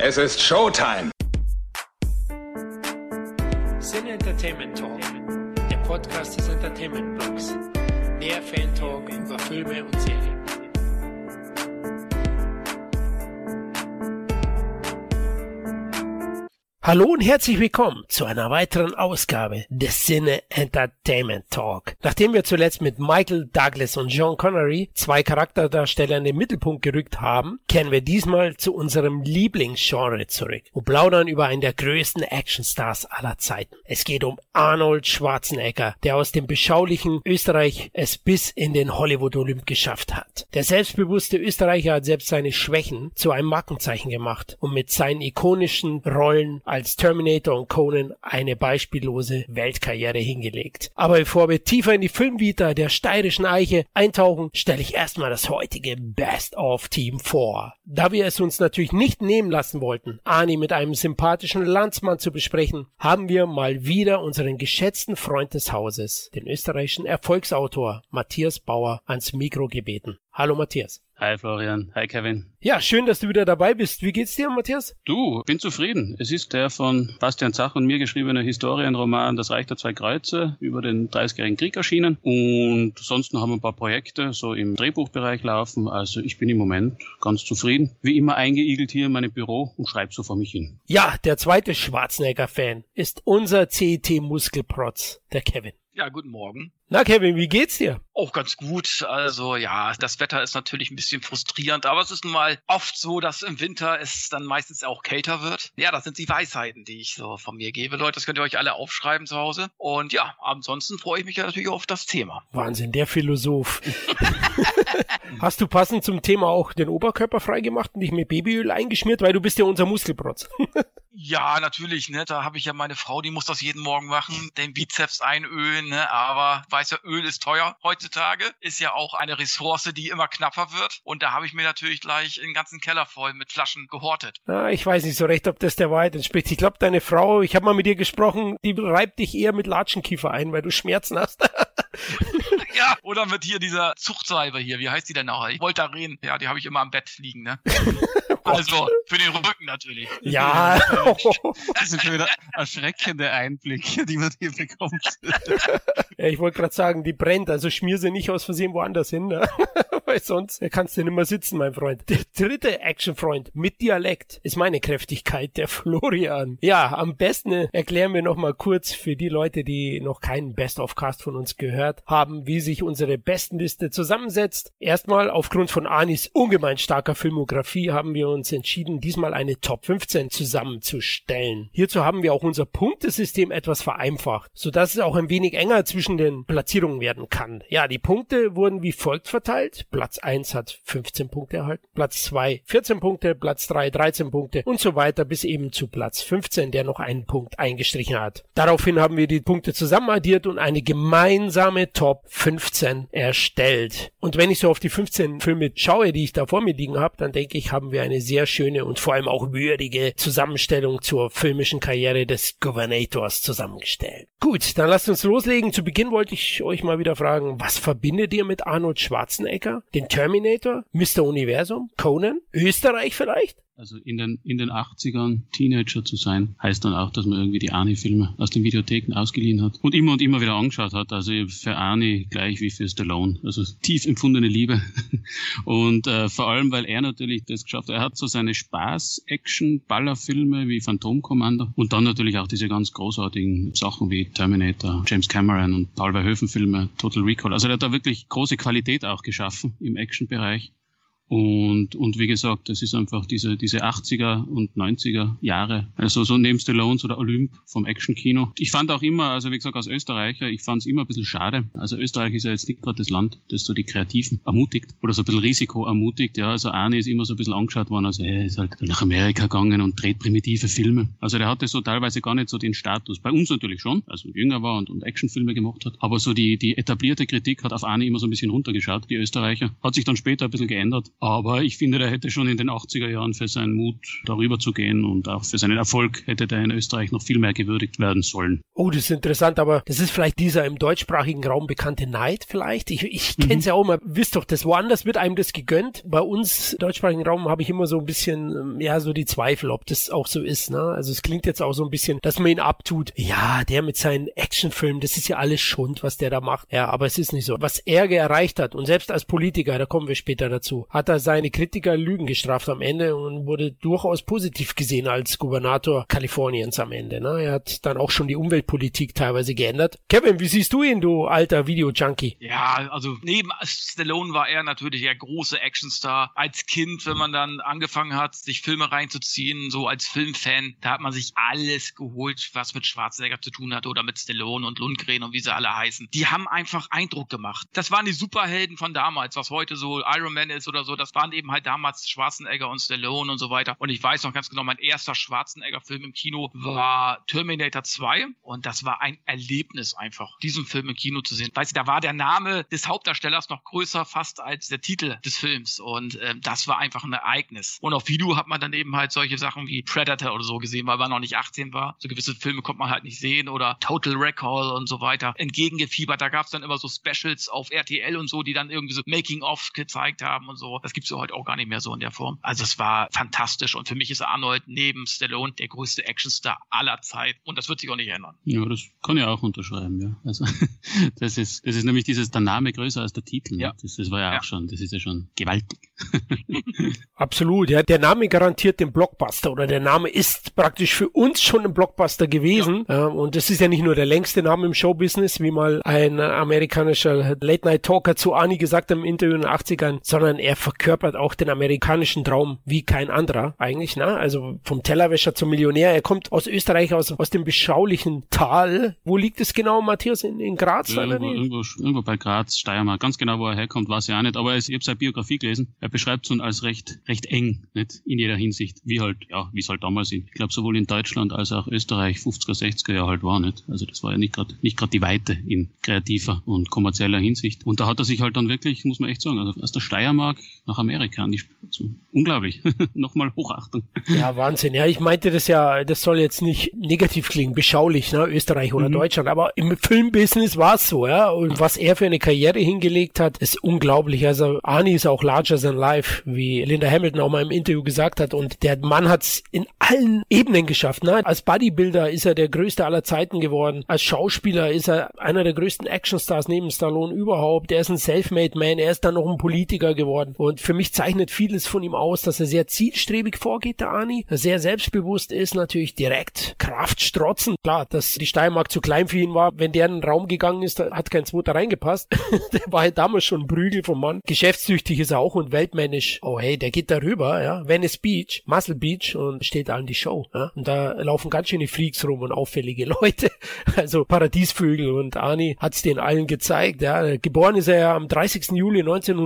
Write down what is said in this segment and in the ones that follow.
Es ist Showtime. Cine Entertainment Talk, der Podcast des Entertainment Blogs. Mehr Fan-Talk über Filme und Serien. Hallo und herzlich willkommen zu einer weiteren Ausgabe des Cine Entertainment Talk. Nachdem wir zuletzt mit Michael Douglas und Sean Connery zwei Charakterdarsteller in den Mittelpunkt gerückt haben, kehren wir diesmal zu unserem Lieblingsgenre zurück und plaudern über einen der größten Actionstars aller Zeiten. Es geht um Arnold Schwarzenegger, der aus dem beschaulichen Österreich es bis in den Hollywood-Olymp geschafft hat. Der selbstbewusste Österreicher hat selbst seine Schwächen zu einem Markenzeichen gemacht und mit seinen ikonischen Rollen als Terminator und Conan eine beispiellose Weltkarriere hingelegt. Aber bevor wir tiefer in die Filmvita der steirischen Eiche eintauchen, stelle ich erstmal das heutige Best-of-Team vor. Da wir es uns natürlich nicht nehmen lassen wollten, Arnie mit einem sympathischen Landsmann zu besprechen, haben wir mal wieder unseren geschätzten Freund des Hauses, den österreichischen Erfolgsautor Matthias Bauer, ans Mikro gebeten. Hallo Matthias. Hi Florian, hi Kevin. Ja, schön, dass du wieder dabei bist. Wie geht's dir, Matthias? Du, bin zufrieden. Es ist der von Bastian Zach und mir geschriebene Historienroman Das Reich der zwei Kreuze über den 30-jährigen Krieg erschienen. Und sonst haben wir ein paar Projekte so im Drehbuchbereich laufen. Also ich bin im Moment ganz zufrieden. Wie immer eingeigelt hier in meinem Büro und schreibe so vor mich hin. Ja, der zweite Schwarzenegger-Fan ist unser CET-Muskelprotz, der Kevin. Ja, guten Morgen. Na Kevin, wie geht's dir? Auch ganz gut. Also ja, das Wetter ist natürlich ein bisschen frustrierend, aber es ist nun mal oft so, dass im Winter es dann meistens auch kälter wird. Ja, das sind die Weisheiten, die ich so von mir gebe. Leute, das könnt ihr euch alle aufschreiben zu Hause. Und ja, ansonsten freue ich mich ja natürlich auf das Thema. Wahnsinn, der Philosoph. Hast du passend zum Thema auch den Oberkörper freigemacht und dich mit Babyöl eingeschmiert, weil du bist ja unser Muskelprotz. Ja, natürlich, ne, da habe ich ja meine Frau, die muss das jeden Morgen machen, den Bizeps einölen, ne, aber weiß ja, Öl ist teuer heutzutage, ist ja auch eine Ressource, die immer knapper wird und da habe ich mir natürlich gleich den ganzen Keller voll mit Flaschen gehortet. Ah, ich weiß nicht so recht, ob das der Wahrheit entspricht. Ich glaube, deine Frau, ich habe mal mit ihr gesprochen, die reibt dich eher mit Latschenkiefer ein, weil du Schmerzen hast. Ja, oder mit hier dieser Zuchtsalbe hier, wie heißt die denn noch? Voltaren, ja, die habe ich immer am Bett liegen, ne? Also, für den Rücken natürlich. Ja. Das sind schon wieder erschreckende Einblicke, die man hier bekommt. Ja, ich wollte gerade sagen, die brennt, also schmier sie nicht aus Versehen woanders hin, ne? Weil sonst kannst du nicht mehr sitzen, mein Freund. Der dritte Actionfreund mit Dialekt ist meine Kräftigkeit, der Florian. Ja, am besten erklären wir nochmal kurz für die Leute, die noch keinen Best-of-Cast von uns gehört haben, wie sich unsere Bestenliste zusammensetzt. Erstmal, aufgrund von Arnis ungemein starker Filmografie haben wir uns entschieden, diesmal eine Top 15 zusammenzustellen. Hierzu haben wir auch unser Punktesystem etwas vereinfacht, sodass es auch ein wenig enger zwischen den Platzierungen werden kann. Ja, die Punkte wurden wie folgt verteilt. Platz 1 hat 15 Punkte erhalten, Platz 2 14 Punkte, Platz 3 13 Punkte und so weiter bis eben zu Platz 15, der noch einen Punkt eingestrichen hat. Daraufhin haben wir die Punkte zusammenaddiert und eine gemeinsame Top 15 erstellt. Und wenn ich so auf die 15 Filme schaue, die ich da vor mir liegen habe, dann denke ich, haben wir eine sehr schöne und vor allem auch würdige Zusammenstellung zur filmischen Karriere des Gouvernators zusammengestellt. Gut, dann lasst uns loslegen. Zu Beginn wollte ich euch mal wieder fragen, was verbindet ihr mit Arnold Schwarzenegger? Den Terminator? Mr. Universum? Conan? Österreich vielleicht? Also in den 80ern Teenager zu sein, heißt dann auch, dass man irgendwie die Arnie-Filme aus den Videotheken ausgeliehen hat und immer wieder angeschaut hat. Also für Arnie gleich wie für Stallone. Also tief empfundene Liebe. Und vor allem, weil er natürlich das geschafft hat. Er hat so seine Spaß-Action-Ballerfilme wie Phantom Commander und dann natürlich auch diese ganz großartigen Sachen wie Terminator, James Cameron und Paul Verhoeven-Filme, Total Recall. Also er hat da wirklich große Qualität auch geschaffen im Action-Bereich. Und wie gesagt, das ist einfach diese 80er und 90er Jahre, also so neben Stallone oder Olymp vom Action-Kino. Ich fand auch immer, also wie gesagt, als Österreicher, ich fand es immer ein bisschen schade. Also Österreich ist ja jetzt nicht gerade das Land, das so die Kreativen ermutigt oder so ein bisschen Risiko ermutigt. Ja, also Arnie ist immer so ein bisschen angeschaut worden, also er ist halt nach Amerika gegangen und dreht primitive Filme. Also der hatte so teilweise gar nicht so den Status. Bei uns natürlich schon, also jünger war und Actionfilme gemacht hat. Aber so die etablierte Kritik hat auf Arnie immer so ein bisschen runtergeschaut, die Österreicher. Hat sich dann später ein bisschen geändert. Aber ich finde, der hätte schon in den 80er Jahren für seinen Mut darüber zu gehen und auch für seinen Erfolg hätte der in Österreich noch viel mehr gewürdigt werden sollen. Oh, das ist interessant, aber das ist vielleicht dieser im deutschsprachigen Raum bekannte Neid vielleicht. Ich kenne es ja auch immer, wisst doch, das woanders wird einem das gegönnt. Bei uns im deutschsprachigen Raum habe ich immer so ein bisschen, so die Zweifel, ob das auch so ist, ne? Also es klingt jetzt auch so ein bisschen, dass man ihn abtut. Ja, der mit seinen Actionfilmen, das ist ja alles Schund, was der da macht. Ja, aber es ist nicht so. Was er erreicht hat und selbst als Politiker, da kommen wir später dazu, hat er seine Kritiker Lügen gestraft am Ende und wurde durchaus positiv gesehen als Gouverneur Kaliforniens am Ende, ne? Er hat dann auch schon die Umweltpolitik teilweise geändert. Kevin, wie siehst du ihn, du alter Video-Junkie? Ja, also neben Stallone war er natürlich der große Actionstar. Als Kind, wenn man dann angefangen hat, sich Filme reinzuziehen, so als Filmfan, da hat man sich alles geholt, was mit Schwarzenegger zu tun hatte oder mit Stallone und Lundgren und wie sie alle heißen. Die haben einfach Eindruck gemacht. Das waren die Superhelden von damals, was heute so Iron Man ist oder so. Das waren eben halt damals Schwarzenegger und Stallone und so weiter. Und ich weiß noch ganz genau, mein erster Schwarzenegger-Film im Kino war Terminator 2 und das war ein Erlebnis einfach, diesen Film im Kino zu sehen. Weißt du, da war der Name des Hauptdarstellers noch größer fast als der Titel des Films und das war einfach ein Ereignis. Und auf Video hat man dann eben halt solche Sachen wie Predator oder so gesehen, weil man noch nicht 18 war. So gewisse Filme konnte man halt nicht sehen oder Total Recall und so weiter. Entgegengefiebert, da gab es dann immer so Specials auf RTL und so, die dann irgendwie so Making-of gezeigt haben und so. Das gibt's ja heute auch gar nicht mehr so in der Form. Also es war fantastisch und für mich ist Arnold neben Stallone der größte Actionstar aller Zeit und das wird sich auch nicht ändern. Ja, das kann ich auch unterschreiben, ja. Also das ist nämlich der Name größer als der Titel. Ja. Das war ja auch schon, das ist ja schon gewaltig. Absolut, ja. Der Name garantiert den Blockbuster oder der Name ist praktisch für uns schon ein Blockbuster gewesen. Ja. Und das ist ja nicht nur der längste Name im Showbusiness, wie mal ein amerikanischer Late-Night-Talker zu Arnie gesagt hat im Interview in den 80ern, sondern er verkörpert auch den amerikanischen Traum wie kein anderer eigentlich, ne? Also vom Tellerwäscher zum Millionär. Er kommt aus Österreich, aus dem beschaulichen Tal. Wo liegt es genau, Matthias? In Graz? Ja, irgendwo bei Graz, Steiermark. Ganz genau, wo er herkommt, weiß ich auch nicht. Aber ich habe seine Biografie gelesen. Er beschreibt es als recht eng, nicht? In jeder Hinsicht. Wie es halt damals ich glaube, sowohl in Deutschland als auch Österreich 50er, 60er Jahre halt war, nicht? Also das war ja nicht gerade die Weite in kreativer und kommerzieller Hinsicht. Und da hat er sich halt dann wirklich, muss man echt sagen, also aus der Steiermark nach Amerika angespielt. So, unglaublich. Nochmal Hochachtung. Ja, Wahnsinn. Ja, ich meinte das soll jetzt nicht negativ klingen, beschaulich, ne? Österreich oder Deutschland. Aber im Filmbusiness war es so, ja. Und was er für eine Karriere hingelegt hat, ist unglaublich. Also Arnie ist auch larger than life, wie Linda Hamilton auch mal im Interview gesagt hat. Und der Mann hat es in allen Ebenen geschafft, ne? Als Bodybuilder ist er der größte aller Zeiten geworden. Als Schauspieler ist er einer der größten Actionstars neben Stallone überhaupt. Er ist ein Selfmade Man. Er ist dann noch ein Politiker geworden. Und für mich zeichnet vieles von ihm aus, dass er sehr zielstrebig vorgeht, der Arnie. Sehr selbstbewusst ist, natürlich direkt Kraft strotzen. Klar, dass die Steiermark zu klein für ihn war. Wenn der in den Raum gegangen ist, da hat kein zweiter reingepasst. Der war halt damals schon ein Prügel vom Mann. Geschäftstüchtig ist er auch und weltmännisch. Oh hey, der geht da rüber, ja. Venice Beach, Muscle Beach und steht allen die Show, ja. Und da laufen ganz schöne Freaks rum und auffällige Leute. Also Paradiesvögel und Arnie hat's den allen gezeigt, ja. Geboren ist er ja am 30. Juli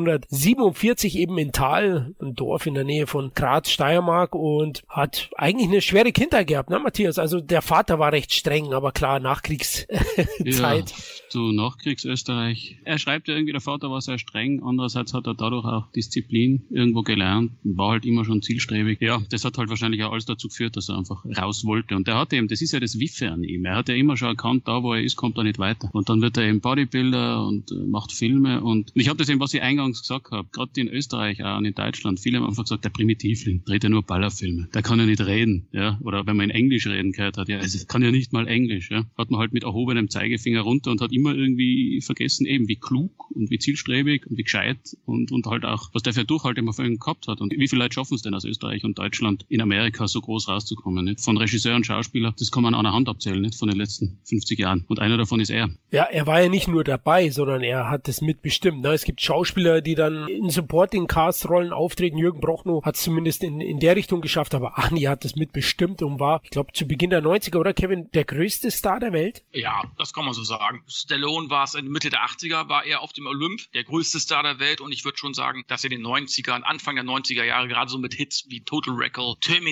1947 eben in Thal, ein Dorf in der Nähe von Graz, Steiermark und hat eigentlich eine schwere Kindheit gehabt, ne, Matthias? Also der Vater war recht streng, aber klar, Nachkriegszeit. Ja, zu Nachkriegsösterreich. Er schreibt ja irgendwie, der Vater war sehr streng, andererseits hat er dadurch auch Disziplin irgendwo gelernt und war halt immer schon zielstrebig. Ja, das hat halt wahrscheinlich auch alles dazu geführt, dass er einfach raus wollte. Und der hat eben, das ist ja das Wiffe an ihm, er hat ja immer schon erkannt, da wo er ist, kommt er nicht weiter. Und dann wird er eben Bodybuilder und macht Filme und ich habe das eben, was ich eingangs gesagt habe, gerade in Österreich auch und in Deutschland, viele haben einfach gesagt, der Primitivling dreht ja nur Ballerfilme, der kann ja nicht reden, ja, oder wenn man in Englisch reden gehört hat, ja, es kann ja nicht mal Englisch, ja, hat man halt mit erhobenem Zeigefinger runter und hat immer irgendwie vergessen, eben wie klug und wie zielstrebig und wie gescheit und halt auch, was der für Durchhaltevermögen gehabt hat und wie viele Leute schaffen es denn aus Österreich und Deutschland in Amerika so groß rauszukommen, nicht? Von Regisseur und Schauspieler, das kann man an einer Hand abzählen, nicht? Von den letzten 50 Jahren und einer davon ist er. Ja, er war ja nicht nur dabei, sondern er hat es mitbestimmt, ne? Es gibt Schauspieler, die dann in Supporting-Cast-Rollen auftreten. Jürgen Prochnow hat es zumindest in der Richtung geschafft, aber Arnie hat es mitbestimmt und war, ich glaube, zu Beginn der 90er, oder Kevin, der größte Star der Welt? Ja, das kann man so sagen. Stallone war es in Mitte der 80er, war er auf dem Olymp, der größte Star der Welt und ich würde schon sagen, dass in den 90ern, Anfang der 90er Jahre, gerade so mit Hits wie Total Recall, Terminator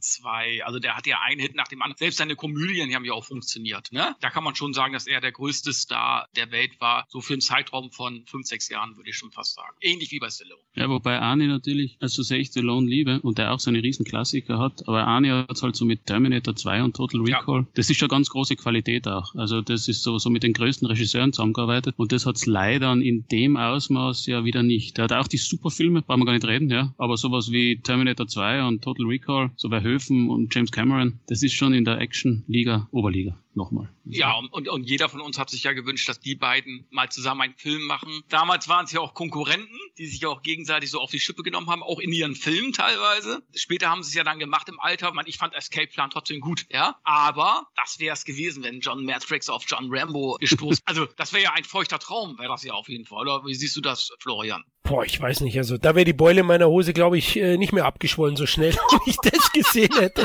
2. Also der hat ja einen Hit nach dem anderen. Selbst seine Komödien, die haben ja auch funktioniert. Ne? Da kann man schon sagen, dass er der größte Star der Welt war. So für einen Zeitraum von 5-6 Jahren, würde ich schon fast sagen. Ähnlich wie bei Stallone. Ja, wobei Arnie natürlich, also sehr ich Stallone liebe und der auch seine Riesenklassiker hat, aber Arnie hat es halt so mit Terminator 2 und Total Recall. Ja. Das ist schon ganz große Qualität auch. Also das ist so mit den größten Regisseuren zusammengearbeitet und das hat es leider in dem Ausmaß ja wieder nicht. Der hat auch die Superfilme, brauchen wir gar nicht reden, ja, aber sowas wie Terminator 2 und Total Recall, so bei Höfen und James Cameron, das ist schon in der Action-Liga, Oberliga. Nochmal. Ja, und jeder von uns hat sich ja gewünscht, dass die beiden mal zusammen einen Film machen. Damals waren es ja auch Konkurrenten, die sich ja auch gegenseitig so auf die Schippe genommen haben, auch in ihren Filmen teilweise. Später haben sie es ja dann gemacht im Alter. Ich fand Escape Plan trotzdem gut, ja. Aber das wäre es gewesen, wenn John Matrix auf John Rambo gestoßen. Also das wäre ja ein feuchter Traum, wäre das ja auf jeden Fall. Oder wie siehst du das, Florian? Boah, ich weiß nicht. Also da wäre die Beule in meiner Hose, glaube ich, nicht mehr abgeschwollen so schnell, wenn ich das gesehen hätte.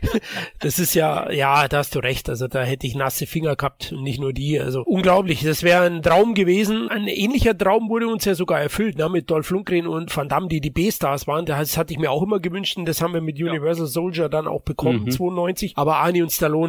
Das ist ja, da hast du recht. Also da hätte ich nasse Finger gehabt und nicht nur die. Also unglaublich. Das wäre ein Traum gewesen. Ein ähnlicher Traum wurde uns ja sogar erfüllt, ne? Mit Dolph Lundgren und Van Damme, die B-Stars waren. Das hatte ich mir auch immer gewünscht und das haben wir mit Universal Soldier dann auch bekommen, 92. Aber Arnie und Stallone,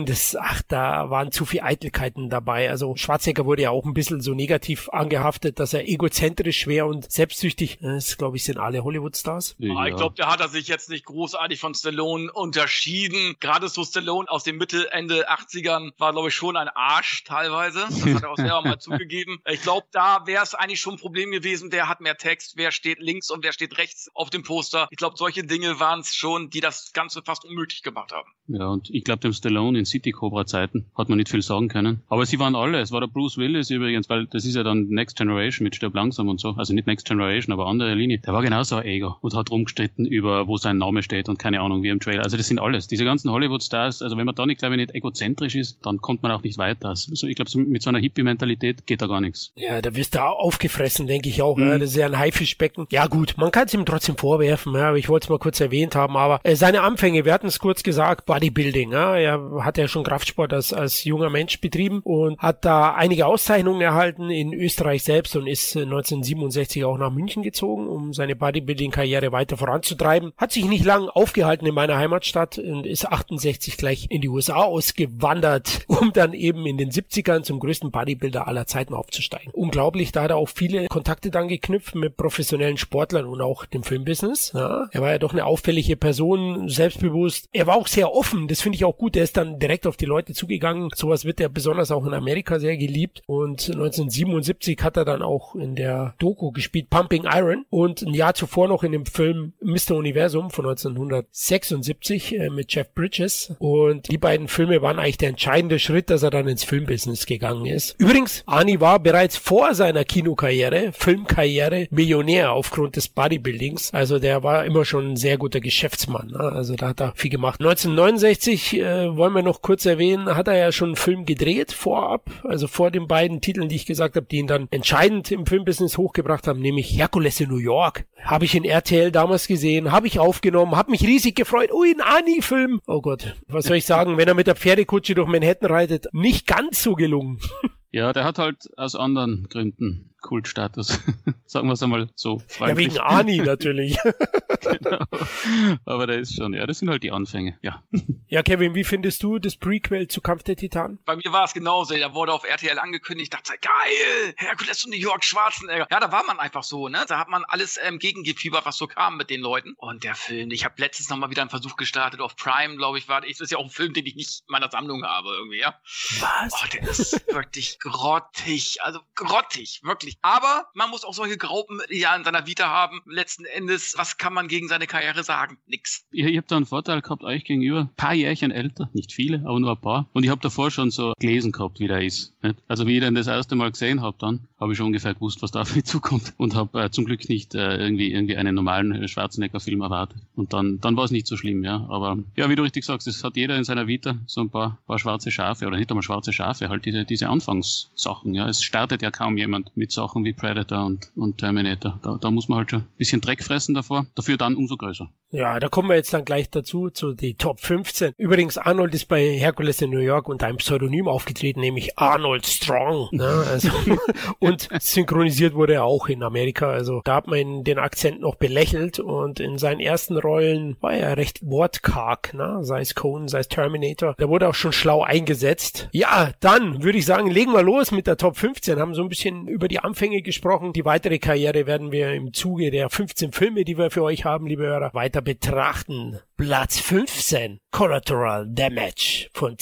da waren zu viel Eitelkeiten dabei. Also Schwarzenegger wurde ja auch ein bisschen so negativ angehaftet, dass er egozentrisch wäre und selbstsüchtig. Das, glaube ich, sind alle Hollywood-Stars. Ja. Ich glaube, da hat er sich jetzt nicht großartig von Stallone unterschieden. Gerade so Stallone aus dem Ende 80ern war, glaube ich, schon ein Arsch teilweise. Das hat er auch selber mal zugegeben. Ich glaube, da wäre es eigentlich schon ein Problem gewesen. Wer hat mehr Text? Wer steht links und wer steht rechts auf dem Poster? Ich glaube, solche Dinge waren es schon, die das Ganze fast unmöglich gemacht haben. Ja, und ich glaube, dem Stallone in City-Cobra-Zeiten hat man nicht viel sagen können. Aber sie waren alle. Es war der Bruce Willis übrigens, weil das ist ja dann Next Generation mit Stirb langsam und so. Also nicht Next Generation, aber andere Linie. Der war genauso ein Ego und hat rumgestritten über, wo sein Name steht und keine Ahnung, wie im Trailer. Also das sind alles. Diese ganzen Hollywood-Stars, also wenn man da nicht, glaube ich, nicht egozentrisch ist, dann kommt man auch nicht weiter. Also ich glaube, so mit so einer Hippie-Mentalität geht da gar nichts. Ja, da wirst du auch aufgefressen, denke ich auch. Ja, das ist ja ein Haifischbecken. Ja gut, man kann es ihm trotzdem vorwerfen. Ja, ich wollte es mal kurz erwähnt haben, aber seine Anfänge, wir hatten es kurz gesagt, Bodybuilding. Ja, er hat ja schon Kraftsport als junger Mensch betrieben und hat da einige Auszeichnungen erhalten in Österreich selbst und ist 1967 auch nach München gezogen, um seine Bodybuilding-Karriere weiter voranzutreiben. Hat sich nicht lang aufgehalten in meiner Heimatstadt und ist 68 gleich in die USA ausgewandert, um dann eben in den 70ern zum größten Bodybuilder aller Zeiten aufzusteigen. Unglaublich, da hat er auch viele Kontakte dann geknüpft mit professionellen Sportlern und auch dem Filmbusiness. Ja, er war ja doch eine auffällige Person, selbstbewusst. Er war auch sehr offen, das finde ich auch gut. Er ist dann direkt auf die Leute zugegangen. Sowas wird er besonders auch in Amerika sehr geliebt. Und 1977 hat er dann auch in der Doku gespielt, Pumping Iron. Und ein Jahr zuvor noch in dem Film Mr. Universum von 1976 mit Jeff Bridges. Und die beiden Filme waren eigentlich der entscheidende Schritt, dass er dann ins Filmbusiness gegangen ist. Übrigens, Arnie war bereits vor seiner Kinokarriere, Filmkarriere, Millionär aufgrund des Bodybuildings. Also der war immer schon ein sehr guter Geschäftsmann. Also da hat er viel gemacht. 1969 wollen wir noch kurz erwähnen, hat er ja schon einen Film gedreht vorab, also vor den beiden Titeln, die ich gesagt habe, die ihn dann entscheidend im Filmbusiness hochgebracht haben, nämlich Herkules in New York. Habe ich in RTL damals gesehen, habe ich aufgenommen, habe mich riesig gefreut. Ein Arnie-Film. Oh Gott, was soll ich sagen, wenn er mit der Pferdekutsche durch Manhattan reitet, nicht ganz so gelungen. Ja, der hat halt aus anderen Gründen Kultstatus. Sagen wir es einmal so. Ja, wegen Arnie natürlich. Genau. Aber der ist schon, ja, das sind halt die Anfänge, ja. Ja, Kevin, wie findest du das Prequel zu Kampf der Titanen? Bei mir war es genauso. Da wurde auf RTL angekündigt, dachte ich, geil, Herkules und New York, Schwarzenegger. Ja, da war man einfach so, ne? Da hat man alles gegengefiebert, was so kam mit den Leuten. Und der Film, ich habe letztens nochmal wieder einen Versuch gestartet auf Prime, glaube ich, das ist ja auch ein Film, den ich nicht in meiner Sammlung habe irgendwie, ja. Was? Oh, der ist wirklich grottig, also grottig, wirklich. Aber man muss auch solche Graupen ja in seiner Vita haben. Letzten Endes, was kann man gegen seine Karriere sagen? Nix. Ich habe da einen Vorteil gehabt, euch gegenüber. Ein paar Jährchen älter, nicht viele, aber nur ein paar. Und ich habe davor schon so gelesen gehabt, wie der ist. Nicht? Also wie ich den das erste Mal gesehen habe, dann habe ich schon ungefähr gewusst, was da auf mich zukommt. Und habe zum Glück nicht irgendwie einen normalen Schwarzenegger-Film erwartet. Und dann war es nicht so schlimm, ja. Aber ja, wie du richtig sagst, es hat jeder in seiner Vita so ein paar schwarze Schafe, oder nicht einmal schwarze Schafe, halt diese Anfangssachen, ja. Es startet ja kaum jemand mit Sachen wie Predator und Terminator. Da muss man halt schon ein bisschen Dreck fressen davor, dafür dann umso größer. Ja, da kommen wir jetzt dann gleich dazu, zu die Top 15. Übrigens, Arnold ist bei Hercules in New York unter einem Pseudonym aufgetreten, nämlich Arnold Strong. Ne? Also, und synchronisiert wurde er auch in Amerika. Also da hat man den Akzent noch belächelt und in seinen ersten Rollen war er recht wortkarg, ne? Sei es Conan, sei es Terminator. Da wurde auch schon schlau eingesetzt. Ja, dann würde ich sagen, legen wir los mit der Top 15. Haben so ein bisschen über die Anfänge gesprochen. Die weitere Karriere werden wir im Zuge der 15 Filme, die wir für euch haben, liebe Hörer, weiter betrachten. Platz 15, Collateral Damage von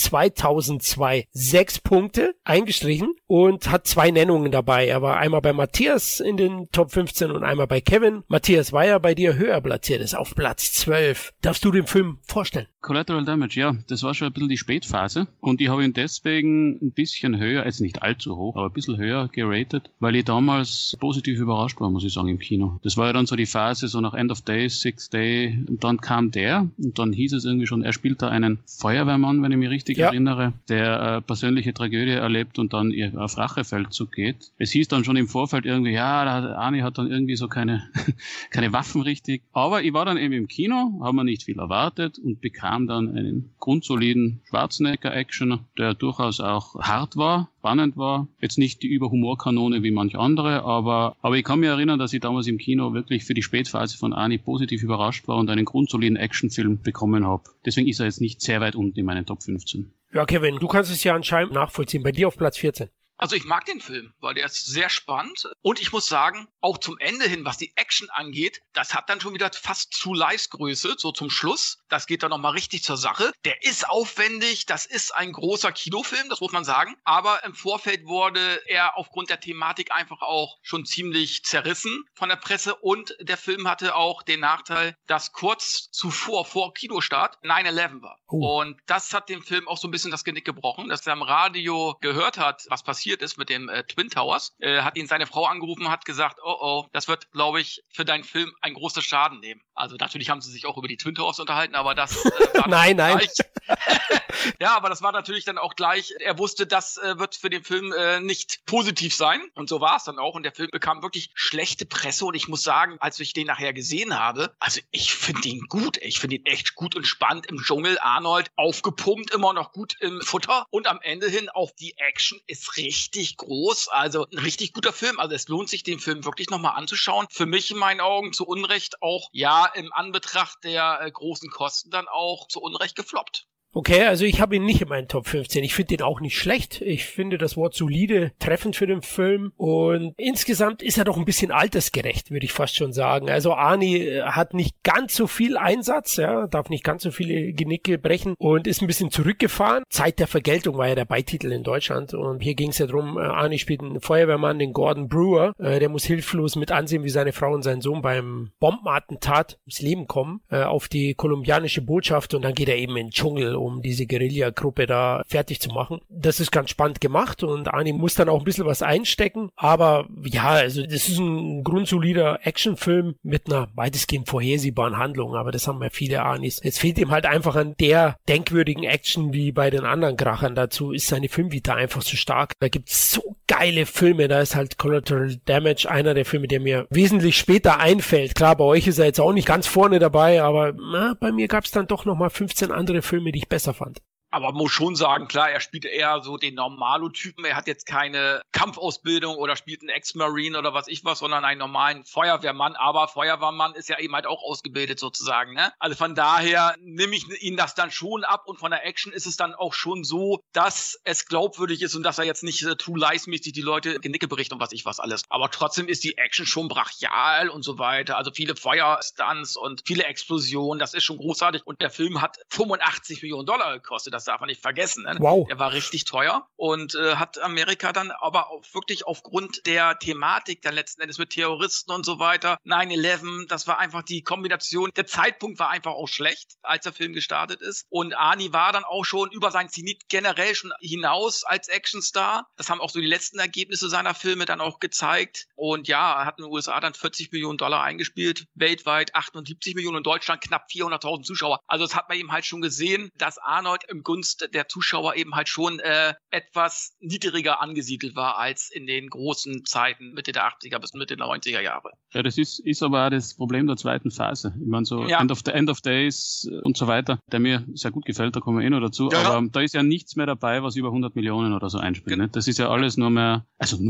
2002. 6 Punkte eingestrichen und hat 2 Nennungen dabei. Er war einmal bei Matthias in den Top 15 und einmal bei Kevin. Matthias, war ja bei dir höher platziert, ist auf Platz 12. Darfst du den Film vorstellen? Collateral Damage, ja, das war schon ein bisschen die Spätphase und ich habe ihn deswegen ein bisschen höher, also nicht allzu hoch, aber ein bisschen höher geratet, weil ich damals positiv überrascht war, muss ich sagen, im Kino. Das war ja dann so die Phase, so nach End of Days, Sixth Day, und dann kam der und dann hieß es irgendwie schon, er spielt da einen Feuerwehrmann, wenn ich mich richtig erinnere, der persönliche Tragödie erlebt und dann auf Rachefeldzug geht. Es hieß dann schon im Vorfeld irgendwie, ja, Arnie hat dann irgendwie so keine Waffen richtig, aber ich war dann eben im Kino, habe mir nicht viel erwartet und bekam dann einen grundsoliden Schwarzenegger-Actioner, der durchaus auch hart war, spannend war. Jetzt nicht die Überhumorkanone wie manch andere, aber ich kann mich erinnern, dass ich damals im Kino wirklich für die Spätphase von Arnie positiv überrascht war und einen grundsoliden Actionfilm bekommen habe. Deswegen ist er jetzt nicht sehr weit unten in meinen Top 15. Ja, Kevin, du kannst es ja anscheinend nachvollziehen. Bei dir auf Platz 14. Also ich mag den Film, weil der ist sehr spannend und ich muss sagen, auch zum Ende hin, was die Action angeht, das hat dann schon wieder fast zu Leistgröße, so zum Schluss. Das geht dann nochmal richtig zur Sache. Der ist aufwendig, das ist ein großer Kinofilm, das muss man sagen, aber im Vorfeld wurde er aufgrund der Thematik einfach auch schon ziemlich zerrissen von der Presse und der Film hatte auch den Nachteil, dass kurz zuvor, vor Kinostart, 9/11 war. Und das hat dem Film auch so ein bisschen das Genick gebrochen, dass er am Radio gehört hat, was passiert ist mit dem Twin Towers, hat ihn seine Frau angerufen, hat gesagt, oh, das wird, glaube ich, für deinen Film ein großer Schaden nehmen. Also natürlich haben sie sich auch über die Twin Towers unterhalten, aber das war nein. Ja, aber das war natürlich dann auch gleich, er wusste, das wird für den Film nicht positiv sein und so war es dann auch und der Film bekam wirklich schlechte Presse und ich muss sagen, als ich den nachher gesehen habe, also ich finde ihn gut, ich finde ihn echt gut und spannend im Dschungel, Arnold aufgepumpt, immer noch gut im Futter und am Ende hin auch die Action ist richtig groß, also ein richtig guter Film, also es lohnt sich den Film wirklich nochmal anzuschauen, für mich in meinen Augen zu Unrecht auch, ja, im Anbetracht der großen Kosten dann auch zu Unrecht gefloppt. Okay, also ich habe ihn nicht in meinen Top 15. Ich finde den auch nicht schlecht. Ich finde das Wort solide treffend für den Film. Und insgesamt ist er doch ein bisschen altersgerecht, würde ich fast schon sagen. Also Arnie hat nicht ganz so viel Einsatz, ja, darf nicht ganz so viele Genicke brechen und ist ein bisschen zurückgefahren. Zeit der Vergeltung war ja der Beititel in Deutschland. Und hier ging es ja darum, Arnie spielt einen Feuerwehrmann, den Gordon Brewer. Der muss hilflos mit ansehen, wie seine Frau und sein Sohn beim Bombenattentat ums Leben kommen auf die kolumbianische Botschaft. Und dann geht er eben in den Dschungel, um diese Guerilla-Gruppe da fertig zu machen. Das ist ganz spannend gemacht und Arnie muss dann auch ein bisschen was einstecken, aber ja, also das ist ein grundsolider Actionfilm mit einer weitestgehend vorhersehbaren Handlung, aber das haben ja viele Arnis. Jetzt fehlt ihm halt einfach an der denkwürdigen Action wie bei den anderen Krachern. Dazu ist seine Filmvita einfach zu stark. Da gibt's so geile Filme, da ist halt Collateral Damage einer der Filme, der mir wesentlich später einfällt. Klar, bei euch ist er jetzt auch nicht ganz vorne dabei, aber bei mir gab's dann doch nochmal 15 andere Filme, die ich besser fand. Aber man muss schon sagen, klar, er spielt eher so den Normalo-Typen. Er hat jetzt keine Kampfausbildung oder spielt einen Ex-Marine oder was ich was, sondern einen normalen Feuerwehrmann. Aber Feuerwehrmann ist ja eben halt auch ausgebildet sozusagen, ne? Also von daher nehme ich ihn das dann schon ab. Und von der Action ist es dann auch schon so, dass es glaubwürdig ist und dass er jetzt nicht True Lies-mäßig die Leute Genicke bricht und was ich was alles. Aber trotzdem ist die Action schon brachial und so weiter. Also viele Feuerstunts und viele Explosionen. Das ist schon großartig. Und der Film hat $85 Millionen gekostet. Das darf man nicht vergessen. Ne? Wow. Der war richtig teuer und hat Amerika dann aber auch wirklich aufgrund der Thematik dann letzten Endes mit Terroristen und so weiter, 9/11, das war einfach die Kombination. Der Zeitpunkt war einfach auch schlecht, als der Film gestartet ist. Und Arnie war dann auch schon über sein Zenit generell schon hinaus als Actionstar. Das haben auch so die letzten Ergebnisse seiner Filme dann auch gezeigt. Und ja, er hat in den USA dann $40 Millionen eingespielt, weltweit 78 Millionen, in Deutschland knapp 400.000 Zuschauer. Also das hat man eben halt schon gesehen, dass Arnold im Kampfkunst der Zuschauer eben halt schon etwas niedriger angesiedelt war als in den großen Zeiten Mitte der 80er bis Mitte der 90er Jahre. Ja, das ist aber auch das Problem der zweiten Phase. Ich meine, so End of Days und so weiter, der mir sehr gut gefällt, da kommen wir noch dazu. Ja. Aber da ist ja nichts mehr dabei, was über 100 Millionen oder so einspielt. Nicht? Das ist ja alles nur mehr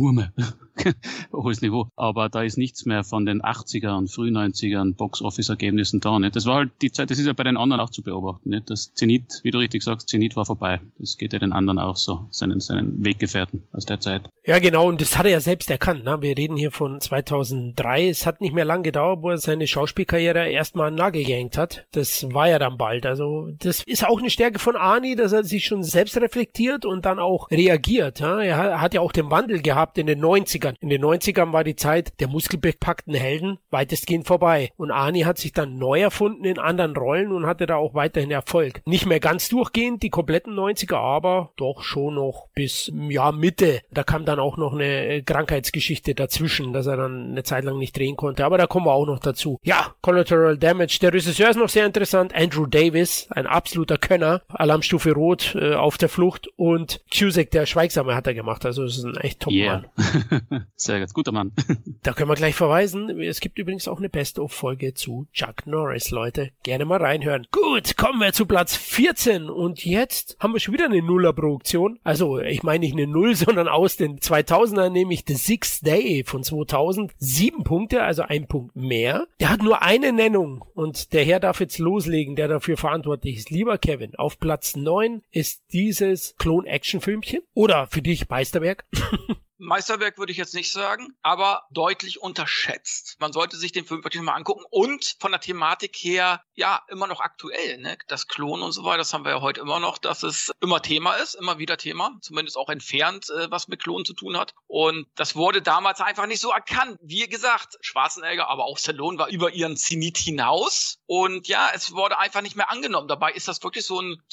hohes Niveau. Aber da ist nichts mehr von den 80er und früh 90ern Box-Office-Ergebnissen da. Nicht? Das war halt die Zeit, das ist ja bei den anderen auch zu beobachten. Nicht? Das Zenit, wie du richtig sagst, Zenit war vorbei. Das geht ja den anderen auch so, seinen Weggefährten aus der Zeit. Ja, genau. Und das hat er ja selbst erkannt. Ne? Wir reden hier von 2003. Es hat nicht mehr lang gedauert, wo er seine Schauspielkarriere erstmal an den Nagel gehängt hat. Das war ja dann bald. Also das ist auch eine Stärke von Arnie, dass er sich schon selbst reflektiert und dann auch reagiert. Ja? Er hat ja auch den Wandel gehabt in den 90ern. In den 90ern war die Zeit der muskelbepackten Helden weitestgehend vorbei. Und Arnie hat sich dann neu erfunden in anderen Rollen und hatte da auch weiterhin Erfolg. Nicht mehr ganz durchgehend die kompletten 90er, aber doch schon noch bis Mitte. Da kam dann auch noch eine Krankheitsgeschichte dazwischen, dass er dann eine Zeit lang nicht drehen konnte. Aber da kommen wir auch noch dazu. Ja, Collateral Damage. Der Regisseur ist noch sehr interessant. Andrew Davis, ein absoluter Könner. Alarmstufe Rot auf der Flucht. Und Cusack, der Schweigsame, hat er gemacht. Also es ist ein echt Top-Mann. Yeah. Sehr gut, guter Mann. Da können wir gleich verweisen. Es gibt übrigens auch eine Best-of-Folge zu Chuck Norris, Leute. Gerne mal reinhören. Gut, kommen wir zu Platz 14. Und jetzt haben wir schon wieder eine Nuller-Produktion. Also, ich meine nicht eine Null, sondern aus den 2000ern, nämlich The Sixth Day von 2000. 7 Punkte, also 1 Punkt mehr. Der hat nur eine Nennung. Und der Herr darf jetzt loslegen, der dafür verantwortlich ist. Lieber Kevin, auf Platz 9 ist dieses Klon-Action-Filmchen. Oder für dich Meisterwerk. Meisterwerk würde ich jetzt nicht sagen, aber deutlich unterschätzt. Man sollte sich den Film wirklich mal angucken und von der Thematik her, ja, immer noch aktuell, ne? Das Klonen und so weiter, das haben wir ja heute immer noch, dass es immer Thema ist, immer wieder Thema, zumindest auch entfernt, was mit Klonen zu tun hat. Und das wurde damals einfach nicht so erkannt. Wie gesagt, Schwarzenegger, aber auch Stallone war über ihren Zenit hinaus und ja, es wurde einfach nicht mehr angenommen. Dabei ist das wirklich so ein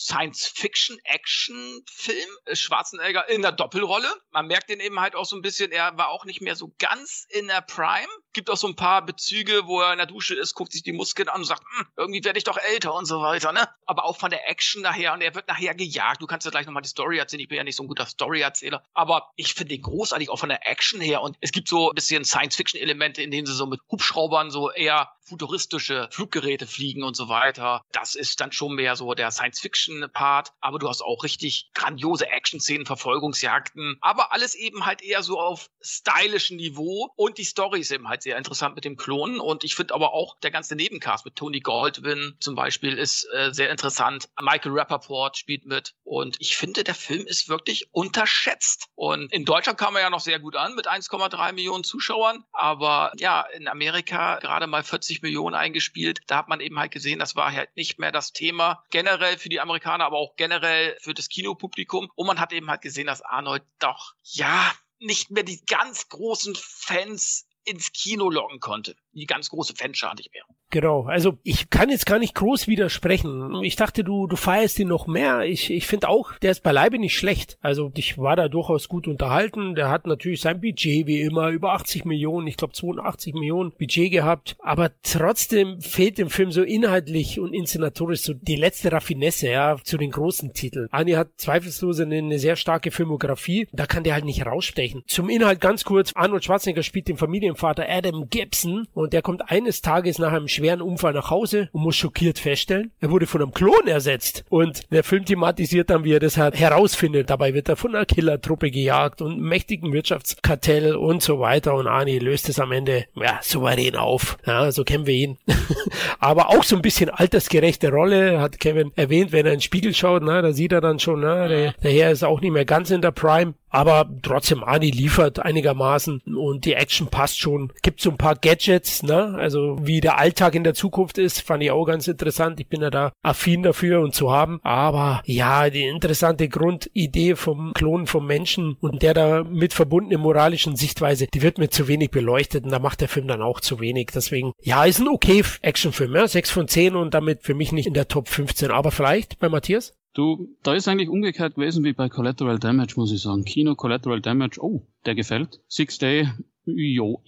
Science-Fiction-Action-Film. Schwarzenegger in der Doppelrolle. Man merkt den eben halt auch so ein bisschen, er war auch nicht mehr so ganz in der Prime. Gibt auch so ein paar Bezüge, wo er in der Dusche ist, guckt sich die Muskeln an und sagt, irgendwie werde ich doch älter und so weiter, ne? Aber auch von der Action nachher und er wird nachher gejagt. Du kannst ja gleich nochmal die Story erzählen. Ich bin ja nicht so ein guter Story-Erzähler. Aber ich finde den großartig, auch von der Action her. Und es gibt so ein bisschen Science-Fiction-Elemente, in denen sie so mit Hubschraubern so eher futuristische Fluggeräte fliegen und so weiter. Das ist dann schon mehr so der Science-Fiction-Part. Aber du hast auch richtig grandiose Action-Szenen, Verfolgungsjagden. Aber alles eben halt eher so auf stylischem Niveau. Und die Story ist eben halt sehr interessant mit dem Klonen. Und ich finde aber auch der ganze Nebencast mit Tony Goldwyn zum Beispiel ist sehr interessant. Michael Rappaport spielt mit. Und ich finde, der Film ist wirklich unterschätzt. Und in Deutschland kam er ja noch sehr gut an mit 1,3 Millionen Zuschauern. Aber ja, in Amerika gerade mal 40 Millionen eingespielt. Da hat man eben halt gesehen, das war halt nicht mehr das Thema generell für die Amerikaner, aber auch generell für das Kinopublikum. Und man hat eben halt gesehen, dass Arnold doch, ja, nicht mehr die ganz großen Fans ins Kino locken konnte. Die ganz große Fanschar nicht mehr. Genau, also ich kann jetzt gar nicht groß widersprechen. Ich dachte, du feierst ihn noch mehr. Ich finde auch, der ist beileibe nicht schlecht. Also ich war da durchaus gut unterhalten. Der hat natürlich sein Budget wie immer, über 80 Millionen, ich glaube 82 Millionen Budget gehabt. Aber trotzdem fehlt dem Film so inhaltlich und inszenatorisch so die letzte Raffinesse, ja, zu den großen Titeln. Arnie hat zweifellos eine sehr starke Filmografie. Da kann der halt nicht rausstechen. Zum Inhalt ganz kurz. Arnold Schwarzenegger spielt den Familienvater Adam Gibson und der kommt eines Tages nach einem schweren Unfall nach Hause und muss schockiert feststellen, er wurde von einem Klon ersetzt. Und der Film thematisiert dann, wie er das halt herausfindet. Dabei wird er von einer Killertruppe gejagt und einem mächtigen Wirtschaftskartell und so weiter. Und Arnie löst es am Ende, ja, souverän auf. Ja, so kennen wir ihn. Aber auch so ein bisschen altersgerechte Rolle, hat Kevin erwähnt, wenn er in den Spiegel schaut, na, da sieht er dann schon, na, der Herr ist auch nicht mehr ganz in der Prime. Aber trotzdem, Arnie liefert einigermaßen und die Action passt schon. Gibt so ein paar Gadgets, ne? Also wie der Alltag in der Zukunft ist, fand ich auch ganz interessant. Ich bin ja da affin dafür und zu haben. Aber ja, die interessante Grundidee vom Klonen vom Menschen und der damit verbundene moralischen Sichtweise, die wird mir zu wenig beleuchtet und da macht der Film dann auch zu wenig. Deswegen, ja, ist ein okay Actionfilm, ja? 6 von 10 und damit für mich nicht in der Top 15. Aber vielleicht bei Matthias? Du, da ist eigentlich umgekehrt gewesen wie bei Collateral Damage, muss ich sagen. Kino Collateral Damage, oh, der gefällt. Sixth Day, jo,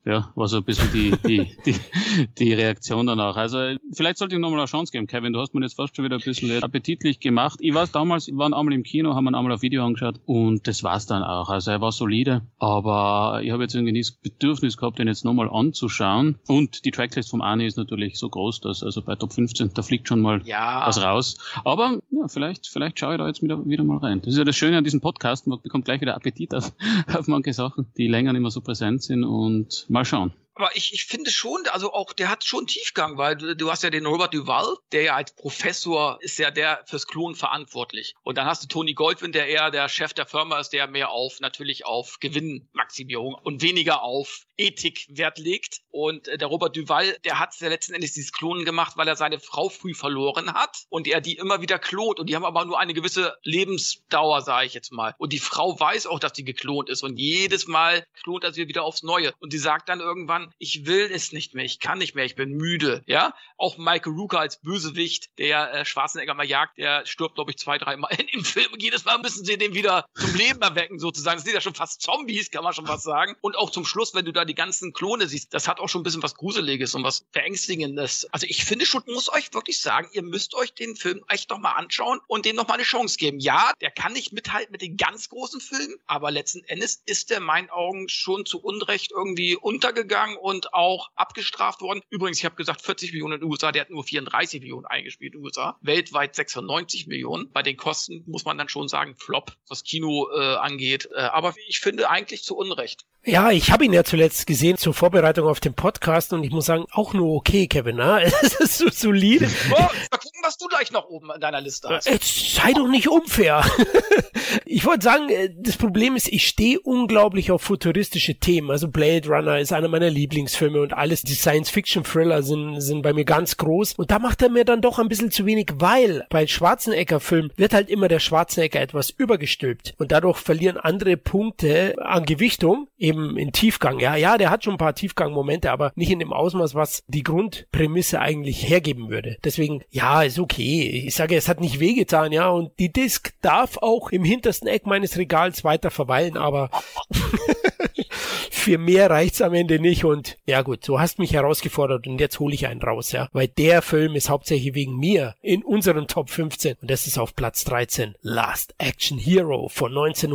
ja, war so ein bisschen die Reaktion danach. Also vielleicht sollte ich nochmal eine Chance geben, Kevin. Du hast mir jetzt fast schon wieder ein bisschen appetitlich gemacht. Ich weiß, damals, wir waren einmal im Kino, haben ihn einmal auf Video angeschaut und das war's dann auch. Also er war solide, aber ich habe jetzt irgendwie nicht das Bedürfnis gehabt, den jetzt nochmal anzuschauen. Und die Tracklist vom Arnie ist natürlich so groß, dass also bei Top 15, da fliegt schon mal was raus. Aber ja, vielleicht schaue ich da jetzt wieder mal rein. Das ist ja das Schöne an diesem Podcast, man bekommt gleich wieder Appetit auf manche Sachen, die länger nicht mehr so präsent sind und mal schauen. Aber ich finde schon, also auch, der hat schon Tiefgang, weil du hast ja den Robert Duvall, der ja als Professor ist ja der fürs Klonen verantwortlich. Und dann hast du Tony Goldwyn, der eher der Chef der Firma ist, der mehr natürlich auf Gewinnmaximierung und weniger auf Ethik Wert legt. Und der Robert Duvall, der hat ja letzten Endes dieses Klonen gemacht, weil er seine Frau früh verloren hat und er die immer wieder klont. Und die haben aber nur eine gewisse Lebensdauer, sage ich jetzt mal. Und die Frau weiß auch, dass die geklont ist. Und jedes Mal klont er sie wieder aufs Neue. Und die sagt dann irgendwann, ich will es nicht mehr, ich kann nicht mehr, ich bin müde, ja. Auch Michael Rooker als Bösewicht, der Schwarzenegger mal jagt, der stirbt, glaube ich, 2-3 Mal im Film. Und jedes Mal müssen sie den wieder zum Leben erwecken, sozusagen. Das sind ja schon fast Zombies, kann man schon was sagen. Und auch zum Schluss, wenn du da die ganzen Klone siehst, das hat auch schon ein bisschen was Gruseliges und was Beängstigendes. Also ich finde schon, muss euch wirklich sagen, ihr müsst euch den Film echt nochmal anschauen und dem nochmal eine Chance geben. Ja, der kann nicht mithalten mit den ganz großen Filmen, aber letzten Endes ist der in meinen Augen schon zu Unrecht irgendwie untergegangen und auch abgestraft worden. Übrigens, ich habe gesagt 40 Millionen in den USA, der hat nur 34 Millionen eingespielt in den USA. Weltweit 96 Millionen. Bei den Kosten muss man dann schon sagen, Flop, was Kino angeht. Aber ich finde eigentlich zu Unrecht. Ja, ich habe ihn ja zuletzt gesehen zur Vorbereitung auf den Podcast und ich muss sagen, auch nur okay, Kevin, ne? Es ist so solide. Oh, mal gucken, was du gleich noch oben in deiner Liste hast. Jetzt sei doch nicht unfair. Ich wollte sagen, das Problem ist, ich stehe unglaublich auf futuristische Themen. Also Blade Runner ist einer meiner Lieblingsfilme und alles, die Science-Fiction-Thriller sind bei mir ganz groß. Und da macht er mir dann doch ein bisschen zu wenig, weil bei Schwarzenegger-Filmen wird halt immer der Schwarzenegger etwas übergestülpt. Und dadurch verlieren andere Punkte an Gewichtung, eben in Tiefgang. Ja, der hat schon ein paar Tiefgang-Momente, aber nicht in dem Ausmaß, was die Grundprämisse eigentlich hergeben würde. Deswegen, ja, ist okay. Ich sage, es hat nicht wehgetan, ja, und die Disc darf auch im hintersten Eck meines Regals weiter verweilen, aber für mehr reicht's am Ende nicht und ja gut, du hast mich herausgefordert und jetzt hole ich einen raus, ja, weil der Film ist hauptsächlich wegen mir in unseren Top 15 und das ist auf Platz 13, Last Action Hero von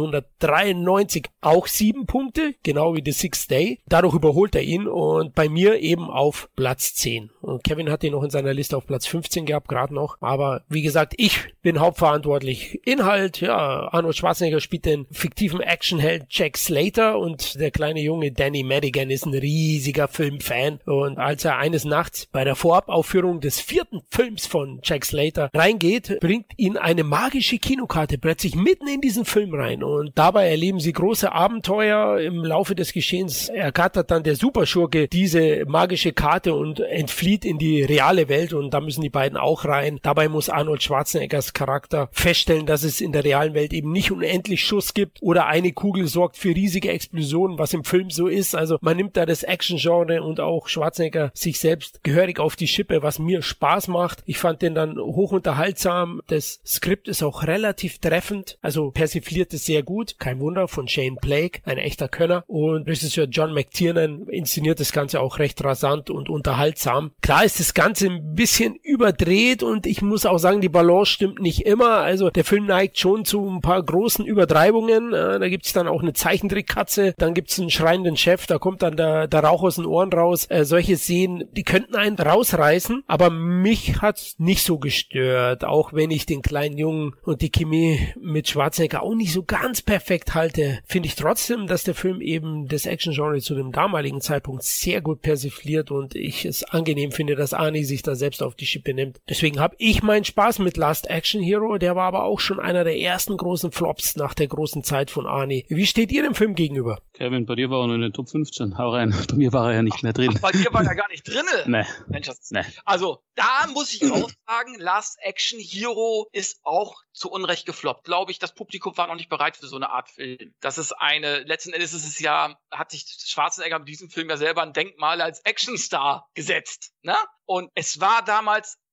1993, auch 7 Punkte, genau wie The Sixth Day, dadurch überholt er ihn und bei mir eben auf Platz 10 und Kevin hat ihn noch in seiner Liste auf Platz 15 gehabt, gerade noch, aber wie gesagt, ich bin hauptverantwortlich. Inhalt, ja, Arnold Schwarzenegger spielt den fiktiven Actionheld Jack Slater und der kleine Junge Danny Madigan ist ein riesiger Filmfan und als er eines Nachts bei der Vorabaufführung des 4. Films von Jack Slater reingeht, bringt ihn eine magische Kinokarte plötzlich mitten in diesen Film rein und dabei erleben sie große Abenteuer. Im Laufe des Geschehens ergattert dann der Superschurke diese magische Karte und entflieht in die reale Welt und da müssen die beiden auch rein. Dabei muss Arnold Schwarzeneggers Charakter feststellen, dass es in der realen Welt eben nicht unendlich Schuss gibt oder eine Kugel sorgt für riesige Explosionen, was im Film so ist. Also man nimmt da das Action-Genre und auch Schwarzenegger sich selbst gehörig auf die Schippe, was mir Spaß macht. Ich fand den dann hochunterhaltsam. Das Skript ist auch relativ treffend, also persifliert es sehr gut. Kein Wunder, von Shane Blake, ein echter Könner. Und Regisseur John McTiernan inszeniert das Ganze auch recht rasant und unterhaltsam. Klar ist das Ganze ein bisschen überdreht und ich muss auch sagen, die Balance stimmt nicht immer. Also der Film neigt schon zu ein paar großen Übertreibungen. Da gibt's dann auch eine Zeichentrickkatze, dann gibt's einen schreienden Chef, da kommt dann der Rauch aus den Ohren raus. Solche Szenen, die könnten einen rausreißen, aber mich hat's nicht so gestört, auch wenn ich den kleinen Jungen und die Chemie mit Schwarzenegger auch nicht so ganz perfekt halte, finde ich trotzdem, dass der Film eben das Action-Genre zu dem damaligen Zeitpunkt sehr gut persifliert und ich es angenehm finde, dass Arnie sich da selbst auf die Schippe nimmt. Deswegen habe ich meinen Spaß mit Last Action Hero, der war aber auch schon einer der ersten großen Flops nach der großen Zeit von Arnie. Wie steht ihr dem Film gegenüber? Kevin, bei dir war er noch in den Top 15. Hau rein. Bei mir war er ja nicht mehr drin. Ach, bei dir war er gar nicht drinne? Nee. Mensch, Nee. Also, da muss ich auch sagen, Last Action Hero ist auch zu Unrecht gefloppt. Glaube ich, das Publikum war noch nicht bereit für so eine Art Film. Das ist letzten Endes ist es ja, hat sich Schwarzenegger mit diesem Film ja selber ein Denkmal als Actionstar gesetzt, ne? Und es war damals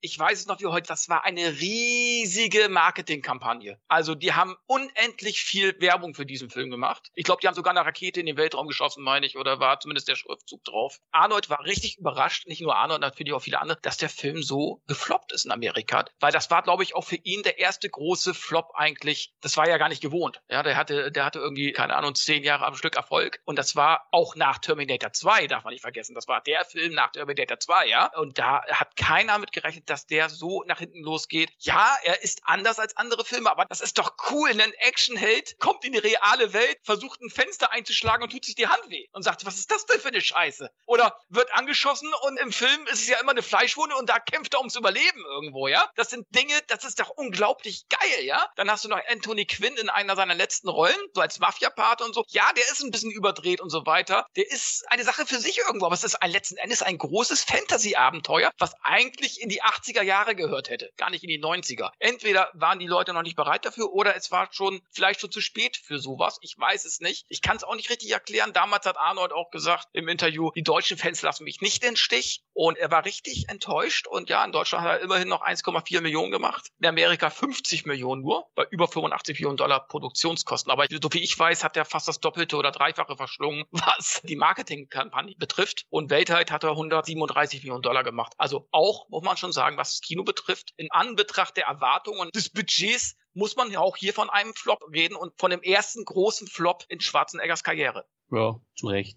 ich weiß es noch wie heute, das war eine riesige Marketingkampagne. Also die haben unendlich viel Werbung für diesen Film gemacht. Ich glaube, die haben sogar eine Rakete in den Weltraum geschossen, meine ich, oder war zumindest der Schriftzug drauf. Arnold war richtig überrascht, nicht nur Arnold, natürlich auch viele andere, dass der Film so gefloppt ist in Amerika. Weil das war, glaube ich, auch für ihn der erste große Flop eigentlich. Das war ja gar nicht gewohnt. Ja, der hatte irgendwie, keine Ahnung, 10 Jahre am Stück Erfolg. Und das war auch nach Terminator 2, darf man nicht vergessen. Das war der Film nach Terminator 2, ja. Und da hat keiner mit gerechnet, dass der so nach hinten losgeht. Ja, er ist anders als andere Filme, aber das ist doch cool. Ein Actionheld kommt in die reale Welt, versucht ein Fenster einzuschlagen und tut sich die Hand weh und sagt, was ist das denn für eine Scheiße? Oder wird angeschossen und im Film ist es ja immer eine Fleischwunde und da kämpft er ums Überleben irgendwo, ja? Das sind Dinge, das ist doch unglaublich geil, ja? Dann hast du noch Anthony Quinn in einer seiner letzten Rollen, so als Mafia-Pate und so. Ja, der ist ein bisschen überdreht und so weiter. Der ist eine Sache für sich irgendwo, aber es ist letzten Endes ein großes Fantasy-Abenteuer, was eigentlich in die 80er Jahre gehört hätte, gar nicht in die 90er. Entweder waren die Leute noch nicht bereit dafür oder es war vielleicht schon zu spät für sowas. Ich weiß es nicht. Ich kann es auch nicht richtig erklären. Damals hat Arnold auch gesagt im Interview, die deutschen Fans lassen mich nicht in den Stich. Und er war richtig enttäuscht. Und ja, in Deutschland hat er immerhin noch 1,4 Millionen gemacht. In Amerika 50 Millionen nur, bei über 85 Millionen Dollar Produktionskosten. Aber so wie ich weiß, hat er fast das Doppelte oder Dreifache verschlungen, was die Marketingkampagne betrifft. Und weltweit hat er 137 Millionen Dollar gemacht. Also auch, muss man schon sagen, was das Kino betrifft, in Anbetracht der Erwartungen und des Budgets muss man ja auch hier von einem Flop reden und von dem ersten großen Flop in Schwarzeneggers Karriere. Ja, zu Recht.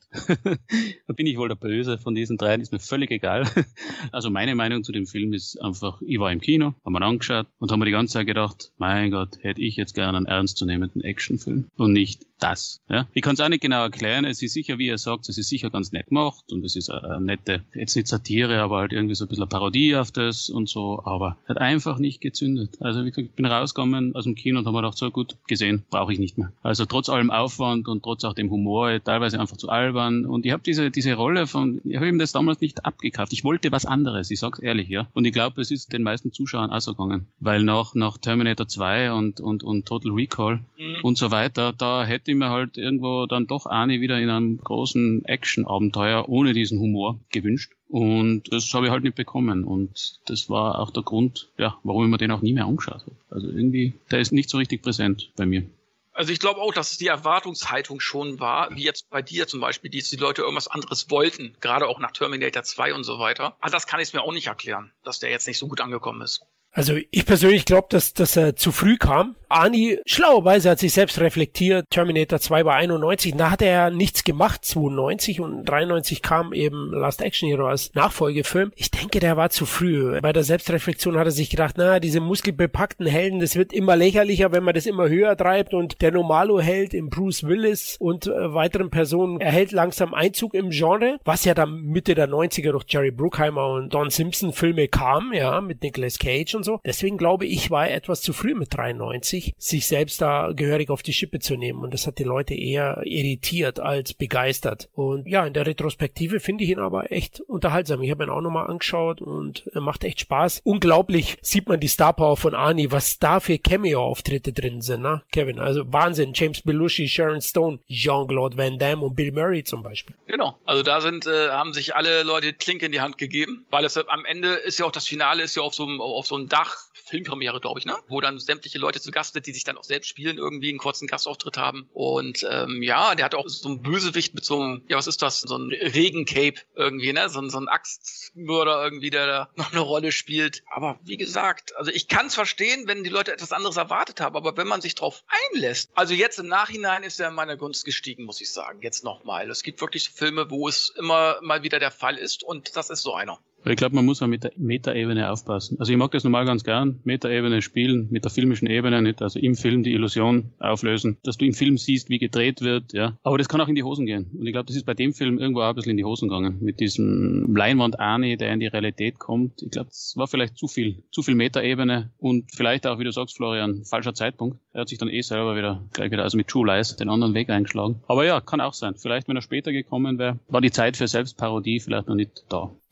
Da bin ich wohl der Böse von diesen dreien, ist mir völlig egal. Also meine Meinung zu dem Film ist einfach, ich war im Kino, haben wir angeschaut und haben mir die ganze Zeit gedacht, mein Gott, hätte ich jetzt gerne einen ernstzunehmenden Actionfilm und nicht das. Ja? Ich kann es auch nicht genau erklären, es ist sicher, wie ihr sagt, es ist sicher ganz nett gemacht und es ist eine nette, jetzt nicht Satire, aber halt irgendwie so ein bisschen eine Parodie auf das und so, aber hat einfach nicht gezündet. Also wie gesagt, ich bin rausgekommen aus dem Kino und habe mir gedacht, so gut, gesehen, brauche ich nicht mehr. Also trotz allem Aufwand und trotz auch dem Humor, teilweise einfach zu albern. Und ich habe diese Rolle ich habe ihm das damals nicht abgekauft. Ich wollte was anderes, ich sag's ehrlich, ja. Und ich glaube, es ist den meisten Zuschauern auch so gegangen. Weil nach Terminator 2 und Total Recall und so weiter, da hätte ich mir halt irgendwo dann doch Arnie wieder in einem großen Action-Abenteuer ohne diesen Humor gewünscht. Und das habe ich halt nicht bekommen. Und das war auch der Grund, ja, warum ich mir den auch nie mehr angeschaut habe. Also irgendwie, der ist nicht so richtig präsent bei mir. Also ich glaube auch, dass es die Erwartungshaltung schon war, wie jetzt bei dir zum Beispiel, die Leute irgendwas anderes wollten, gerade auch nach Terminator 2 und so weiter. Aber das kann ich mir auch nicht erklären, dass der jetzt nicht so gut angekommen ist. Also ich persönlich glaube, dass er zu früh kam. Arnie, schlauerweise, hat sich selbst reflektiert. Terminator 2 war 91, da hat er ja nichts gemacht, 92 und 93 kam eben Last Action Hero als Nachfolgefilm. Ich denke, der war zu früh. Bei der Selbstreflexion hat er sich gedacht, diese muskelbepackten Helden, das wird immer lächerlicher, wenn man das immer höher treibt und der Normalo-Held in Bruce Willis und weiteren Personen erhält langsam Einzug im Genre, was ja dann Mitte der 90er durch Jerry Bruckheimer und Don Simpson Filme kam, ja, mit Nicolas Cage und so. Deswegen glaube ich, war er etwas zu früh mit 93, sich selbst da gehörig auf die Schippe zu nehmen. Und das hat die Leute eher irritiert als begeistert. Und ja, in der Retrospektive finde ich ihn aber echt unterhaltsam. Ich habe ihn auch nochmal angeschaut und er macht echt Spaß. Unglaublich sieht man die Starpower von Arnie, was da für Cameo-Auftritte drin sind, ne, Kevin? Also Wahnsinn. James Belushi, Sharon Stone, Jean-Claude Van Damme und Bill Murray zum Beispiel. Genau. Also da haben sich alle Leute Klinke in die Hand gegeben, weil es am Ende ist ja auch das Finale ist ja auf so einem Dach, Filmpremiere, glaube ich, ne? Wo dann sämtliche Leute zu Gast sind, die sich dann auch selbst spielen, irgendwie einen kurzen Gastauftritt haben. Und der hat auch so einen Bösewicht mit so einem, ja, was ist das? So ein Regencape irgendwie, ne? So ein Axtmörder irgendwie, der da noch eine Rolle spielt. Aber wie gesagt, also ich kann es verstehen, wenn die Leute etwas anderes erwartet haben, aber wenn man sich drauf einlässt, also jetzt im Nachhinein ist er in meiner Gunst gestiegen, muss ich sagen, jetzt nochmal. Es gibt wirklich Filme, wo es immer mal wieder der Fall ist und das ist so einer. Ich glaube, man muss auch mit der Metaebene aufpassen. Also ich mag das normal ganz gern, Metaebene spielen, mit der filmischen Ebene, nicht? Also im Film die Illusion auflösen, dass du im Film siehst, wie gedreht wird, ja. Aber das kann auch in die Hosen gehen. Und ich glaube, das ist bei dem Film irgendwo auch ein bisschen in die Hosen gegangen. Mit diesem Leinwand-Arnie, der in die Realität kommt. Ich glaube, das war vielleicht zu viel Metaebene und vielleicht auch, wie du sagst, Florian, falscher Zeitpunkt. Er hat sich dann selber gleich wieder, also mit True Lies, den anderen Weg eingeschlagen. Aber ja, kann auch sein. Vielleicht, wenn er später gekommen wäre, war die Zeit für Selbstparodie vielleicht noch nicht da.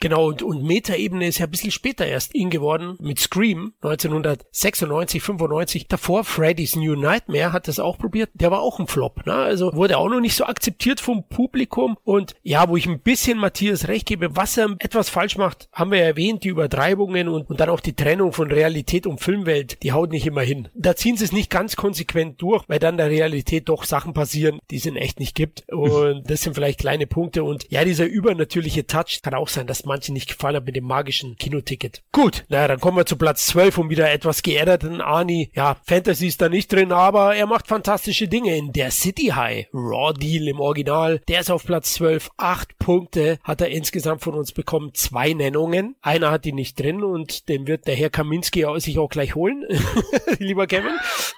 Genau, und Metaebene ist ja ein bisschen später erst in geworden mit Scream 1996, 95. Davor Freddy's New Nightmare hat das auch probiert. Der war auch ein Flop, ne? Also wurde auch noch nicht so akzeptiert vom Publikum. Und ja, wo ich ein bisschen Matthias recht gebe, was er etwas falsch macht, haben wir ja erwähnt, die Übertreibungen und dann auch die Trennung von Realität und Filmwelt, die haut nicht immer hin. Da ziehen sie es nicht ganz konsequent durch, weil dann der Realität doch Sachen passieren, die es in echt nicht gibt. Und das sind vielleicht kleine Punkte. Und ja, dieser übernatürliche Touch kann auch sein, dass manche nicht gefallen hat mit dem magischen Kinoticket. Gut, naja, dann kommen wir zu Platz 12 und wieder etwas geerdeten Arnie. Ja, Fantasy ist da nicht drin, aber er macht fantastische Dinge in Der City High. Raw Deal im Original, der ist auf Platz 12. 8 Punkte hat er insgesamt von uns bekommen, 2 Nennungen. Einer hat die nicht drin und den wird der Herr Kaminski sich auch gleich holen. Lieber Kevin.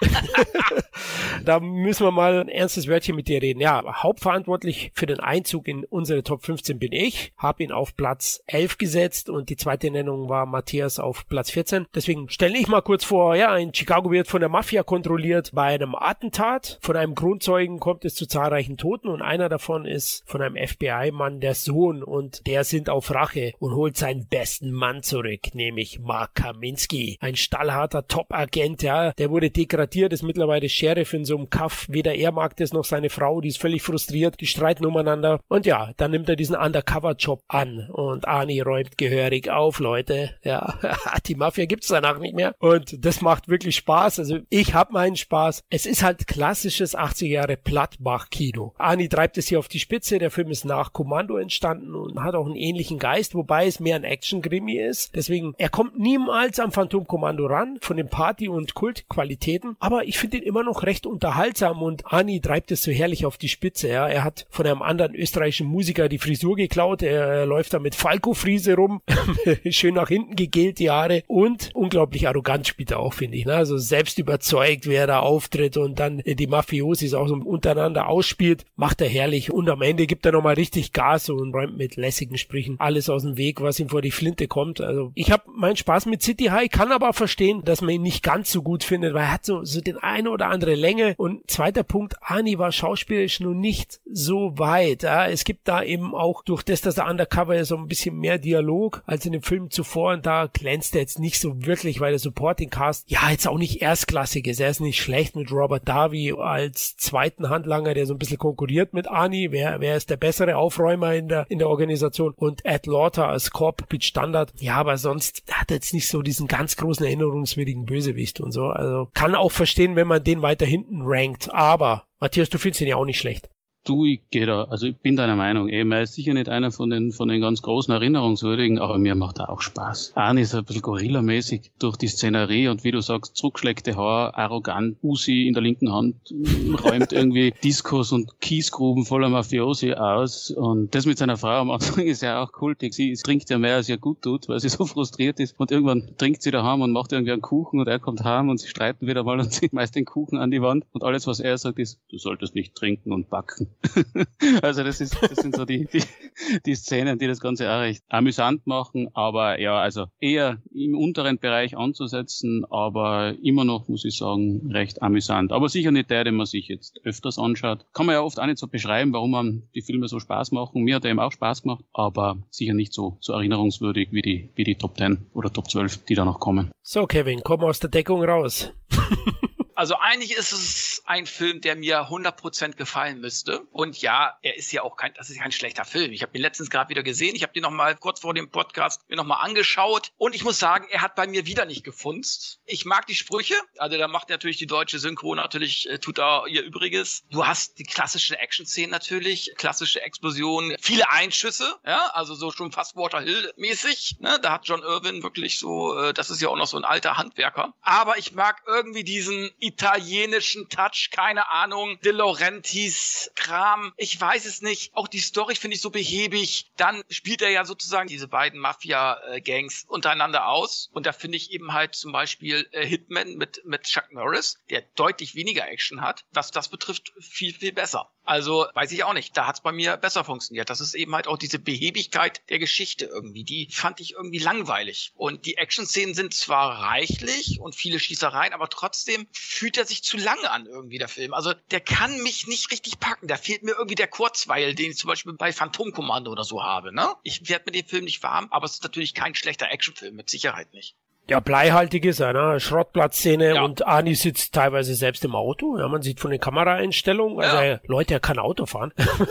Da müssen wir mal ein ernstes Wörtchen mit dir reden. Ja, hauptverantwortlich für den Einzug in unsere Top 15 bin ich, habe ihn auf Platz 11 gesetzt und die zweite Nennung war Matthias auf Platz 14. Deswegen stelle ich mal kurz vor, ja, in Chicago wird von der Mafia kontrolliert bei einem Attentat. Von einem Kronzeugen kommt es zu zahlreichen Toten und einer davon ist von einem FBI-Mann der Sohn und der sind auf Rache und holt seinen besten Mann zurück, nämlich Mark Kaminski. Ein stallharter Top-Agent, ja, der wurde degradiert, ist mittlerweile Sheriff in so einem Kaff. Weder er mag das noch seine Frau, die ist völlig frustriert, die streiten umeinander und ja, dann nimmt er diesen Undercover-Job an und Arnie räumt gehörig auf, Leute. Ja, die Mafia gibt's danach nicht mehr und das macht wirklich Spaß. Also ich habe meinen Spaß. Es ist halt klassisches 80er Jahre Plattmach-Kino. Arnie treibt es hier auf die Spitze. Der Film ist nach Kommando entstanden und hat auch einen ähnlichen Geist, wobei es mehr ein Action-Krimi ist. Deswegen, er kommt niemals am Phantom-Kommando ran, von den Party- und Kultqualitäten, aber ich finde ihn immer noch recht unterhaltsam und Arnie treibt es so herrlich auf die Spitze. Ja. Er hat von einem anderen österreichischen Musiker die Frisur geklaut. Er läuft da mit Falco-Friese rum, schön nach hinten gegelt die Haare und unglaublich arrogant spielt er auch, finde ich. Ne? Also selbst überzeugt, wer da auftritt und dann die Mafiosis auch so untereinander ausspielt, macht er herrlich und am Ende gibt er nochmal richtig Gas und räumt mit lässigen Sprüchen alles aus dem Weg, was ihm vor die Flinte kommt. Also ich habe meinen Spaß mit City High, kann aber verstehen, dass man ihn nicht ganz so gut findet, weil er hat so den eine oder andere Länge und zweiter Punkt, Arnie war schauspielerisch nun nicht so weit. Ja? Es gibt da eben auch durch das, dass er Undercover ist, so ein bisschen mehr Dialog als in dem Film zuvor und da glänzt er jetzt nicht so wirklich, weil der Supporting Cast ja jetzt auch nicht erstklassig ist. Er ist nicht schlecht mit Robert Davi als zweiten Handlanger, der so ein bisschen konkurriert mit Arnie. Wer ist der bessere Aufräumer in der Organisation? Und Ed Lauter als Cop mit Standard. Ja, aber sonst hat er jetzt nicht so diesen ganz großen erinnerungswürdigen Bösewicht und so. Also kann auch verstehen, wenn man den weiter hinten rankt. Aber Matthias, du findest ihn ja auch nicht schlecht. Du, ich bin deiner Meinung. Er ist sicher nicht einer von den ganz großen Erinnerungswürdigen, aber mir macht er auch Spaß. Arnie ist ein bisschen gorillamäßig durch die Szenerie und wie du sagst, zurückgeschleckte Haar, arrogant, Uzi in der linken Hand, räumt irgendwie Diskos und Kiesgruben voller Mafiosi aus und das mit seiner Frau am Anfang ist ja auch kultig. Sie trinkt ja mehr, als ihr gut tut, weil sie so frustriert ist und irgendwann trinkt sie daheim und macht irgendwie einen Kuchen und er kommt heim und sie streiten wieder mal und sie schmeißt den Kuchen an die Wand und alles, was er sagt, ist, du solltest nicht trinken und backen. Also das sind so die Szenen, die das Ganze auch recht amüsant machen, aber ja, also eher im unteren Bereich anzusetzen, aber immer noch, muss ich sagen, recht amüsant. Aber sicher nicht der, den man sich jetzt öfters anschaut. Kann man ja oft auch nicht so beschreiben, warum man die Filme so Spaß machen. Mir hat er eben auch Spaß gemacht, aber sicher nicht so erinnerungswürdig wie die Top 10 oder Top 12, die da noch kommen. So, Kevin, komm aus der Deckung raus. Also eigentlich ist es ein Film, der mir 100% gefallen müsste. Und ja, er ist ja auch das ist kein schlechter Film. Ich habe ihn letztens gerade wieder gesehen. Ich habe den nochmal kurz vor dem Podcast mir nochmal angeschaut. Und ich muss sagen, er hat bei mir wieder nicht gefunzt. Ich mag die Sprüche. Also da macht natürlich die deutsche Synchro natürlich, tut da ihr Übriges. Du hast die klassische Action-Szene natürlich, klassische Explosionen, viele Einschüsse. Ja, also so schon fast Walter Hill-mäßig. Ne? Da hat John Irwin wirklich so, das ist ja auch noch so ein alter Handwerker. Aber ich mag irgendwie diesen italienischen Touch, keine Ahnung, De Laurentiis Kram, ich weiß es nicht. Auch die Story finde ich so behäbig. Dann spielt er ja sozusagen diese beiden Mafia-Gangs untereinander aus. Und da finde ich eben halt zum Beispiel Hitman mit Chuck Norris, der deutlich weniger Action hat. Was das betrifft, viel, viel besser. Also weiß ich auch nicht, da hat's bei mir besser funktioniert. Das ist eben halt auch diese Behäbigkeit der Geschichte irgendwie, die fand ich irgendwie langweilig. Und die Action-Szenen sind zwar reichlich und viele Schießereien, aber trotzdem fühlt er sich zu lange an irgendwie, der Film. Also der kann mich nicht richtig packen, da fehlt mir irgendwie der Kurzweil, den ich zum Beispiel bei Phantomkommando oder so habe, ne? Ich werde mit dem Film nicht warm, aber es ist natürlich kein schlechter Actionfilm, mit Sicherheit nicht. Ja, bleihaltig ist er, ne? Schrottplatzszene und Arnie sitzt teilweise selbst im Auto. Ja, man sieht von den Kameraeinstellungen, also Leute, er kann Auto fahren.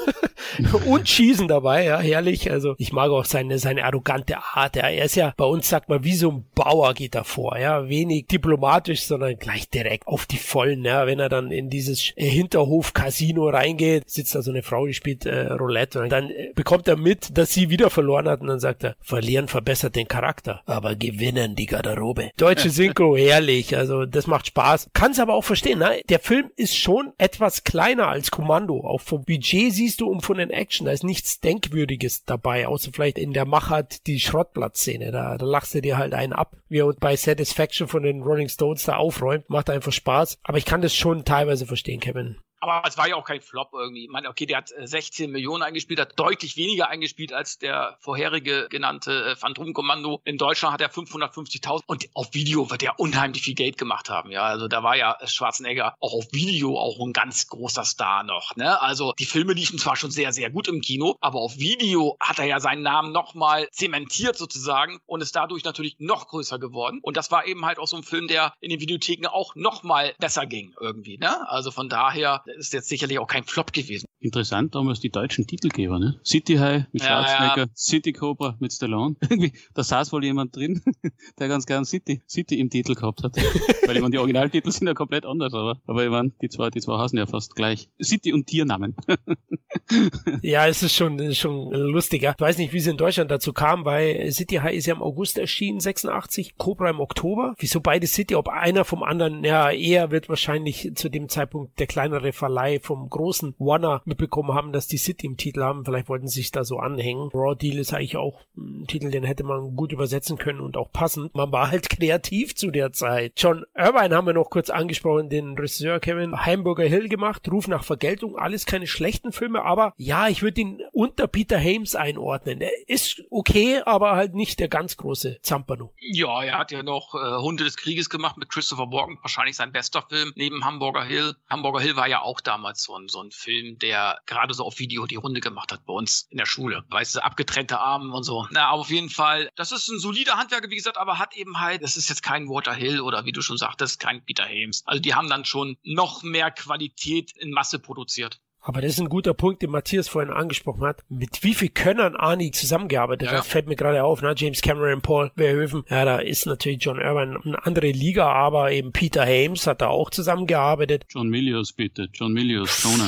Und schießen dabei, ja, herrlich. Also ich mag auch seine arrogante Art. Ja. Er ist ja, bei uns sagt man, wie so ein Bauer geht er vor, ja. Wenig diplomatisch, sondern gleich direkt auf die Vollen, ja. Wenn er dann in dieses Hinterhof-Casino reingeht, sitzt da so eine Frau, die spielt Roulette und dann bekommt er mit, dass sie wieder verloren hat und dann sagt er, verlieren verbessert den Charakter, aber gewinnen die Garderobe. Deutsche Synchro, herrlich, also das macht Spaß. Kann's aber auch verstehen, ne? Der Film ist schon etwas kleiner als Kommando. Auch vom Budget siehst du, von den Action, da ist nichts Denkwürdiges dabei, außer vielleicht in der Machart die Schrottplatzszene, da lachst du dir halt einen ab, wie er bei Satisfaction von den Rolling Stones da aufräumt, macht einfach Spaß, aber ich kann das schon teilweise verstehen, Kevin. Aber es war ja auch kein Flop irgendwie. Ich meine, okay, der hat 16 Millionen eingespielt, hat deutlich weniger eingespielt als der vorherige genannte Phantomkommando. In Deutschland hat er 550.000 und auf Video wird er unheimlich viel Geld gemacht haben. Ja, also da war ja Schwarzenegger auch auf Video auch ein ganz großer Star noch. Ne? Also die Filme liefen zwar schon sehr, sehr gut im Kino, aber auf Video hat er ja seinen Namen nochmal zementiert sozusagen und ist dadurch natürlich noch größer geworden. Und das war eben halt auch so ein Film, der in den Videotheken auch nochmal besser ging irgendwie. Ne? Also von daher ist jetzt sicherlich auch kein Flop gewesen. Interessant damals die deutschen Titelgeber, ne? City High mit Schwarzenegger, City Cobra mit Stallone. Irgendwie, da saß wohl jemand drin, der ganz gern City im Titel gehabt hat. Weil ich meine, die Originaltitel sind ja komplett anders, aber ich meine, die zwei heißen ja fast gleich. City und Tiernamen. Ja, es ist schon lustiger. Ich weiß nicht, wie es in Deutschland dazu kam, weil City High ist ja im August erschienen, 86, Cobra im Oktober. Wieso beide City? Ob einer vom anderen, ja, eher wird wahrscheinlich zu dem Zeitpunkt der kleinere Verleih vom großen Warner mitbekommen haben, dass die City im Titel haben. Vielleicht wollten sie sich da so anhängen. Raw Deal ist eigentlich auch ein Titel, den hätte man gut übersetzen können und auch passend. Man war halt kreativ zu der Zeit. John Irvine haben wir noch kurz angesprochen, den Regisseur Kevin. Hamburger Hill gemacht, Ruf nach Vergeltung, alles keine schlechten Filme, aber ja, ich würde ihn unter Peter Hames einordnen. Er ist okay, aber halt nicht der ganz große Zampano. Ja, er hat ja noch Hunde des Krieges gemacht mit Christopher Walken, wahrscheinlich sein bester Film neben Hamburger Hill. Hamburger Hill war ja auch damals so ein Film, der gerade so auf Video die Runde gemacht hat bei uns in der Schule. Weißt du, abgetrennte Arme und so. Na, aber auf jeden Fall, das ist ein solider Handwerker, wie gesagt, aber hat eben halt, das ist jetzt kein Walter Hill oder wie du schon sagtest, kein Peter Hames. Also die haben dann schon noch mehr Qualität in Masse produziert. Aber das ist ein guter Punkt, den Matthias vorhin angesprochen hat. Mit wie viel Könnern Arnie zusammengearbeitet hat, fällt mir gerade auf, ne? James Cameron, Paul Verhoeven. Ja, da ist natürlich John Irvine eine andere Liga, aber eben Peter Hames hat da auch zusammengearbeitet. John Milius, bitte. John Milius, Conan.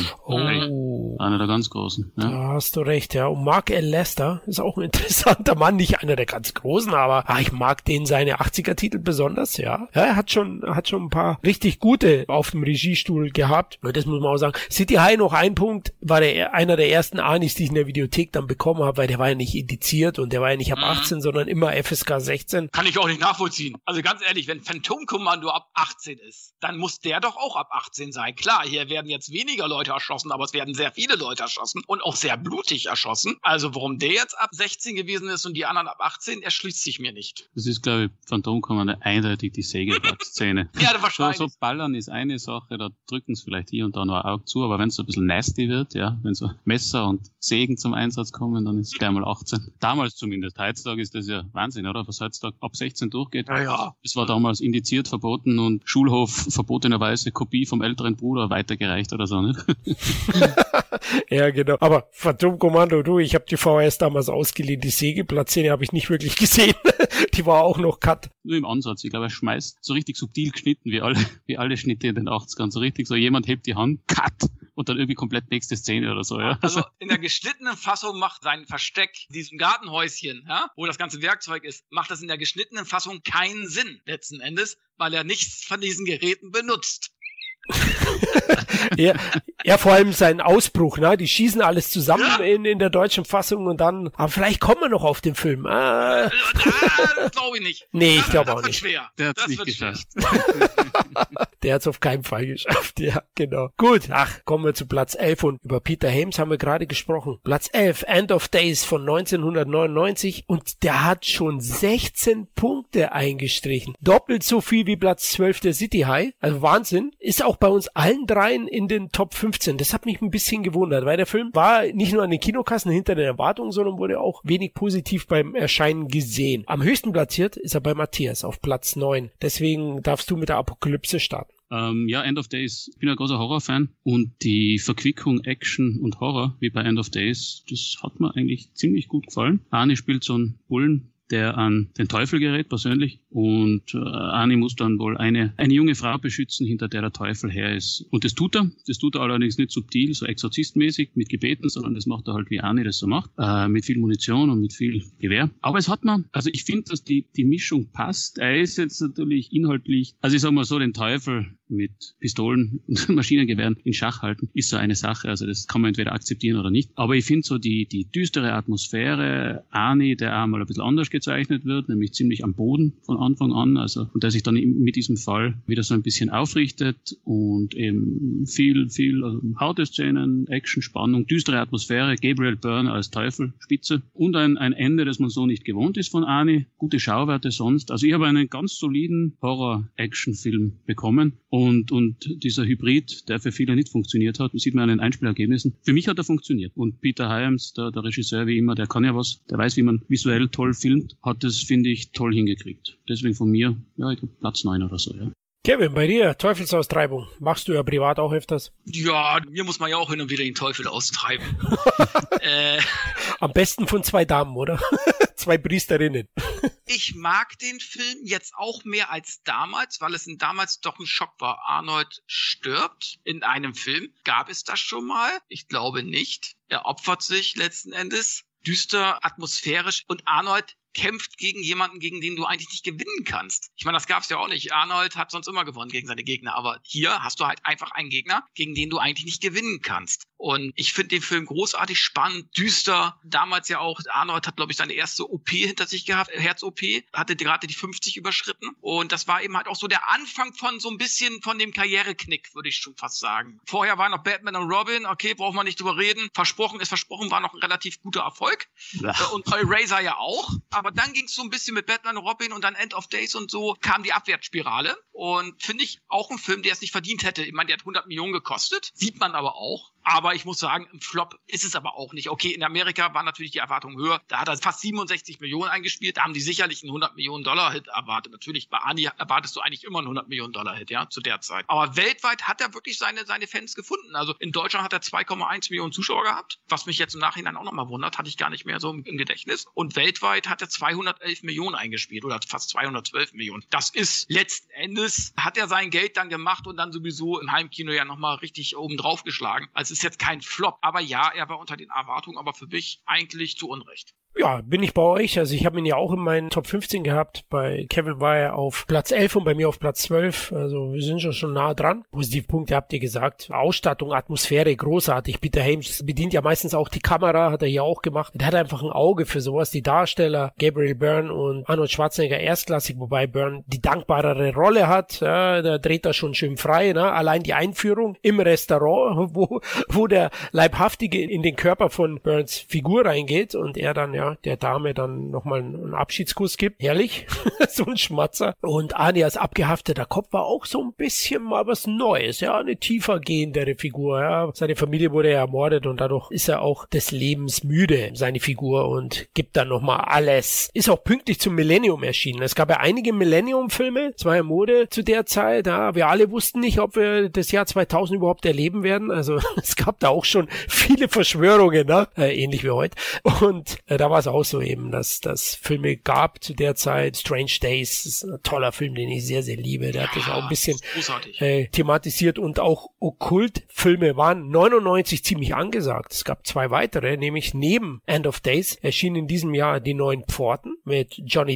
Oh. Einer der ganz Großen. Ja. Da hast du recht, ja. Und Mark L. Lester ist auch ein interessanter Mann, nicht einer der ganz Großen, aber ich mag den seine 80er-Titel besonders, ja. Ja, er hat schon ein paar richtig gute auf dem Regiestuhl gehabt. Und das muss man auch sagen. City High noch ein Punkt, war einer der ersten Anis, die ich in der Videothek dann bekommen habe, weil der war ja nicht indiziert und der war ja nicht ab 18, sondern immer FSK 16. Kann ich auch nicht nachvollziehen. Also ganz ehrlich, wenn Phantomkommando ab 18 ist, dann muss der doch auch ab 18 sein. Klar, hier werden jetzt weniger Leute erschossen, aber es werden sehr viele Leute erschossen und auch sehr blutig erschossen. Also warum der jetzt ab 16 gewesen ist und die anderen ab 18, erschließt sich mir nicht. Das ist, glaube ich, Phantomkommando eindeutig die Sägeblatt-Szene. Ja, wahrscheinlich. So ballern ist eine Sache, da drücken es vielleicht hier und da noch ein Auge zu, aber wenn es so ein bisschen nasty wird, ja, wenn so Messer und Sägen zum Einsatz kommen, dann ist es gleich mal 18. Damals zumindest. Heutzutage ist das ja Wahnsinn, oder? Was heutzutage ab 16 durchgeht. Ja. Es war damals indiziert, verboten und Schulhof verbotenerweise Kopie vom älteren Bruder weitergereicht oder so, nicht? Ja, genau. Aber Phantomkommando, du, ich habe die VHS damals ausgeliehen. Die Sägeblatt-Szene habe ich nicht wirklich gesehen. Die war auch noch cut. Nur im Ansatz. Ich glaube, er schmeißt so richtig subtil geschnitten, wie alle Schnitte in den 80ern. So richtig so, jemand hebt die Hand, cut! Und dann irgendwie komplett nächste Szene oder so, ja. Also in der geschnittenen Fassung macht sein Versteck, diesem Gartenhäuschen, ja, wo das ganze Werkzeug ist, macht das in der geschnittenen Fassung keinen Sinn, letzten Endes, weil er nichts von diesen Geräten benutzt. Ja, Ja, vor allem sein Ausbruch, ne? Die schießen alles zusammen in der deutschen Fassung und dann, aber vielleicht kommen wir noch auf den Film. Das glaube ich nicht. Nee, ich glaube auch nicht. Schwer. Der hat's nicht geschafft. Der hat's auf keinen Fall geschafft, ja, genau. Gut, kommen wir zu Platz 11 und über Peter Hames haben wir gerade gesprochen. Platz 11, End of Days von 1999 und der hat schon 16 Punkte eingestrichen. Doppelt so viel wie Platz 12 der City High. Also Wahnsinn. Ist auch bei uns allen dreien in den Top 15. Das hat mich ein bisschen gewundert, weil der Film war nicht nur an den Kinokassen hinter den Erwartungen, sondern wurde auch wenig positiv beim Erscheinen gesehen. Am höchsten platziert ist er bei Matthias auf Platz 9. Deswegen darfst du mit der Apokalypse starten. End of Days. Ich bin ein großer Horrorfan und die Verquickung Action und Horror, wie bei End of Days, das hat mir eigentlich ziemlich gut gefallen. Arnie spielt so einen Bullen, der an den Teufel gerät, persönlich. Und Arnie muss dann wohl eine junge Frau beschützen, hinter der der Teufel her ist. Und das tut er. Das tut er allerdings nicht subtil, so exorzistmäßig, mit Gebeten, sondern das macht er halt, wie Arnie das so macht. Mit viel Munition und mit viel Gewehr. Aber es hat man, also ich finde, dass die Mischung passt. Er ist jetzt natürlich inhaltlich, also ich sag mal so, den Teufel mit Pistolen und Maschinengewehren in Schach halten, ist so eine Sache. Also das kann man entweder akzeptieren oder nicht. Aber ich finde so die düstere Atmosphäre, Arnie, der auch mal ein bisschen anders gezeichnet wird, nämlich ziemlich am Boden von Anfang an, also und der sich dann mit diesem Fall wieder so ein bisschen aufrichtet und eben viel also harte Szenen, Action, Spannung, düstere Atmosphäre, Gabriel Byrne als Teufel, Spitze und ein Ende, das man so nicht gewohnt ist von Arnie, gute Schauwerte sonst. Also ich habe einen ganz soliden Horror-Action-Film bekommen und dieser Hybrid, der für viele nicht funktioniert hat, sieht man an den Einspielergebnissen. Für mich hat er funktioniert und Peter Hyams, der Regisseur wie immer, der kann ja was, der weiß, wie man visuell toll filmt, hat das, finde ich, toll hingekriegt. Deswegen von mir, ja, ich glaube Platz 9 oder so, ja. Kevin, bei dir, Teufelsaustreibung. Machst du ja privat auch öfters? Ja, mir muss man ja auch hin und wieder den Teufel austreiben. Am besten von 2 Damen, oder? 2 Priesterinnen. Ich mag den Film jetzt auch mehr als damals, weil es damals doch ein Schock war. Arnold stirbt in einem Film. Gab es das schon mal? Ich glaube nicht. Er opfert sich letzten Endes. Düster, atmosphärisch und Arnold kämpft gegen jemanden, gegen den du eigentlich nicht gewinnen kannst. Ich meine, das gab's ja auch nicht. Arnold hat sonst immer gewonnen gegen seine Gegner, aber hier hast du halt einfach einen Gegner, gegen den du eigentlich nicht gewinnen kannst. Und ich finde den Film großartig spannend, düster. Damals ja auch, Arnold hat, glaube ich, seine erste OP hinter sich gehabt, Herz-OP, hatte gerade die 50 überschritten. Und das war eben halt auch so der Anfang von so ein bisschen von dem Karriereknick, würde ich schon fast sagen. Vorher war noch Batman und Robin, okay, braucht man nicht drüber reden. Versprochen ist versprochen, war noch ein relativ guter Erfolg. Ja. Und Hellraiser ja auch. Aber dann ging es so ein bisschen mit Batman und Robin und dann End of Days und so kam die Abwärtsspirale. Und finde ich auch ein Film, der es nicht verdient hätte. Ich meine, der hat 100 Millionen gekostet. Sieht man aber auch. Aber ich muss sagen, im Flop ist es aber auch nicht. Okay, in Amerika war natürlich die Erwartung höher. Da hat er fast 67 Millionen eingespielt. Da haben die sicherlich einen 100 Millionen Dollar Hit erwartet. Natürlich, bei Arnie erwartest du eigentlich immer einen 100 Millionen Dollar Hit, ja, zu der Zeit. Aber weltweit hat er wirklich seine Fans gefunden. Also in Deutschland hat er 2,1 Millionen Zuschauer gehabt. Was mich jetzt im Nachhinein auch nochmal wundert, hatte ich gar nicht mehr so im Gedächtnis. Und weltweit hat er 211 Millionen eingespielt oder fast 212 Millionen. Das ist letzten Endes, hat er sein Geld dann gemacht und dann sowieso im Heimkino ja nochmal richtig oben drauf geschlagen. Also es ist jetzt kein Flop. Aber ja, er war unter den Erwartungen, aber für mich eigentlich zu Unrecht. Ja, bin ich bei euch. Also ich habe ihn ja auch in meinen Top 15 gehabt. Bei Kevin war er auf Platz 11 und bei mir auf Platz 12. Also wir sind schon nah dran. Positivpunkte habt ihr gesagt. Ausstattung, Atmosphäre, großartig. Peter Hames bedient ja meistens auch die Kamera, hat er hier auch gemacht. Er hat einfach ein Auge für sowas. Die Darsteller, Gabriel Byrne und Arnold Schwarzenegger erstklassig, wobei Byrne die dankbarere Rolle hat. Ja, da dreht er schon schön frei. Ne? Allein die Einführung im Restaurant, wo der Leibhaftige in den Körper von Byrnes Figur reingeht und er dann ja der Dame dann nochmal einen Abschiedskuss gibt. Herrlich. So ein Schmatzer. Und Arnie als abgehafteter Kopf war auch so ein bisschen mal was Neues. Ja, eine tiefer gehendere Figur. Ja. Seine Familie wurde ja ermordet und dadurch ist er auch des Lebens müde, seine Figur, und gibt dann nochmal alles. Ist auch pünktlich zum Millennium erschienen. Es gab ja einige Millennium-Filme. Es war ja Mode zu der Zeit. Ja. Wir alle wussten nicht, ob wir das Jahr 2000 überhaupt erleben werden. Also es gab da auch schon viele Verschwörungen, ne? Ähnlich wie heute. Und da war es auch so eben, dass das Filme gab zu der Zeit. Strange Days ist ein toller Film, den ich sehr, sehr liebe. Der hat das auch ein bisschen thematisiert, und auch Okkultfilme waren 99 ziemlich angesagt. Es gab 2 weitere, nämlich neben End of Days erschienen in diesem Jahr Die Neuen Pforten mit Johnny Depp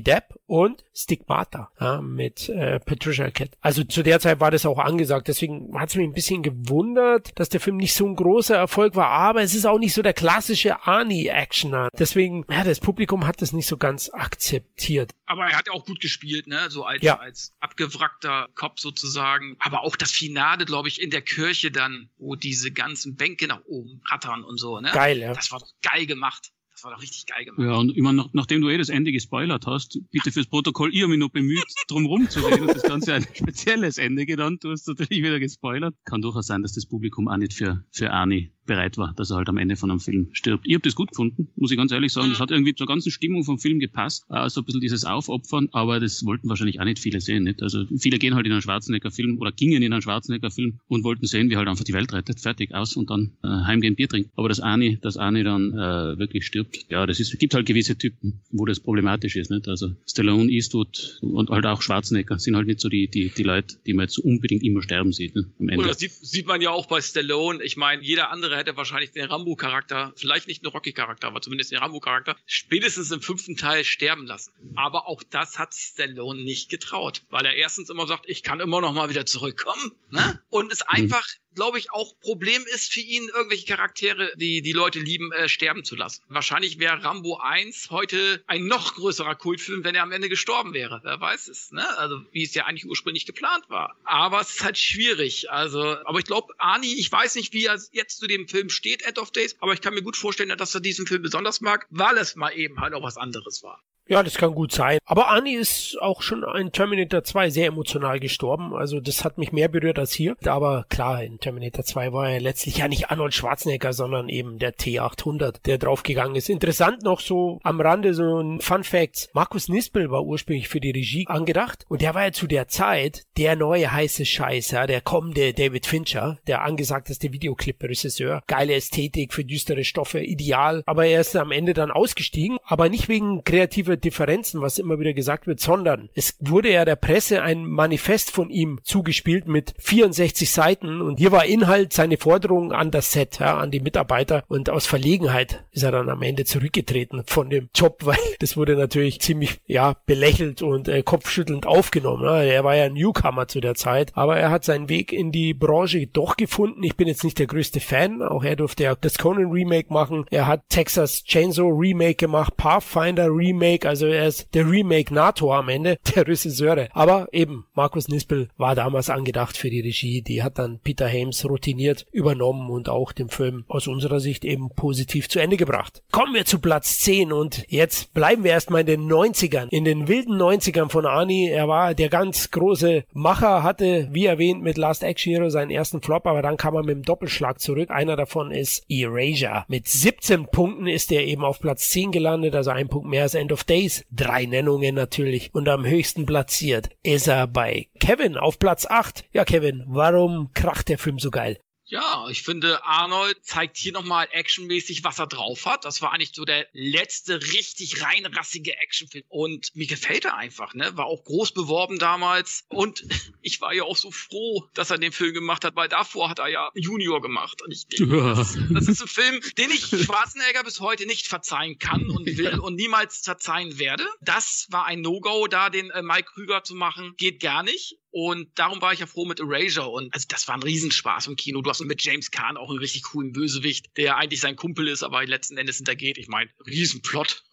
und Stigmata mit Patricia Arquette. Also zu der Zeit war das auch angesagt, deswegen hat es mich ein bisschen gewundert, dass der Film nicht so ein großer Erfolg war, aber es ist auch nicht so der klassische Arnie-Actioner. Deswegen, das Publikum hat das nicht so ganz akzeptiert. Aber er hat auch gut gespielt, ne? So als abgewrackter Cop sozusagen. Aber auch das Finale, glaube ich, in der Kirche dann, wo diese ganzen Bänke nach oben rattern und so, ne? Geil, ja. Das war geil gemacht. Das war doch richtig geil gemacht. Ja, und immer nachdem du das Ende gespoilert hast, bitte fürs Protokoll, ich habe mich noch bemüht, drum rumzureden und das Ganze ein spezielles Ende genannt. Du hast natürlich wieder gespoilert. Kann durchaus sein, dass das Publikum auch nicht für Arnie bereit war, dass er halt am Ende von einem Film stirbt. Ich habe das gut gefunden, muss ich ganz ehrlich sagen. Das hat irgendwie zur ganzen Stimmung vom Film gepasst. So ein bisschen dieses Aufopfern, aber das wollten wahrscheinlich auch nicht viele sehen. Nicht? Also viele gehen halt in einen Schwarzenegger-Film oder gingen in einen Schwarzenegger-Film und wollten sehen, wie halt einfach die Welt rettet, fertig, aus und dann heimgehen, Bier trinken. Aber dass Arnie dann wirklich stirbt, ja, gibt halt gewisse Typen, wo das problematisch ist. Nicht? Also Stallone, Eastwood und halt auch Schwarzenegger sind halt nicht so die Leute, die man jetzt so unbedingt immer sterben sieht. Ne? Am Ende. Und das sieht man ja auch bei Stallone. Ich meine, jeder andere hätte wahrscheinlich den Rambo-Charakter, vielleicht nicht den Rocky-Charakter, aber zumindest den Rambo-Charakter, spätestens im 5. Teil sterben lassen. Aber auch das hat Stallone nicht getraut, weil er erstens immer sagt, ich kann immer noch mal wieder zurückkommen, ne? Und es einfach, glaube ich, auch Problem ist für ihn, irgendwelche Charaktere, die Leute lieben, sterben zu lassen. Wahrscheinlich wäre Rambo 1 heute ein noch größerer Kultfilm, wenn er am Ende gestorben wäre. Wer weiß es, ne? Also, wie es ja eigentlich ursprünglich geplant war. Aber es ist halt schwierig. Also, aber ich glaube, Arnie, ich weiß nicht, wie er jetzt zu dem Film steht, End of Days, aber ich kann mir gut vorstellen, dass er diesen Film besonders mag, weil es mal eben halt auch was anderes war. Ja, das kann gut sein. Aber Arnie ist auch schon in Terminator 2 sehr emotional gestorben. Also das hat mich mehr berührt als hier. Aber klar, in Terminator 2 war er letztlich ja nicht Arnold Schwarzenegger, sondern eben der T-800, der draufgegangen ist. Interessant noch so am Rande so ein Fun Fact. Markus Nispel war ursprünglich für die Regie angedacht. Und der war ja zu der Zeit der neue heiße Scheiß, ja, der kommende David Fincher, der angesagteste Videoclip-Regisseur. Geile Ästhetik für düstere Stoffe, ideal. Aber er ist am Ende dann ausgestiegen. Aber nicht wegen kreativer Differenzen, was immer wieder gesagt wird, sondern es wurde ja der Presse ein Manifest von ihm zugespielt mit 64 Seiten und hier war Inhalt seine Forderung an das Set, ja, an die Mitarbeiter, und aus Verlegenheit ist er dann am Ende zurückgetreten von dem Job, weil das wurde natürlich ziemlich, belächelt und kopfschüttelnd aufgenommen. Ja. Er war ja ein Newcomer zu der Zeit, aber er hat seinen Weg in die Branche doch gefunden. Ich bin jetzt nicht der größte Fan, auch er durfte ja das Conan Remake machen, er hat Texas Chainsaw Remake gemacht, Pathfinder Remake, also er ist der Remake-Nator am Ende, der Regisseure. Aber eben, Markus Nispel war damals angedacht für die Regie, die hat dann Peter Hames routiniert übernommen und auch den Film aus unserer Sicht eben positiv zu Ende gebracht. Kommen wir zu Platz 10 und jetzt bleiben wir erstmal in den 90ern, in den wilden 90ern von Arnie. Er war der ganz große Macher, hatte, wie erwähnt, mit Last Action Hero seinen ersten Flop, aber dann kam er mit dem Doppelschlag zurück. Einer davon ist Erasure. Mit 17 Punkten ist er eben auf Platz 10 gelandet, also ein Punkt mehr als End of Days. 3 Nennungen natürlich und am höchsten platziert ist er bei Kevin auf Platz 8. Ja, Kevin, warum kracht der Film so geil? Ja, ich finde, Arnold zeigt hier nochmal actionmäßig, was er drauf hat. Das war eigentlich so der letzte richtig reinrassige Actionfilm. Und mir gefällt er einfach, ne? War auch groß beworben damals. Und ich war ja auch so froh, dass er den Film gemacht hat, weil davor hat er ja Junior gemacht. Und ich denke, das ist ein Film, den ich Schwarzenegger bis heute nicht verzeihen kann und will und niemals verzeihen werde. Das war ein No-Go, da den Mike Krüger zu machen. Geht gar nicht. Und darum war ich ja froh mit Erasure. Und also das war ein Riesenspaß im Kino. Du hast mit James Caan auch einen richtig coolen Bösewicht, der eigentlich sein Kumpel ist, aber letzten Endes hintergeht. Ich meine, Riesenplot.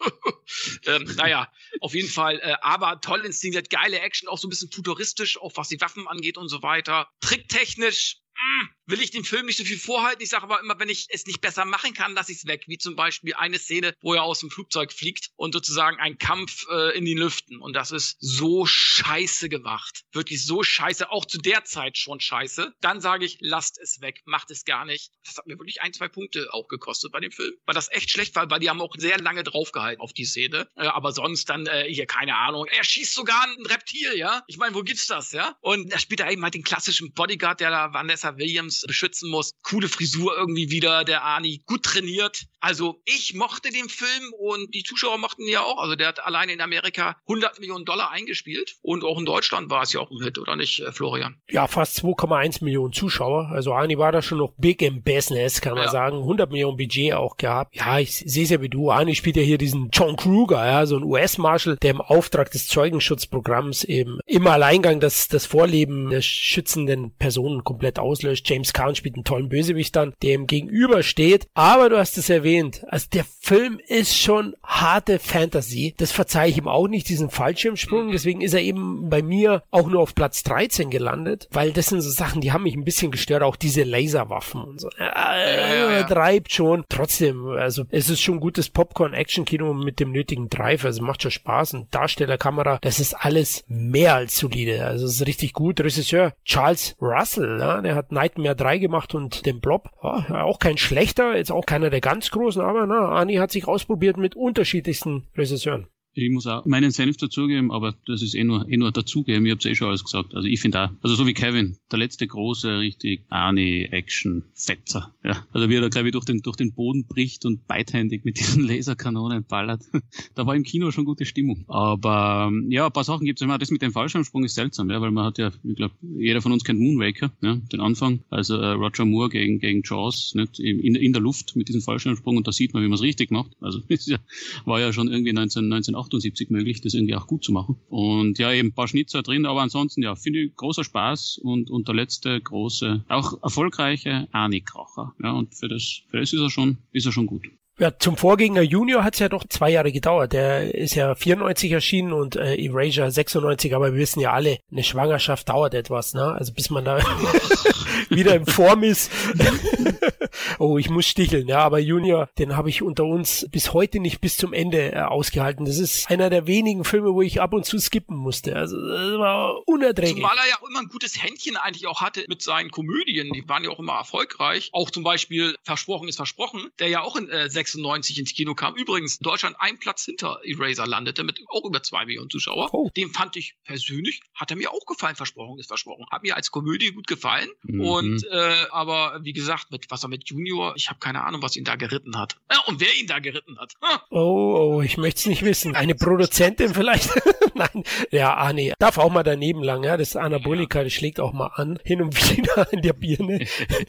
Naja, auf jeden Fall. Aber toll inszeniert, geile Action, auch so ein bisschen futuristisch, auch was die Waffen angeht und so weiter. Tricktechnisch will ich dem Film nicht so viel vorhalten. Ich sage aber immer, wenn ich es nicht besser machen kann, lasse ich es weg. Wie zum Beispiel eine Szene, wo er aus dem Flugzeug fliegt und sozusagen ein Kampf in den Lüften. Und das ist so scheiße gemacht. Wirklich so scheiße. Auch zu der Zeit schon scheiße. Dann sage ich, lasst es weg. Macht es gar nicht. Das hat mir wirklich 1-2 Punkte auch gekostet bei dem Film. Weil das echt schlecht war, weil die haben auch sehr lange draufgehalten auf die Szene. Aber sonst dann hier, keine Ahnung. Er schießt sogar ein Reptil, ja? Ich meine, wo gibt's das, ja? Und da spielt er eben halt den klassischen Bodyguard, der da Vanessa Vanessa Williams beschützen muss. Coole Frisur irgendwie wieder, der Arnie, gut trainiert. Also ich mochte den Film und die Zuschauer mochten ihn ja auch. Also der hat alleine in Amerika $100 Millionen eingespielt und auch in Deutschland war es ja auch ein Hit, oder nicht, Florian? Ja, fast 2,1 Millionen Zuschauer. Also Arnie war da schon noch big im Business, kann man sagen. 100 Millionen Budget auch gehabt. Ja, ich sehe es ja wie du. Arnie spielt ja hier diesen John Kruger, ja, so ein US-Marshal, der im Auftrag des Zeugenschutzprogramms eben im Alleingang das Vorleben der schützenden Personen komplett auslöscht. James Caan spielt einen tollen Bösewicht dann, der ihm gegenübersteht. Aber du hast es erwähnt, also der Film ist schon harte Fantasy. Das verzeihe ich ihm auch nicht, diesen Fallschirmsprung. Deswegen ist er eben bei mir auch nur auf Platz 13 gelandet, weil das sind so Sachen, die haben mich ein bisschen gestört, auch diese Laserwaffen und so. Treibt schon. Trotzdem, also es ist schon gutes Popcorn-Action-Kino mit dem nötigen Drive, also macht schon Spaß. Und Darsteller, Kamera, das ist alles mehr als solide. Also es ist richtig gut. Regisseur Charles Russell, ja, der hat Nightmare 3 gemacht und den Blob. Ja, auch kein schlechter, jetzt auch keiner der ganz großen, aber Arnie hat sich ausprobiert mit unterschiedlichsten Regisseuren. Ich muss auch meinen Senf dazugeben, aber das ist nur dazugeben. Ich habe es schon alles gesagt. Also ich finde auch, also so wie Kevin, der letzte große, richtig Arnie-Action-Fetzer. Ja. Also wie er da, glaube ich, durch den Boden bricht und beidhändig mit diesen Laserkanonen ballert. Da war im Kino schon gute Stimmung. Aber ja, ein paar Sachen gibt es immer. Das mit dem Fallschirmsprung ist seltsam, ja, weil man hat ja, ich glaube, jeder von uns kennt Moonraker, ja, den Anfang. Also Roger Moore gegen Jaws, nicht, in der Luft mit diesem Fallschirmsprung, und da sieht man, wie man es richtig macht. Also war ja schon irgendwie 1978 möglich, das irgendwie auch gut zu machen. Und ja, eben ein paar Schnitzer drin, aber ansonsten, ja, finde ich großer Spaß und der letzte große, auch erfolgreiche Arnie-Kracher. Ja, und für das ist er schon gut. Ja, zum Vorgänger Junior hat es ja doch 2 Jahre gedauert. Der ist ja 94 erschienen und Erasure 96, aber wir wissen ja alle, eine Schwangerschaft dauert etwas, ne? Also bis man da wieder in Form ist. Oh, ich muss sticheln, ja, aber Junior, den habe ich unter uns bis heute nicht bis zum Ende ausgehalten. Das ist einer der wenigen Filme, wo ich ab und zu skippen musste. Also das war unerträglich. Zumal er ja auch immer ein gutes Händchen eigentlich auch hatte mit seinen Komödien. Die waren ja auch immer erfolgreich. Auch zum Beispiel Versprochen ist versprochen, der ja auch in 96 ins Kino kam. Übrigens in Deutschland einen Platz hinter Eraser landete mit auch über 2 Millionen Zuschauer. Oh. Den fand ich persönlich, hat er mir auch gefallen. Versprochen ist versprochen. Hat mir als Komödie gut gefallen. Und aber wie gesagt, was er mit Junior, ich habe keine Ahnung, was ihn da geritten hat. Und wer ihn da geritten hat. Oh, ich möchte es nicht wissen. Eine Produzentin vielleicht? Nein, ja, Arnie darf auch mal daneben lang, ja. Das Anabolika, das schlägt auch mal an, hin und wieder in der Birne.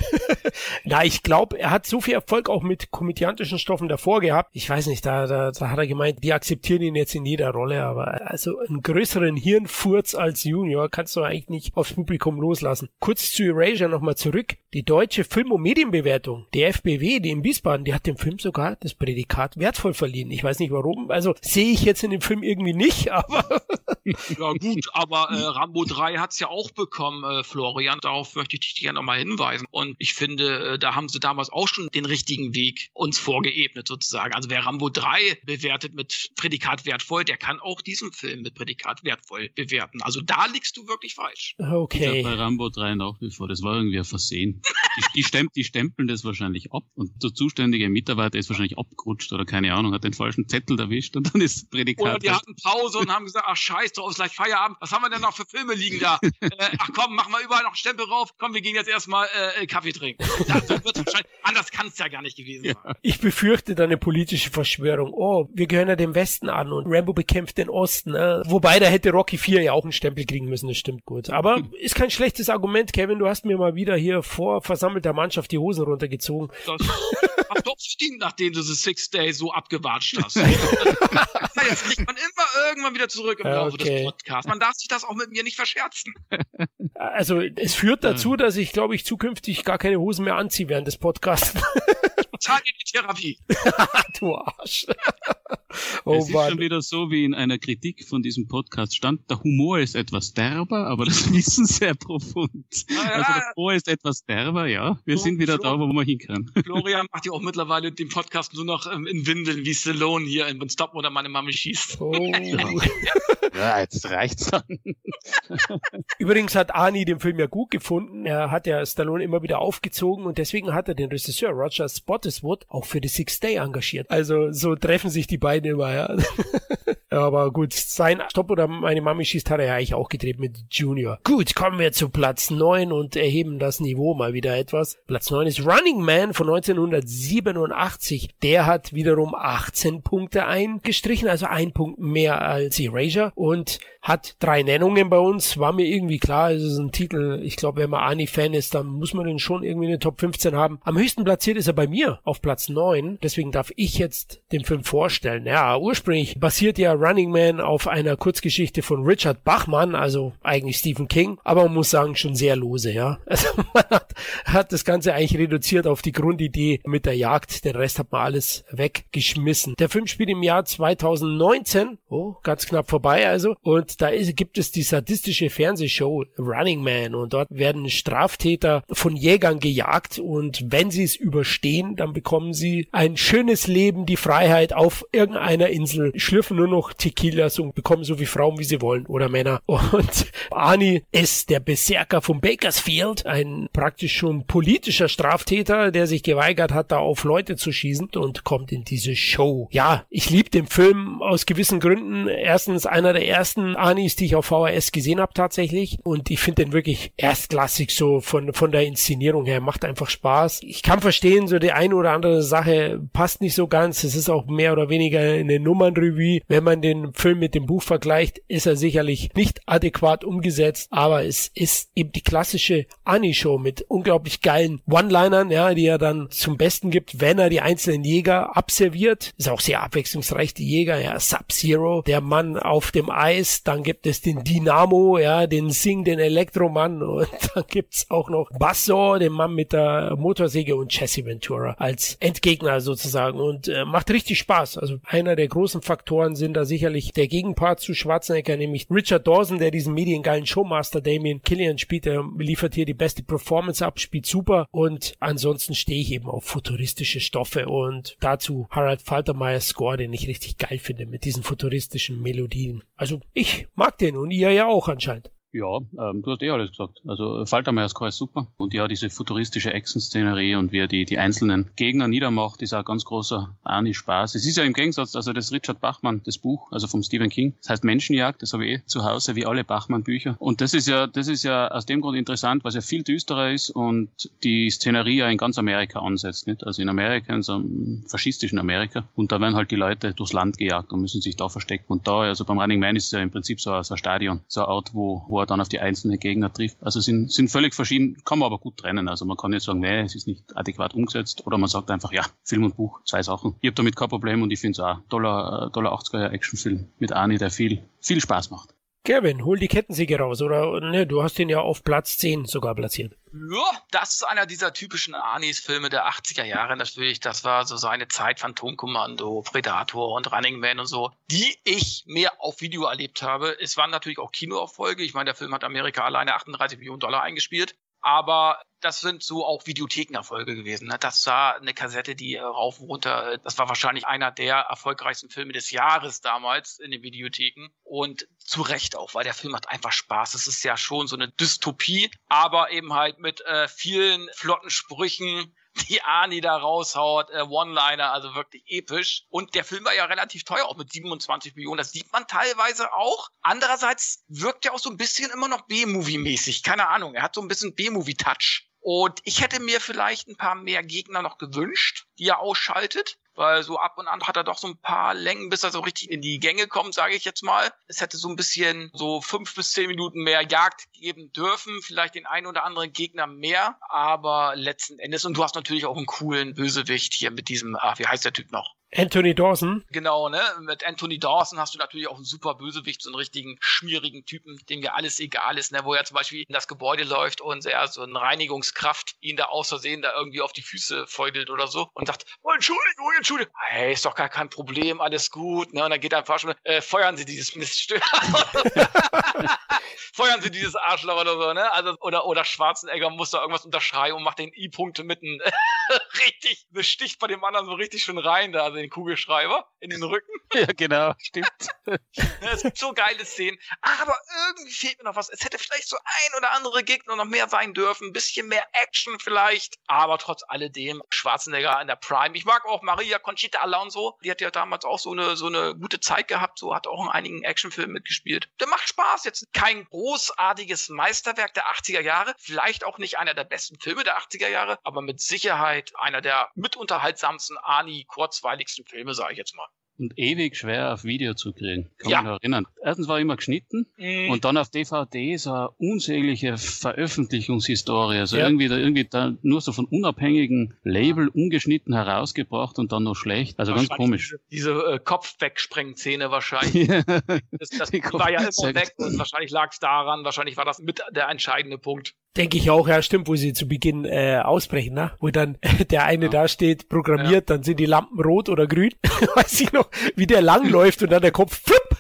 Na, ich glaube, er hat so viel Erfolg auch mit komödiantischen Stoffen davor gehabt. Ich weiß nicht, da hat er gemeint, die akzeptieren ihn jetzt in jeder Rolle, aber also einen größeren Hirnfurz als Junior kannst du eigentlich nicht aufs Publikum loslassen. Kurz zu Erasure nochmal zurück. Die deutsche Film- und Medienbewertung, die FBW, die in Wiesbaden, die hat dem Film sogar das Prädikat wertvoll verliehen. Ich weiß nicht warum, also sehe ich jetzt in dem Film irgendwie nicht, aber... Ja gut, aber Rambo 3 hat's ja auch bekommen, Florian, darauf möchte ich dich gerne nochmal hinweisen. Und ich finde, da haben sie damals auch schon den richtigen Weg uns vorgeebnet sozusagen. Also wer Rambo 3 bewertet mit Prädikat wertvoll, der kann auch diesen Film mit Prädikat wertvoll bewerten. Also da liegst du wirklich falsch. Okay. Ich bei Rambo 3 nach wie vor, das war irgendwie ein Versehen. Die stempeln das wahrscheinlich ab und der zuständige Mitarbeiter ist wahrscheinlich abgerutscht oder keine Ahnung, hat den falschen Zettel erwischt und dann ist Prädikat... Oder die hatten Pause und haben gesagt, ach scheiß drauf, ist gleich Feierabend, was haben wir denn noch für Filme liegen da? Ach komm, mach mal überall noch einen Stempel rauf, komm, wir gehen jetzt erstmal Kaffee trinken. Anders kann es ja gar nicht gewesen sein. Ich befürchte da eine politische Verschwörung. Oh, wir gehören ja dem Westen an und Rambo bekämpft den Osten. Wobei, da hätte Rocky 4 ja auch einen Stempel kriegen müssen, das stimmt gut. Aber ist kein schlechtes Argument, Kevin, du hast mir mal wieder hier vor versammelter Mannschaft die Hosen runtergezogen. Das hast du auch verdient, nachdem du The Sixth Day so abgewatscht hast. Jetzt kriegt man immer irgendwann wieder zurück im Laufe des Podcasts. Man darf sich das auch mit mir nicht verscherzen. Also es führt dazu, dass ich, glaube ich, zukünftig gar keine Hosen mehr anziehe während des Podcasts. Total in die Therapie. Du Arsch. Es ist schon wieder so, wie in einer Kritik von diesem Podcast stand, der Humor ist etwas derber, aber das Wissen sehr profund. Ja. Also der Humor ist etwas derber, ja. Wir sind wieder da, wo wir hinkommen. Florian macht ja auch mittlerweile den Podcast nur noch in Windeln, wie Stallone hier in Stop oder meine Mami schießt. Oh. Ja, jetzt reicht's dann. Übrigens hat Arnie den Film ja gut gefunden. Er hat ja Stallone immer wieder aufgezogen und deswegen hat er den Regisseur Roger Spottiswoode auch für The Sixth Day engagiert. Also so treffen sich die beiden immer, ja. Aber gut, sein Stopp oder meine Mami schießt hat er ja eigentlich auch gedreht mit Junior. Gut, kommen wir zu Platz 9 und erheben das Niveau mal wieder etwas. Platz 9 ist Running Man von 1987. Der hat wiederum 18 Punkte eingestrichen, also 1 Punkt mehr als Erasure und hat 3 Nennungen bei uns. War mir irgendwie klar, es ist ein Titel, ich glaube, wenn man Arnie-Fan ist, dann muss man den schon irgendwie in den Top 15 haben. Am höchsten platziert ist er bei mir auf Platz 9, deswegen darf ich jetzt den Film vorstellen. Ja, ursprünglich basiert ja Running Man auf einer Kurzgeschichte von Richard Bachman, also eigentlich Stephen King, aber man muss sagen, schon sehr lose, ja. Also man hat das Ganze eigentlich reduziert auf die Grundidee mit der Jagd, den Rest hat man alles weggeschmissen. Der Film spielt im Jahr 2019, ganz knapp vorbei also, und da gibt es die sadistische Fernsehshow Running Man und dort werden Straftäter von Jägern gejagt und wenn sie es überstehen, dann bekommen sie ein schönes Leben, die Freiheit auf irgendeiner Insel, schlürfen nur noch Tequilas und bekommen so viele Frauen, wie sie wollen oder Männer. Und Arnie ist der Berserker von Bakersfield, ein praktisch schon politischer Straftäter, der sich geweigert hat, da auf Leute zu schießen und kommt in diese Show. Ja, ich liebe den Film aus gewissen Gründen. Erstens einer der ersten Arnies, die ich auf VHS gesehen habe tatsächlich und ich finde den wirklich erstklassig so von der Inszenierung her. Macht einfach Spaß. Ich kann verstehen, so die eine oder andere Sache passt nicht so ganz. Es ist auch mehr oder weniger eine Nummernrevue. Wenn man den Film mit dem Buch vergleicht, ist er sicherlich nicht adäquat umgesetzt, aber es ist eben die klassische Arnie-Show mit unglaublich geilen One-Linern, ja, die er dann zum Besten gibt, wenn er die einzelnen Jäger abserviert. Ist auch sehr abwechslungsreich, die Jäger, ja, Sub-Zero, der Mann auf dem Eis, dann gibt es den Dynamo, ja, den Sing, den Elektromann und dann gibt's auch noch Basso, den Mann mit der Motorsäge und Jesse Ventura als Endgegner sozusagen und macht richtig Spaß. Also einer der großen Faktoren sind da sicherlich der Gegenpart zu Schwarzenegger, nämlich Richard Dawson, der diesen mediengeilen Showmaster Damien Killian spielt, der liefert hier die beste Performance ab, spielt super und ansonsten stehe ich eben auf futuristische Stoffe und dazu Harald Faltermeyers Score, den ich richtig geil finde mit diesen futuristischen Melodien. Also ich mag den und ihr ja auch anscheinend. Ja, du hast alles gesagt. Also Faltermeyers Score ist super. Und ja, diese futuristische Action-Szenerie und wie er die einzelnen Gegner niedermacht, ist auch ganz großer Arnie-Spaß. Es ist ja im Gegensatz, also das Richard Bachman, das Buch, also vom Stephen King, das heißt Menschenjagd, das habe ich zu Hause, wie alle Bachmann-Bücher. Und das ist ja aus dem Grund interessant, weil es ja viel düsterer ist und die Szenerie ja in ganz Amerika ansetzt, nicht? Also in Amerika, in so einem faschistischen Amerika. Und da werden halt die Leute durchs Land gejagt und müssen sich da verstecken. Und da, also beim Running Man ist es ja im Prinzip so ein Stadion, so eine Art, wo er dann auf die einzelnen Gegner trifft. Also sind völlig verschieden, kann man aber gut trennen. Also man kann nicht sagen, nee, es ist nicht adäquat umgesetzt oder man sagt einfach, ja, Film und Buch, 2 Sachen. Ich habe damit kein Problem und ich finde es auch toller 80er Actionfilm mit Arnie, der viel Spaß macht. Kevin, hol die Kettensäge raus, oder? Ne, du hast den ja auf Platz 10 sogar platziert. Ja, das ist einer dieser typischen Arnies-Filme der 80er Jahre natürlich. Das war so seine Zeit, Phantomkommando, Predator und Running Man und so, die ich mehr auf Video erlebt habe. Es waren natürlich auch Kinoerfolge. Ich meine, der Film hat Amerika alleine $38 Millionen eingespielt. Aber das sind so auch Videothekenerfolge gewesen. Das war eine Kassette, die rauf und runter, das war wahrscheinlich einer der erfolgreichsten Filme des Jahres damals in den Videotheken. Und zu Recht auch, weil der Film macht einfach Spaß. Es ist ja schon so eine Dystopie, aber eben halt mit vielen flotten Sprüchen, die Arnie da raushaut, One-Liner, also wirklich episch. Und der Film war ja relativ teuer, auch mit 27 Millionen. Das sieht man teilweise auch. Andererseits wirkt er auch so ein bisschen immer noch B-Movie-mäßig. Keine Ahnung, er hat so ein bisschen B-Movie-Touch. Und ich hätte mir vielleicht ein paar mehr Gegner noch gewünscht, die er ausschaltet. Weil so ab und an hat er doch so ein paar Längen, bis er so richtig in die Gänge kommt, sage ich jetzt mal. Es hätte so ein bisschen so 5 bis 10 Minuten mehr Jagd geben dürfen, vielleicht den einen oder anderen Gegner mehr, aber letzten Endes, und du hast natürlich auch einen coolen Bösewicht hier mit diesem, wie heißt der Typ noch? Anthony Dawson. Genau, ne? Mit Anthony Dawson hast du natürlich auch einen super Bösewicht, so einen richtigen schmierigen Typen, dem ja alles egal ist, ne? Wo er zum Beispiel in das Gebäude läuft und er so eine Reinigungskraft ihn da aus Versehen da irgendwie auf die Füße feudelt oder so und sagt, oh, Entschuldigung. Hey, ist doch gar kein Problem, alles gut, ne? Und dann geht er einfach schon, feuern Sie dieses Miststück. Feuern Sie dieses Arschloch oder so, ne? Also, oder Schwarzenegger muss da irgendwas unterschreiben und macht den I-Punkte mitten richtig, das sticht bei dem anderen so richtig schön rein da. Also den Kugelschreiber in den Rücken. Ja, genau, stimmt. Es gibt so geile Szenen. Aber irgendwie fehlt mir noch was. Es hätte vielleicht so ein oder andere Gegner noch mehr sein dürfen. Ein bisschen mehr Action vielleicht. Aber trotz alledem, Schwarzenegger in der Prime. Ich mag auch Maria Conchita Alonso. Die hat ja damals auch so eine gute Zeit gehabt. So hat auch in einigen Actionfilmen mitgespielt. Der macht Spaß. Jetzt kein großartiges Meisterwerk der 80er Jahre. Vielleicht auch nicht einer der besten Filme der 80er Jahre. Aber mit Sicherheit einer der mitunterhaltsamsten, kurzweiligsten Filme, sage ich jetzt mal. Und ewig schwer auf Video zu kriegen. Kann mich noch erinnern. Erstens war immer geschnitten und dann auf DVD so eine unsägliche Veröffentlichungshistorie. Also irgendwie da nur so von unabhängigen Label ungeschnitten herausgebracht und dann noch schlecht. Also ganz komisch. Diese Kopf-Wegsprengen-Szene wahrscheinlich. das war ja immer weg und wahrscheinlich lag es daran. Wahrscheinlich war das mit der entscheidende Punkt. Denke ich auch, ja, stimmt, wo sie zu Beginn ausbrechen, ne? Wo dann der eine da steht, programmiert, dann sind die Lampen rot oder grün. Weiß ich noch, wie der langläuft und dann der Kopf flipp.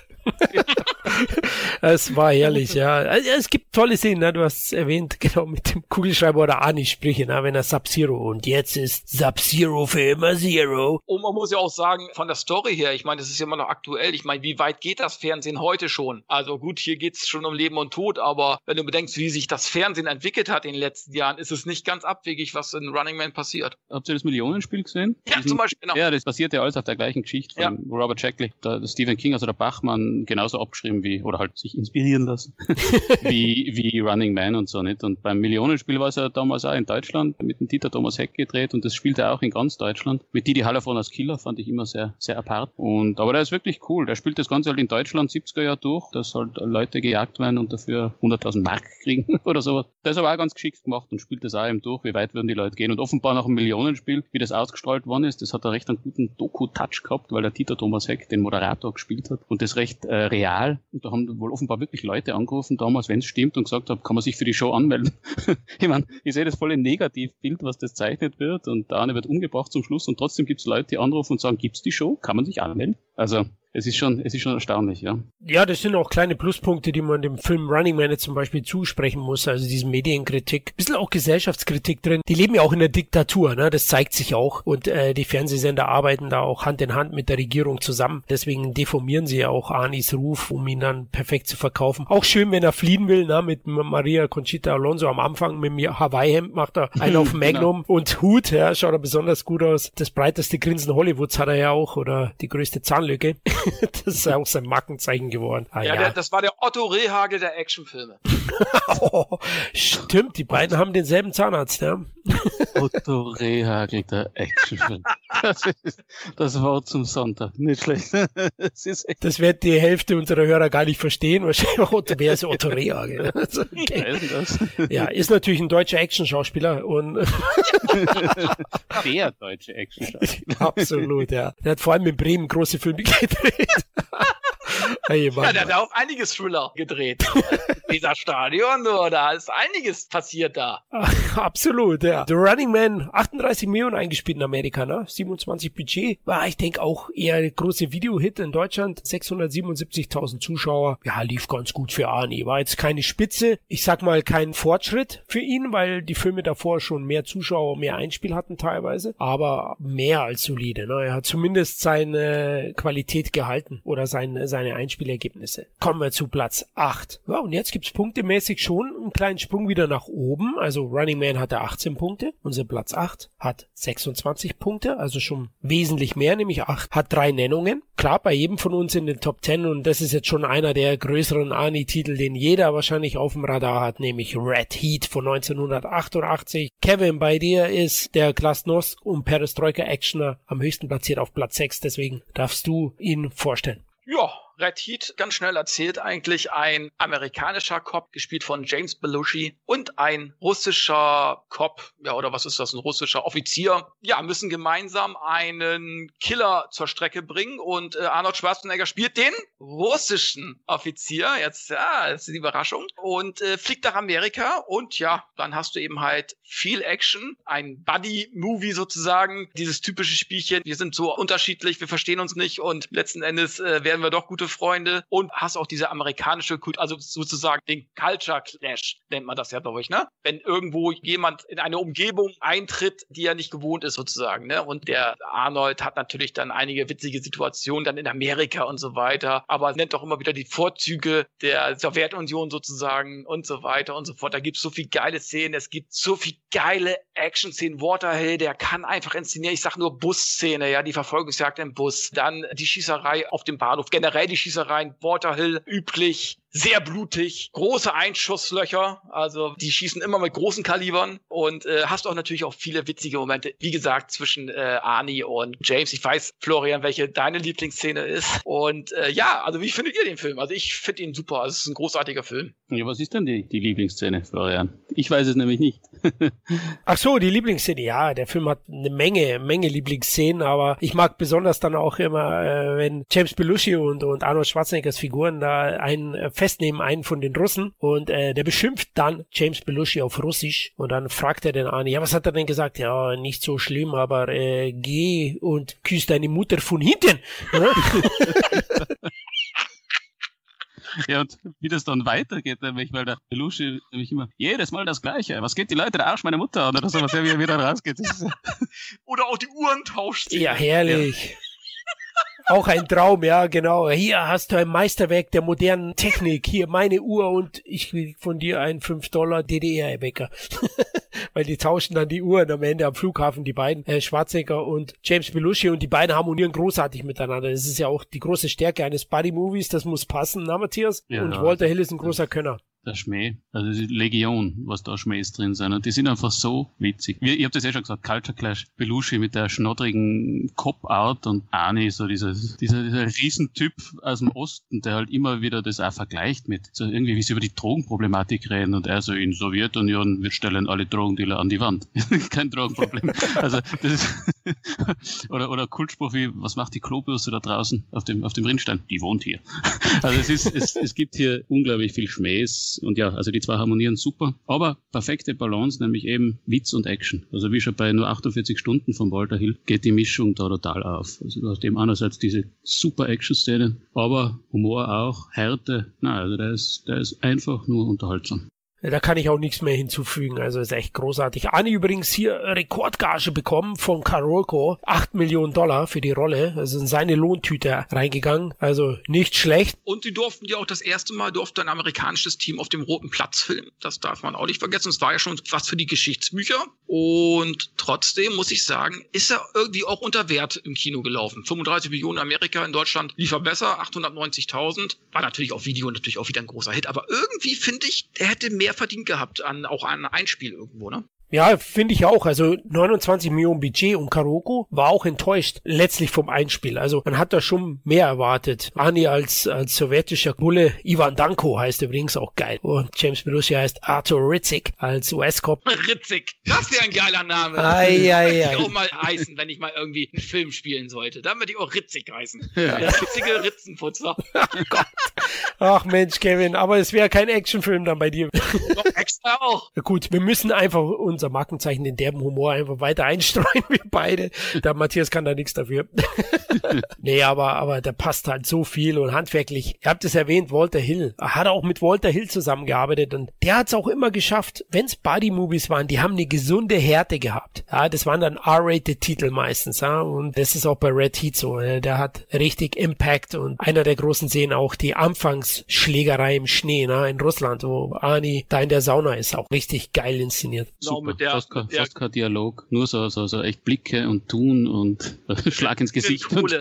Es war herrlich, ja. Also, es gibt tolle Szenen, ne? Du hast es erwähnt, genau, mit dem Kugelschreiber oder Ani-Sprüche, ne? Wenn er Sub-Zero und jetzt ist Sub-Zero für immer Zero. Und man muss ja auch sagen, von der Story her, ich meine, das ist ja immer noch aktuell. Ich meine, wie weit geht das Fernsehen heute schon? Also gut, hier geht's schon um Leben und Tod, aber wenn du bedenkst, wie sich das Fernsehen entwickelt hat in den letzten Jahren, ist es nicht ganz abwegig, was in Running Man passiert. Habt ihr das Millionenspiel gesehen? Ja, zum Beispiel, genau. Ja, das basiert ja alles auf der gleichen Geschichte von Robert Shackley. Der Stephen King, also der Bachmann, genauso abgeschrieben wie, oder halt sich inspirieren lassen, wie Running Man und so, nicht? Und beim Millionenspiel war es ja damals auch in Deutschland mit dem Dieter Thomas Heck gedreht und das spielte auch in ganz Deutschland. Mit Didi Hallervorden als Killer fand ich immer sehr, sehr apart. Aber der ist wirklich cool. Der spielt das Ganze halt in Deutschland 70er Jahre durch, dass halt Leute gejagt werden und dafür 100.000 Mark kriegen oder sowas. Der ist aber auch ganz geschickt gemacht und spielt das auch eben durch, wie weit würden die Leute gehen. Und offenbar nach einem Millionenspiel, wie das ausgestrahlt worden ist, das hat einen recht guten Doku-Touch gehabt, weil der Dieter Thomas Heck den Moderator gespielt hat und das recht real. Und da haben wohl offenbar wirklich Leute angerufen damals, wenn es stimmt, und gesagt haben, kann man sich für die Show anmelden. Ich meine, ich sehe das voll im Negativbild, was das zeichnet wird, und der eine wird umgebracht zum Schluss und trotzdem gibt es Leute, die anrufen und sagen, gibt's die Show? Kann man sich anmelden? Also es ist schon erstaunlich, ja. Ja, das sind auch kleine Pluspunkte, die man dem Film Running Man jetzt zum Beispiel zusprechen muss, also diese Medienkritik. Ein bisschen auch Gesellschaftskritik drin. Die leben ja auch in der Diktatur, ne? Das zeigt sich auch. Und die Fernsehsender arbeiten da auch Hand in Hand mit der Regierung zusammen. Deswegen deformieren sie ja auch Arnis Ruf, um ihn dann perfekt zu verkaufen. Auch schön, wenn er fliehen will, ne? Mit Maria Conchita Alonso am Anfang mit dem Hawaii-Hemd macht er einen auf Magnum und Hut, ja, schaut er besonders gut aus. Das breiteste Grinsen Hollywoods hat er ja auch, oder die größte Zahnlücke. Das ist ja auch sein Markenzeichen geworden. Das war der Otto Rehhagel der Actionfilme. Oh, stimmt, die beiden haben denselben Zahnarzt, ja. Otto Rehhagel der Actionfilm. Das Wort zum Sonntag. Nicht schlecht. Das wird die Hälfte unserer Hörer gar nicht verstehen. Wahrscheinlich auch wer ist Otto Rehhagel? Okay. Ja, ist natürlich ein deutscher Actionschauspieler und der deutsche Actionschauspieler. Absolut, ja. Der hat vor allem in Bremen große Filme gedreht. Hey, Mann, der hat auch einiges Thriller gedreht. Dieser Stadion, da ist einiges passiert da. Ach, absolut, ja. The Running Man, 38 Millionen eingespielt in Amerika, ne? 27 Budget. War, ich denke, auch eher eine große Videohit in Deutschland. 677.000 Zuschauer. Ja, lief ganz gut für Arnie. War jetzt keine Spitze. Ich sag mal, kein Fortschritt für ihn, weil die Filme davor schon mehr Zuschauer, mehr Einspiel hatten teilweise. Aber mehr als solide, ne? Er hat zumindest seine Qualität gehalten oder seine Einspielergebnisse. Kommen wir zu Platz 8. Ja, und jetzt gibt's punktemäßig schon einen kleinen Sprung wieder nach oben. Also Running Man hatte 18 Punkte. Unser Platz 8 hat 26 Punkte, also schon wesentlich mehr, nämlich 8 hat 3 Nennungen. Klar, bei jedem von uns in den Top 10, und das ist jetzt schon einer der größeren Arnie-Titel, den jeder wahrscheinlich auf dem Radar hat, nämlich Red Heat von 1988. Kevin, bei dir ist der Glasnost und Perestroika-Actioner am höchsten platziert auf Platz 6, deswegen darfst du ihn vorstellen. Ja, Red Heat, ganz schnell erzählt, eigentlich ein amerikanischer Cop, gespielt von James Belushi, und ein russischer Cop, ja, oder was ist das, ein russischer Offizier, ja, müssen gemeinsam einen Killer zur Strecke bringen, und Arnold Schwarzenegger spielt den russischen Offizier, jetzt, ja, das ist die Überraschung, und fliegt nach Amerika, und ja, dann hast du eben halt viel Action, ein Buddy-Movie sozusagen, dieses typische Spielchen, wir sind so unterschiedlich, wir verstehen uns nicht, und letzten Endes werden wir doch gute Freunde und hast auch diese amerikanische Kultur, also sozusagen den Culture Clash, nennt man das ja, glaube ich, ne? Wenn irgendwo jemand in eine Umgebung eintritt, die er nicht gewohnt ist, sozusagen, ne? Und der Arnold hat natürlich dann einige witzige Situationen dann in Amerika und so weiter, aber nennt auch immer wieder die Vorzüge der Sowjetunion sozusagen und so weiter und so fort. Da gibt es so viel geile Szenen, es gibt so viel geile Action-Szenen. Waterhill, der kann einfach inszenieren. Ich sag nur Busszene, ja, die Verfolgungsjagd im Bus. Dann die Schießerei auf dem Bahnhof. Generell die Schießerei in Waterhill üblich. Sehr blutig, große Einschusslöcher, also die schießen immer mit großen Kalibern und hast auch natürlich auch viele witzige Momente, wie gesagt, zwischen Arnie und James. Ich weiß, Florian, welche deine Lieblingsszene ist und ja, also wie findet ihr den Film? Also ich finde ihn super, also es ist ein großartiger Film. Ja, was ist denn die Lieblingsszene, Florian? Ich weiß es nämlich nicht. Ach so, die Lieblingsszene, ja, der Film hat eine Menge Lieblingsszenen, aber ich mag besonders dann auch immer, wenn James Belushi und Arnold Schwarzeneggers Figuren da festnehmen, einen von den Russen und der beschimpft dann James Belushi auf Russisch und dann fragt er den Arnie, ja, was hat er denn gesagt? Ja, nicht so schlimm, aber geh und küss deine Mutter von hinten. Ja, und wie das dann weitergeht, nämlich, weil der Belushi nämlich immer jedes Mal das Gleiche. Was geht die Leute, der Arsch meiner Mutter an oder sowas, wie er wieder rausgeht. Oder auch die Uhren tauscht. Ja, herrlich. Ja. Auch ein Traum, ja, genau. Hier hast du ein Meisterwerk der modernen Technik. Hier meine Uhr und ich krieg von dir einen $5 DDR-Wecker. Weil die tauschen dann die Uhren am Ende am Flughafen, die beiden, Schwarzenegger und James Belushi, und die beiden harmonieren großartig miteinander. Das ist ja auch die große Stärke eines Buddy-Movies, das muss passen, na Matthias? Ja, und Walter Hill ist ein großer Könner. Der Schmäh, also die Legion, was da Schmähs drin sind. Und die sind einfach so witzig. Ich habe das ja schon gesagt, Culture Clash, Belushi mit der schnoddrigen Cop-Out und Arnie, so dieser Riesentyp aus dem Osten, der halt immer wieder das auch vergleicht mit, so irgendwie, wie sie über die Drogenproblematik reden und er so, in Sowjetunion, wir stellen alle Drogendealer an die Wand. Kein Drogenproblem. Also, das ist, oder Kultspruch wie, was macht die Klobürste da draußen auf dem Rinnstein? Die wohnt hier. Also es gibt hier unglaublich viel Schmähs. Und ja, also die zwei harmonieren super, aber perfekte Balance, nämlich eben Witz und Action. Also wie schon bei nur 48 Stunden von Walter Hill geht die Mischung da total auf. Also du hast eben einerseits diese super Action-Szenen, aber Humor auch, Härte, also der ist einfach nur unterhaltsam. Da kann ich auch nichts mehr hinzufügen, also ist echt großartig. Arnie übrigens hier Rekordgage bekommen von Carolco, $8 Millionen für die Rolle, also in seine Lohntüte reingegangen, also nicht schlecht. Und sie durften ja auch das erste Mal, durfte ein amerikanisches Team auf dem Roten Platz filmen, das darf man auch nicht vergessen, es war ja schon was für die Geschichtsbücher und trotzdem muss ich sagen, ist er irgendwie auch unter Wert im Kino gelaufen. 35 Millionen in Amerika, in Deutschland lief er besser, 890.000, war natürlich auf Video natürlich auch wieder ein großer Hit, aber irgendwie finde ich, er hätte mehr verdient gehabt, auch an Einspiel irgendwo, ne? Ja, finde ich auch. Also 29 Millionen Budget und Karoko war auch enttäuscht letztlich vom Einspiel. Also man hat da schon mehr erwartet. Arnie als sowjetischer Bulle, Ivan Danko heißt übrigens auch geil. Und James Belushi heißt Arthur Ritzik als US-Cop. Ritzik, das wäre ein geiler Name. Ai. Würde ich auch mal heißen, wenn ich mal irgendwie einen Film spielen sollte. Dann würde ich auch Ritzik heißen. Ja. Der ritzige Ritzenputzer. Oh Gott. Ach Mensch, Kevin, aber es wäre kein Actionfilm dann bei dir. Doch, extra auch. Gut, wir müssen einfach unser Markenzeichen, den derben Humor, einfach weiter einstreuen, wir beide. Der Matthias kann da nichts dafür. Nee, aber der passt halt so viel und handwerklich. Ihr habt es erwähnt, Walter Hill. Er hat auch mit Walter Hill zusammengearbeitet und der hat es auch immer geschafft, wenn es Buddy-Movies waren, die haben eine gesunde Härte gehabt. Ja, das waren dann R-Rated-Titel meistens, ja, und das ist auch bei Red Heat so. Der hat richtig Impact und einer der großen Szenen auch die Anfangsschlägerei im Schnee, in Russland, wo Arnie da in der Sauna ist, auch richtig geil inszeniert. Super, fast kein Dialog, nur so echt Blicke und Tun und Schlag ins Gesicht. Mit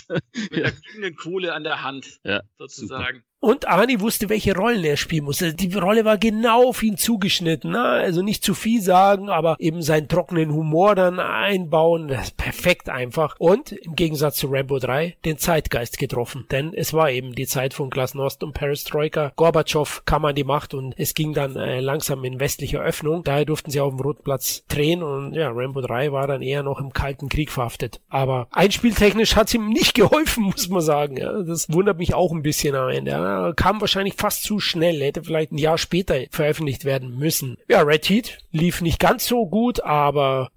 der grünen Kohle an der Hand, sozusagen. Super. Und Arnie wusste, welche Rollen er spielen musste. Die Rolle war genau auf ihn zugeschnitten. Also nicht zu viel sagen, aber eben seinen trockenen Humor dann einbauen. Das ist perfekt einfach. Und im Gegensatz zu Rambo 3 den Zeitgeist getroffen. Denn es war eben die Zeit von Glasnost und Perestroika. Gorbatschow kam an die Macht und es ging dann langsam in westliche Öffnung. Daher durften sie auf dem Roten Platz drehen. Und ja, Rambo 3 war dann eher noch im Kalten Krieg verhaftet. Aber einspieltechnisch hat es ihm nicht geholfen, muss man sagen. Ja, das wundert mich auch ein bisschen am Ende. Ja. Kam wahrscheinlich fast zu schnell, hätte vielleicht ein Jahr später veröffentlicht werden müssen. Ja, Red Heat lief nicht ganz so gut, aber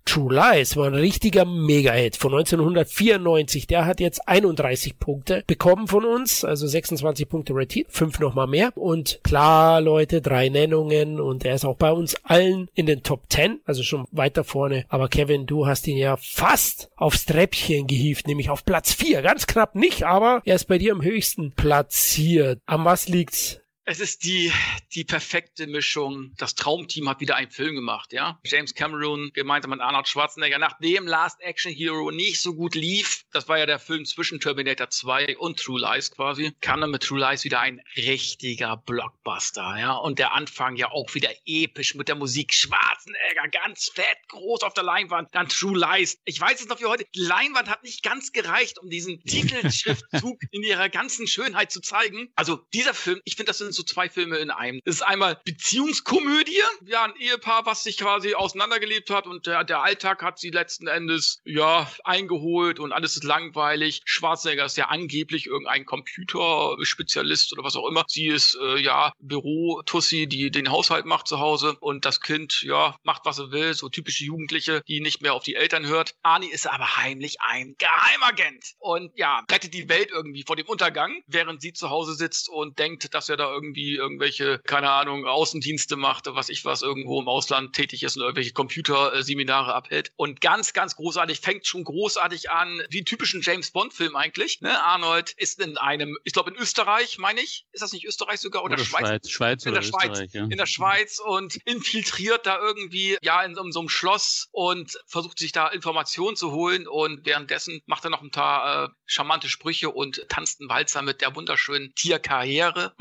True Lies war ein richtiger Mega-Hit von 1994. Der hat jetzt 31 Punkte bekommen von uns, also 26 Punkte rated, 5 nochmal mehr. Und klar, Leute, 3 Nennungen und er ist auch bei uns allen in den Top 10, also schon weiter vorne. Aber Kevin, du hast ihn ja fast aufs Treppchen gehievt, nämlich auf Platz 4. Ganz knapp nicht, aber er ist bei dir am höchsten platziert. An was liegt's? Es ist die perfekte Mischung. Das Traumteam hat wieder einen Film gemacht, ja. James Cameron gemeinsam mit Arnold Schwarzenegger, nachdem Last Action Hero nicht so gut lief, das war ja der Film zwischen Terminator 2 und True Lies quasi, kam dann mit True Lies wieder ein richtiger Blockbuster, ja. Und der Anfang ja auch wieder episch mit der Musik. Schwarzenegger, ganz fett, groß auf der Leinwand, dann True Lies. Ich weiß es noch wie heute, die Leinwand hat nicht ganz gereicht, um diesen Titelschriftzug in ihrer ganzen Schönheit zu zeigen. Also dieser Film, ich finde, das sind so 2 Filme in einem. Das ist einmal Beziehungskomödie, ja, ein Ehepaar, was sich quasi auseinandergelebt hat und der Alltag hat sie letzten Endes, ja, eingeholt und alles ist langweilig. Schwarzenegger ist ja angeblich irgendein Computerspezialist oder was auch immer. Sie ist, Büro-Tussi, die den Haushalt macht zu Hause und das Kind, ja, macht, was er will, so typische Jugendliche, die nicht mehr auf die Eltern hört. Arnie ist aber heimlich ein Geheimagent und, ja, rettet die Welt irgendwie vor dem Untergang, während sie zu Hause sitzt und denkt, dass er da irgendwie irgendwelche, keine Ahnung, Außendienste macht, was irgendwo im Ausland tätig ist und irgendwelche Computerseminare abhält. Und ganz, ganz großartig, fängt schon großartig an, wie einen typischen James-Bond-Film eigentlich. Ne? Arnold ist in einem, ich glaube in Österreich, meine ich. Ist das nicht Österreich sogar? Oder Schweiz? Schweiz in oder der Schweiz, Österreich, ja. In der Schweiz und infiltriert da irgendwie, ja, in so einem Schloss und versucht sich da Informationen zu holen und währenddessen macht er noch ein paar charmante Sprüche und tanzt einen Walzer mit der wunderschönen Tia Carrere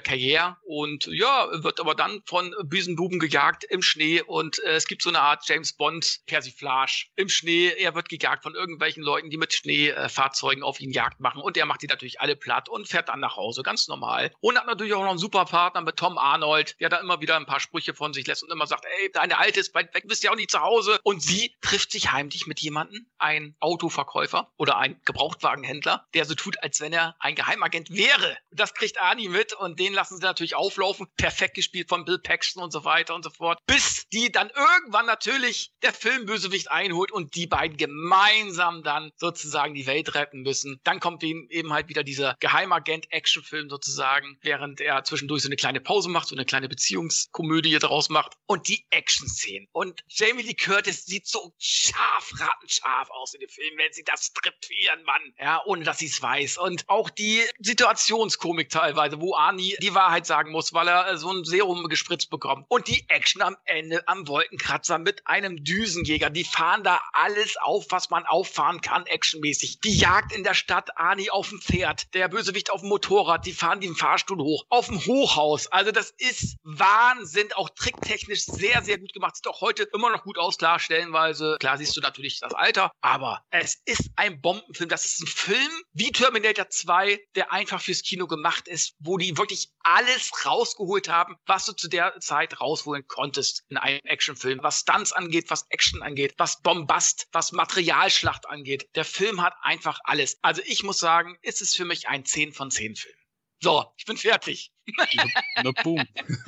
und ja, wird aber dann von bösen Buben gejagt im Schnee und es gibt so eine Art James Bond Persiflage im Schnee. Er wird gejagt von irgendwelchen Leuten, die mit Schneefahrzeugen auf ihn Jagd machen und er macht die natürlich alle platt und fährt dann nach Hause, ganz normal. Und hat natürlich auch noch einen super Partner mit Tom Arnold, der da immer wieder ein paar Sprüche von sich lässt und immer sagt, ey, deine Alte ist weit weg, bist ja auch nicht zu Hause. Und sie trifft sich heimlich mit jemandem, ein Autoverkäufer oder ein Gebrauchtwagenhändler, der so tut, als wenn er ein Geheimagent wäre. Das kriegt Arnie mit und den lassen sie natürlich auflaufen. Perfekt gespielt von Bill Paxton und so weiter und so fort. Bis die dann irgendwann natürlich der Filmbösewicht einholt und die beiden gemeinsam dann sozusagen die Welt retten müssen. Dann kommt eben halt wieder dieser Geheimagent-Actionfilm sozusagen, während er zwischendurch so eine kleine Pause macht, so eine kleine Beziehungskomödie daraus macht. Und die Action-Szenen. Und Jamie Lee Curtis sieht so rattenscharf aus in dem Film, wenn sie das trippt für ihren Mann. Ja, ohne dass sie es weiß. Und auch die Situationskomik teilweise, wo Arnie die Wahrheit sagen muss, weil er so ein Serum gespritzt bekommt. Und die Action am Ende am Wolkenkratzer mit einem Düsenjäger. Die fahren da alles auf, was man auffahren kann, actionmäßig. Die Jagd in der Stadt, Arnie auf dem Pferd, der Bösewicht auf dem Motorrad, die fahren den Fahrstuhl hoch, auf dem Hochhaus. Also das ist Wahnsinn, auch tricktechnisch sehr, sehr gut gemacht. Sieht auch heute immer noch gut aus, klar, stellenweise. Klar siehst du natürlich das Alter, aber es ist ein Bombenfilm. Das ist ein Film wie Terminator 2, der einfach fürs Kino gemacht ist, wo die wirklich alles rausgeholt haben, was du zu der Zeit rausholen konntest in einem Actionfilm. Was Stunts angeht, was Action angeht, was Bombast, was Materialschlacht angeht. Der Film hat einfach alles. Also ich muss sagen, es ist für mich ein 10 von 10 Film. So, ich bin fertig. Na boom.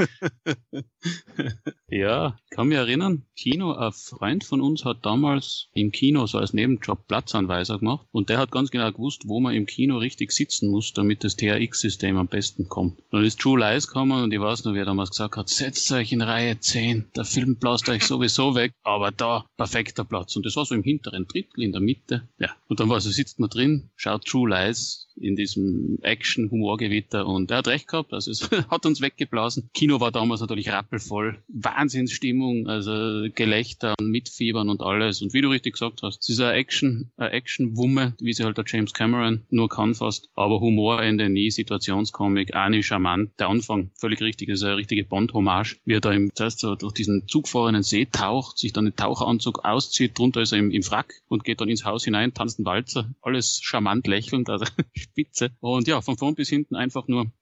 Ja, ich kann mich erinnern, Kino, ein Freund von uns hat damals im Kino so als Nebenjob Platzanweiser gemacht und der hat ganz genau gewusst, wo man im Kino richtig sitzen muss, damit das THX-System am besten kommt. Dann ist True Lies gekommen und ich weiß noch, wie er damals gesagt hat, setzt euch in Reihe 10, der Film blast euch sowieso weg, aber da, perfekter Platz. Und das war so im hinteren Drittel, in der Mitte. Ja, und dann war so, sitzt man drin, schaut True Lies in diesem Action-Humorgewitter und er hat recht gehabt, also es hat uns weggeblasen. Kino war damals natürlich rappelvoll, Wahnsinnsstimmung, also Gelächter und Mitfiebern und alles. Und wie du richtig gesagt hast, es ist eine Action-Wumme, wie sie halt der James Cameron nur kann fast, aber Humorende nie, Situationskomik, auch nicht charmant. Der Anfang, völlig richtig, das ist eine richtige Bond-Hommage, wie er da zuerst so durch diesen zugfahrenden See taucht, sich dann den Taucheranzug auszieht, drunter ist er im Frack und geht dann ins Haus hinein, tanzt einen Walzer, alles charmant lächelnd, also spitze. Und ja, von vorn bis hinten einfach nur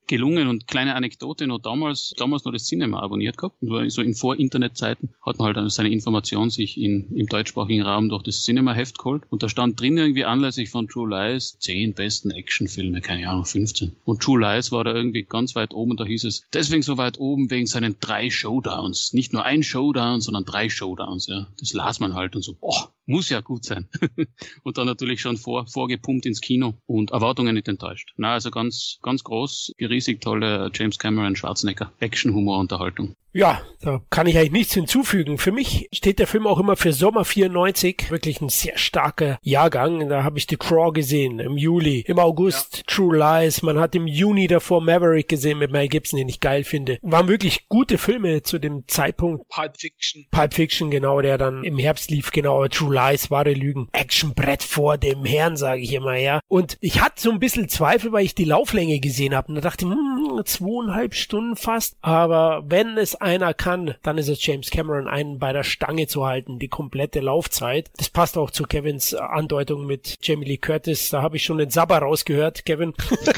gelungen. Und kleine Anekdote, noch damals noch das Cinema abonniert gehabt. Und war so in Vor-Internet-Zeiten hat man halt seine Information sich im deutschsprachigen Raum durch das Cinema-Heft geholt. Und da stand drin irgendwie anlässlich von True Lies 10 besten Actionfilme, keine Ahnung, 15. Und True Lies war da irgendwie ganz weit oben. Da hieß es, deswegen so weit oben wegen seinen 3 Showdowns. Nicht nur ein Showdown, sondern 3 Showdowns. Ja, das las man halt und so, muss ja gut sein. Und dann natürlich schon vorgepumpt ins Kino und Erwartungen nicht enttäuscht. Na, also ganz, ganz groß, riesig tolle James Cameron, Schwarzenegger, Action-Humor-Unterhaltung. Ja, da kann ich eigentlich nichts hinzufügen. Für mich steht der Film auch immer für Sommer 94. Wirklich ein sehr starker Jahrgang. Da habe ich The Craw gesehen im Juli. Im August True Lies. Man hat im Juni davor Maverick gesehen mit Mel Gibson, den ich geil finde. Waren wirklich gute Filme zu dem Zeitpunkt. Pulp Fiction. Pulp Fiction, genau, der dann im Herbst lief, genau. Aber True Lies, wahre Lügen. Actionbrett vor dem Herrn, sage ich immer, ja. Und ich hatte so ein bisschen Zweifel, weil ich die Lauflänge gesehen habe. Und da dachte ich, 2,5 Stunden fast. Aber wenn es einer kann, dann ist es James Cameron, einen bei der Stange zu halten, die komplette Laufzeit. Das passt auch zu Kevins Andeutung mit Jamie Lee Curtis. Da habe ich schon den Sabber rausgehört, Kevin.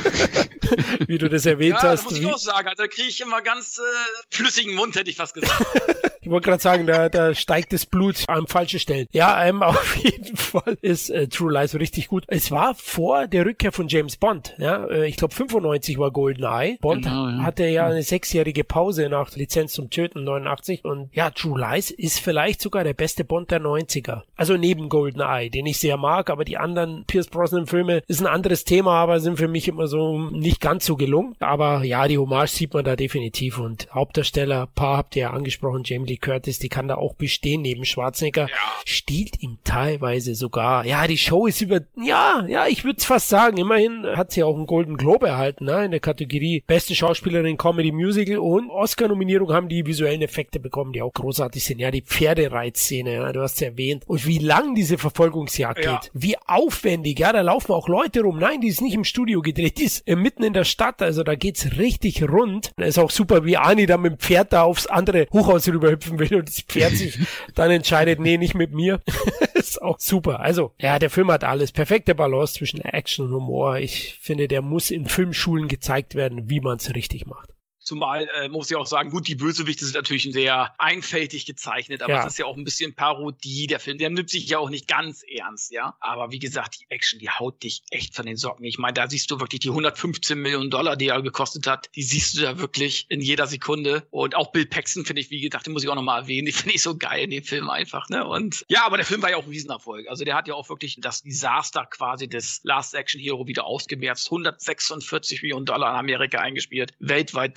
Wie du das erwähnt hast. Ja, das muss ich auch sagen. Also da kriege ich immer ganz flüssigen Mund, hätte ich fast gesagt. Ich wollte gerade sagen, da steigt das Blut an falsche Stellen. Ja, auf jeden Fall ist True Lies richtig gut. Es war vor der Rückkehr von James Bond. Ja, ich glaube 95 war GoldenEye. Bond hatte ja eine 6-jährige Pause nach Lizenz zum Töten 89. Und ja, True Lies ist vielleicht sogar der beste Bond der 90er. Also neben GoldenEye, den ich sehr mag, aber die anderen Pierce Brosnan Filme ist ein anderes Thema, aber sind für mich immer so nicht ganz so gelungen. Aber ja, die Hommage sieht man da definitiv. Und Hauptdarsteller, Paar habt ihr ja angesprochen, Jamie Lee Curtis, die kann da auch bestehen neben Schwarzenegger. Ja. Stiehlt ihm teilweise sogar. Ja, die Show ist ja, ich würde es fast sagen. Immerhin hat sie auch einen Golden Globe erhalten, ne, in der Kategorie Beste Schauspielerin Comedy Musical, und Oscar-Nominierung haben die visuellen Effekte bekommen, die auch großartig sind. Ja, die Pferdereitszene, ja, du hast es erwähnt. Und wie lang diese Verfolgungsjagd geht. Wie aufwendig, ja, da laufen auch Leute rum. Nein, die ist nicht im Studio gedreht, die ist mitten in der Stadt, also da geht's richtig rund. Da ist auch super, wie Arnie da mit dem Pferd da aufs andere Hochhaus rüberhüpfen will und das Pferd sich dann entscheidet, nee, nicht mit mir. Ist auch super. Also, ja, der Film hat alles. Perfekte Balance zwischen Action und Humor. Ich finde, der muss in Filmschulen gezeigt werden, wie man es richtig macht. Zumal muss ich auch sagen, gut, die Bösewichte sind natürlich sehr einfältig gezeichnet, aber es ist ja auch ein bisschen Parodie, der Film. Der nimmt sich ja auch nicht ganz ernst, ja. Aber wie gesagt, die Action, die haut dich echt von den Socken. Ich meine, da siehst du wirklich die 115 Millionen $, die er gekostet hat, die siehst du da wirklich in jeder Sekunde. Und auch Bill Paxton finde ich, wie gesagt, den muss ich auch nochmal erwähnen, die finde ich so geil in dem Film einfach, ne. Und ja, aber der Film war ja auch ein Riesenerfolg. Also der hat ja auch wirklich das Desaster quasi des Last Action Hero wieder ausgemerzt. 146 Millionen $ in Amerika eingespielt, weltweit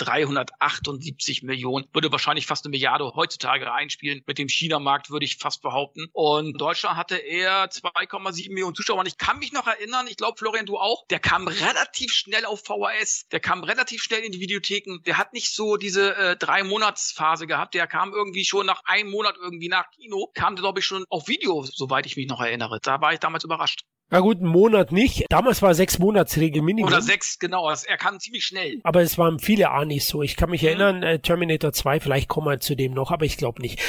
378 Millionen, würde wahrscheinlich fast 1 Milliarde heutzutage einspielen. Mit dem China-Markt würde ich fast behaupten. Und in Deutschland hatte er 2,7 Millionen Zuschauer. Und ich kann mich noch erinnern, ich glaube, Florian, du auch, der kam relativ schnell auf VHS. Der kam relativ schnell in die Videotheken. Der hat nicht so diese 3-Monats-Phase gehabt. Der kam irgendwie schon nach 1 Monat irgendwie nach Kino. Kam, glaube ich, schon auf Video, soweit ich mich noch erinnere. Da war ich damals überrascht. Na gut, einen Monat nicht. Damals war 6-Monats-Regel Minimum. Oder 6, genau. Er kam ziemlich schnell. Aber es waren viele Anis so. Ich kann mich erinnern, Terminator 2, vielleicht kommen wir zu dem noch, aber ich glaube nicht.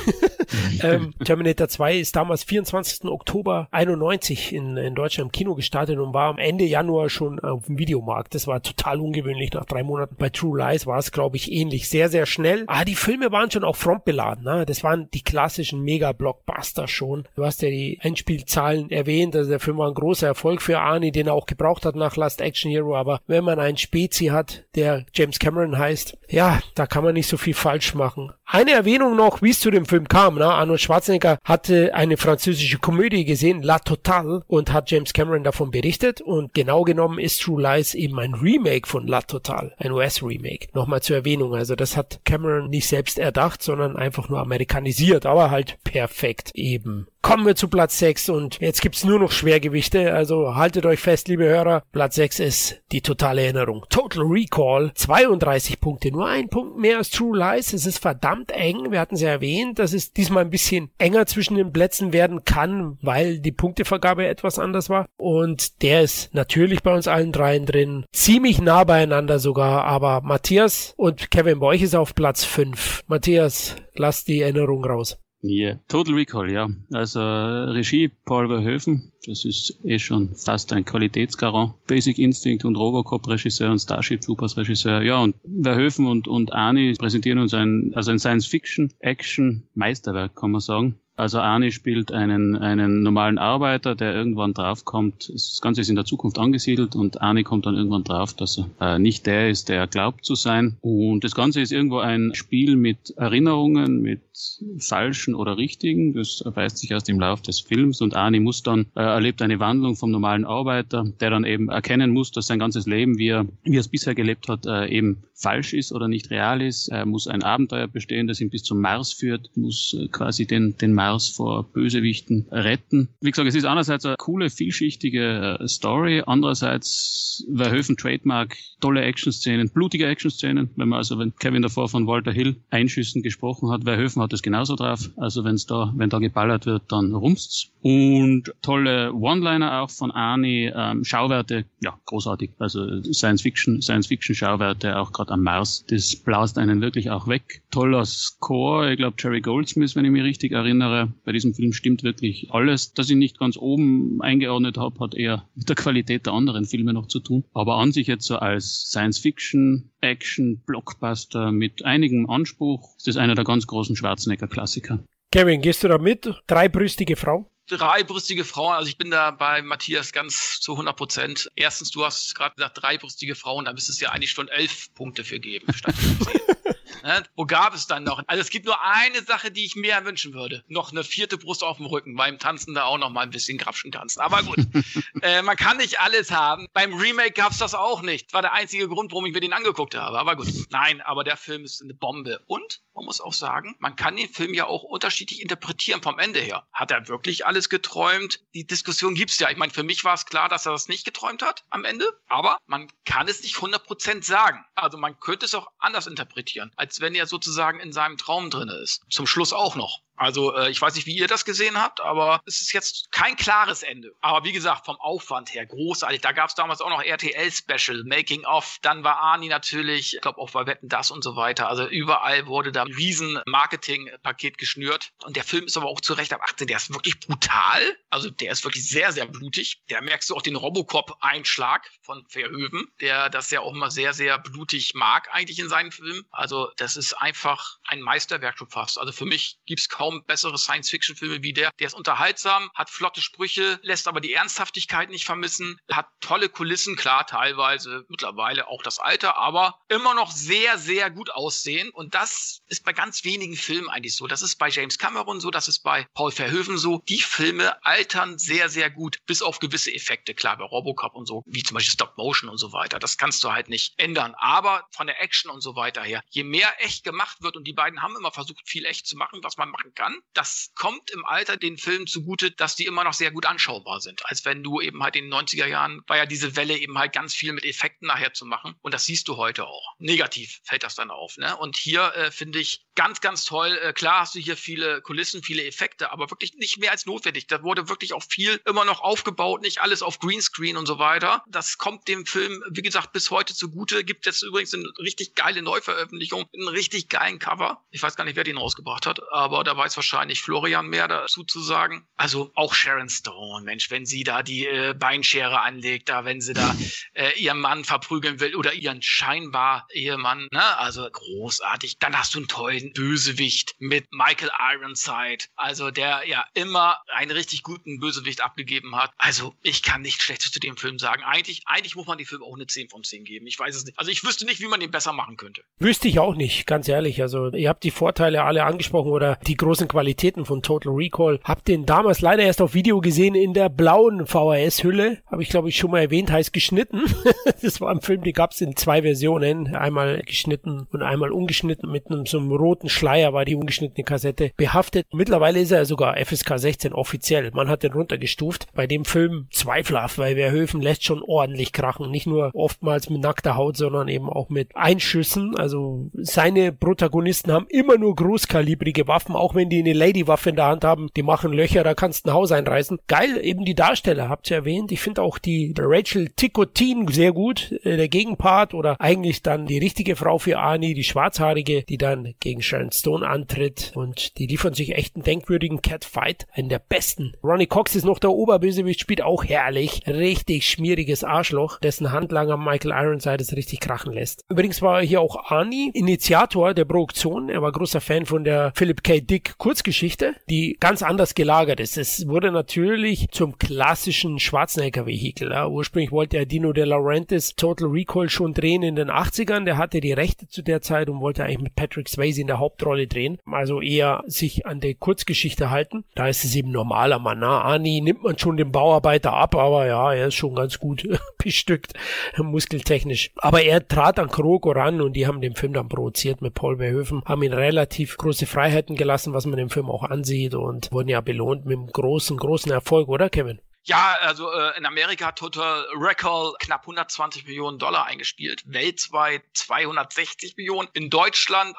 Terminator 2 ist damals 24. Oktober 91 in Deutschland im Kino gestartet und war am Ende Januar schon auf dem Videomarkt. Das war total ungewöhnlich nach 3 Monaten. Bei True Lies war es, glaube ich, ähnlich. Sehr, sehr schnell. Die Filme waren schon auch frontbeladen. Ne? Das waren die klassischen Mega-Blockbuster schon. Du hast ja die Einspielzahlen erwähnt. Also der Film war ein großer Erfolg für Arnie, den er auch gebraucht hat nach Last Action Hero. Aber wenn man einen Spezi hat, der James Cameron heißt, ja, da kann man nicht so viel falsch machen. Eine Erwähnung noch, wie es zu dem Film kam. Ne? Arnold Schwarzenegger hatte eine französische Komödie gesehen, La Totale, und hat James Cameron davon berichtet. Und genau genommen ist True Lies eben ein Remake von La Totale, ein US-Remake. Nochmal zur Erwähnung, also das hat Cameron nicht selbst erdacht, sondern einfach nur amerikanisiert, aber halt perfekt eben. Kommen wir zu Platz 6 und jetzt gibt's nur noch Schwergewichte, also haltet euch fest, liebe Hörer. Platz 6 ist die totale Erinnerung. Total Recall, 32 Punkte, nur 1 Punkt mehr als True Lies. Es ist verdammt eng, wir hatten es ja erwähnt, dass es diesmal ein bisschen enger zwischen den Plätzen werden kann, weil die Punktevergabe etwas anders war. Und der ist natürlich bei uns allen dreien drin, ziemlich nah beieinander sogar, aber Matthias und Kevin, bei euch ist auf Platz 5. Matthias, lass die Erinnerung raus. Yeah. Total Recall, ja. Also Regie Paul Verhoeven, das ist schon fast ein Qualitätsgarant. Basic Instinct und Robocop Regisseur und Starship Troopers Regisseur. Ja, und Verhoeven und Arnie präsentieren uns ein Science-Fiction-Action-Meisterwerk, kann man sagen. Also Arnie spielt einen normalen Arbeiter, der irgendwann draufkommt, das Ganze ist in der Zukunft angesiedelt und Arnie kommt dann irgendwann drauf, dass er nicht der ist, der er glaubt zu sein. Und das Ganze ist irgendwo ein Spiel mit Erinnerungen, mit falschen oder richtigen. Das erweist sich erst im Lauf des Films und Arnie erlebt eine Wandlung vom normalen Arbeiter, der dann eben erkennen muss, dass sein ganzes Leben, wie er es bisher gelebt hat, eben falsch ist oder nicht real ist. Er muss ein Abenteuer bestehen, das ihn bis zum Mars führt, muss quasi den Mars vor Bösewichten retten. Wie gesagt, es ist einerseits eine coole, vielschichtige Story, andererseits Verhoeven Trademark, tolle Action-Szenen, blutige Action-Szenen. Wenn Kevin davor von Walter Hill Einschüssen gesprochen hat, Verhoeven hat das genauso drauf. Also wenn da geballert wird, dann rumst's. Und tolle One-Liner auch von Arnie, Schauwerte, ja, großartig. Also Science-Fiction-Schauwerte auch gerade am Mars. Das blast einen wirklich auch weg. Toller Score, ich glaube Jerry Goldsmith, wenn ich mich richtig erinnere. Bei diesem Film stimmt wirklich alles. Dass ich nicht ganz oben eingeordnet habe, hat eher mit der Qualität der anderen Filme noch zu tun. Aber an sich jetzt so als Science-Fiction, Action, Blockbuster mit einigem Anspruch ist das einer der ganz großen Schwarzenegger-Klassiker. Kevin, gehst du da mit? Dreibrüstige Frau? Dreibrüstige Frauen, also ich bin da bei Matthias ganz zu 100%. Erstens, du hast gerade gesagt, dreibrüstige Frauen, da müsstest du ja eigentlich schon 11 Punkte für geben, statt 10. Wo gab es dann noch? Also es gibt nur eine Sache, die ich mir wünschen würde. Noch eine 4. Brust auf dem Rücken. Beim Tanzen da auch noch mal ein bisschen Grapschen tanzen. Aber gut, man kann nicht alles haben. Beim Remake gab es das auch nicht. Das war der einzige Grund, warum ich mir den angeguckt habe. Aber gut, nein, aber der Film ist eine Bombe. Und man muss auch sagen, man kann den Film ja auch unterschiedlich interpretieren vom Ende her. Hat er wirklich alles geträumt? Die Diskussion gibt's ja. Ich meine, für mich war es klar, dass er das nicht geträumt hat am Ende. Aber man kann es nicht 100% sagen. Also man könnte es auch anders interpretieren, als wenn er sozusagen in seinem Traum drin ist. Zum Schluss auch noch. Also ich weiß nicht, wie ihr das gesehen habt, aber es ist jetzt kein klares Ende. Aber wie gesagt, vom Aufwand her großartig. Da gab es damals auch noch RTL-Special, Making of. Dann war Arnie natürlich, ich glaube auch bei Wetten, das und so weiter. Also überall wurde da ein riesen Marketing-Paket geschnürt. Und der Film ist aber auch zu Recht ab 18. Der ist wirklich brutal. Also der ist wirklich sehr, sehr blutig. Da merkst du auch den Robocop-Einschlag von Verhoeven, der das ja auch immer sehr, sehr blutig mag eigentlich in seinen Filmen. Also das ist einfach ein Meisterwerk schon fast. Also für mich gibt's kaum bessere Science-Fiction-Filme wie der. Der ist unterhaltsam, hat flotte Sprüche, lässt aber die Ernsthaftigkeit nicht vermissen, hat tolle Kulissen, klar, teilweise mittlerweile auch das Alter, aber immer noch sehr, sehr gut aussehen. Und das ist bei ganz wenigen Filmen eigentlich so. Das ist bei James Cameron so, das ist bei Paul Verhoeven so. Die Filme altern sehr, sehr gut, bis auf gewisse Effekte, klar, bei Robocop und so, wie zum Beispiel Stop-Motion und so weiter. Das kannst du halt nicht ändern. Aber von der Action und so weiter her, je mehr echt gemacht wird, und die beiden haben immer versucht, viel echt zu machen, was man machen kann, das kommt im Alter den Filmen zugute, dass die immer noch sehr gut anschaubar sind. Als wenn du eben halt in den 90er Jahren, war ja diese Welle eben halt ganz viel mit Effekten nachher zu machen. Und das siehst du heute auch. Negativ fällt das dann auf, ne? Und hier finde ich ganz, ganz toll. Klar hast du hier viele Kulissen, viele Effekte, aber wirklich nicht mehr als notwendig. Da wurde wirklich auch viel immer noch aufgebaut, nicht alles auf Greenscreen und so weiter. Das kommt dem Film, wie gesagt, bis heute zugute. Gibt jetzt übrigens eine richtig geile Neuveröffentlichung, einen richtig geilen Cover. Ich weiß gar nicht, wer den rausgebracht hat, aber da weiß wahrscheinlich Florian mehr dazu zu sagen. Also auch Sharon Stone, Mensch, wenn sie da die Beinschere anlegt, da wenn sie da ihren Mann verprügeln will oder ihren scheinbar Ehemann, ne? Also großartig. Dann hast du einen tollen Bösewicht mit Michael Ironside, also der ja immer einen richtig guten Bösewicht abgegeben hat. Also ich kann nichts Schlechtes zu dem Film sagen. Eigentlich muss man dem Film auch eine 10 von 10 geben. Ich weiß es nicht. Also ich wüsste nicht, wie man den besser machen könnte. Wüsste ich auch nicht, ganz ehrlich. Also ihr habt die Vorteile alle angesprochen oder die großen Qualitäten von Total Recall. Hab den damals leider erst auf Video gesehen in der blauen VHS-Hülle. Habe ich, glaube ich, schon mal erwähnt, heißt geschnitten. Das war ein Film, die gab es in 2 Versionen. Einmal geschnitten und einmal ungeschnitten. Mit so einem roten Schleier war die ungeschnittene Kassette behaftet. Mittlerweile ist er sogar FSK 16 offiziell. Man hat den runtergestuft. Bei dem Film zweifelhaft, weil Verhoeven lässt schon ordentlich krachen. Nicht nur oftmals mit nackter Haut, sondern eben auch mit Einschüssen. Also seine Protagonisten haben immer nur großkalibrige Waffen, auch wenn die eine Lady-Waffe in der Hand haben, die machen Löcher, da kannst du ein Haus einreißen. Geil, eben die Darsteller, habt ihr erwähnt. Ich finde auch die Rachel Ticotin sehr gut, der Gegenpart oder eigentlich dann die richtige Frau für Arnie, die Schwarzhaarige, die dann gegen Sharon Stone antritt und die liefern sich echt einen denkwürdigen Catfight, einen der besten. Ronny Cox ist noch der Oberbösewicht, spielt auch herrlich, richtig schmieriges Arschloch, dessen Handlanger Michael Ironside es richtig krachen lässt. Übrigens war hier auch Arnie Initiator der Produktion, er war großer Fan von der Philip K. Dick Kurzgeschichte, die ganz anders gelagert ist. Es wurde natürlich zum klassischen Schwarzenegger-Vehikel. Ja. Ursprünglich wollte er Dino De Laurentiis Total Recall schon drehen in den 80ern, der hatte die Rechte zu der Zeit und wollte eigentlich mit Patrick Swayze in der Hauptrolle drehen, also eher sich an der Kurzgeschichte halten. Da ist es eben normaler Mann. Na, Arnie nimmt man schon den Bauarbeiter ab, aber ja, er ist schon ganz gut bestückt, muskeltechnisch. Aber er trat an Kroko ran und die haben den Film dann produziert mit Paul Verhoeven, haben ihn relativ große Freiheiten gelassen, was man im Film auch ansieht und wurden ja belohnt mit einem großen Erfolg, oder Kevin? Ja, also in Amerika hat Total Recall knapp 120 Millionen Dollar eingespielt, weltweit 260 Millionen, in Deutschland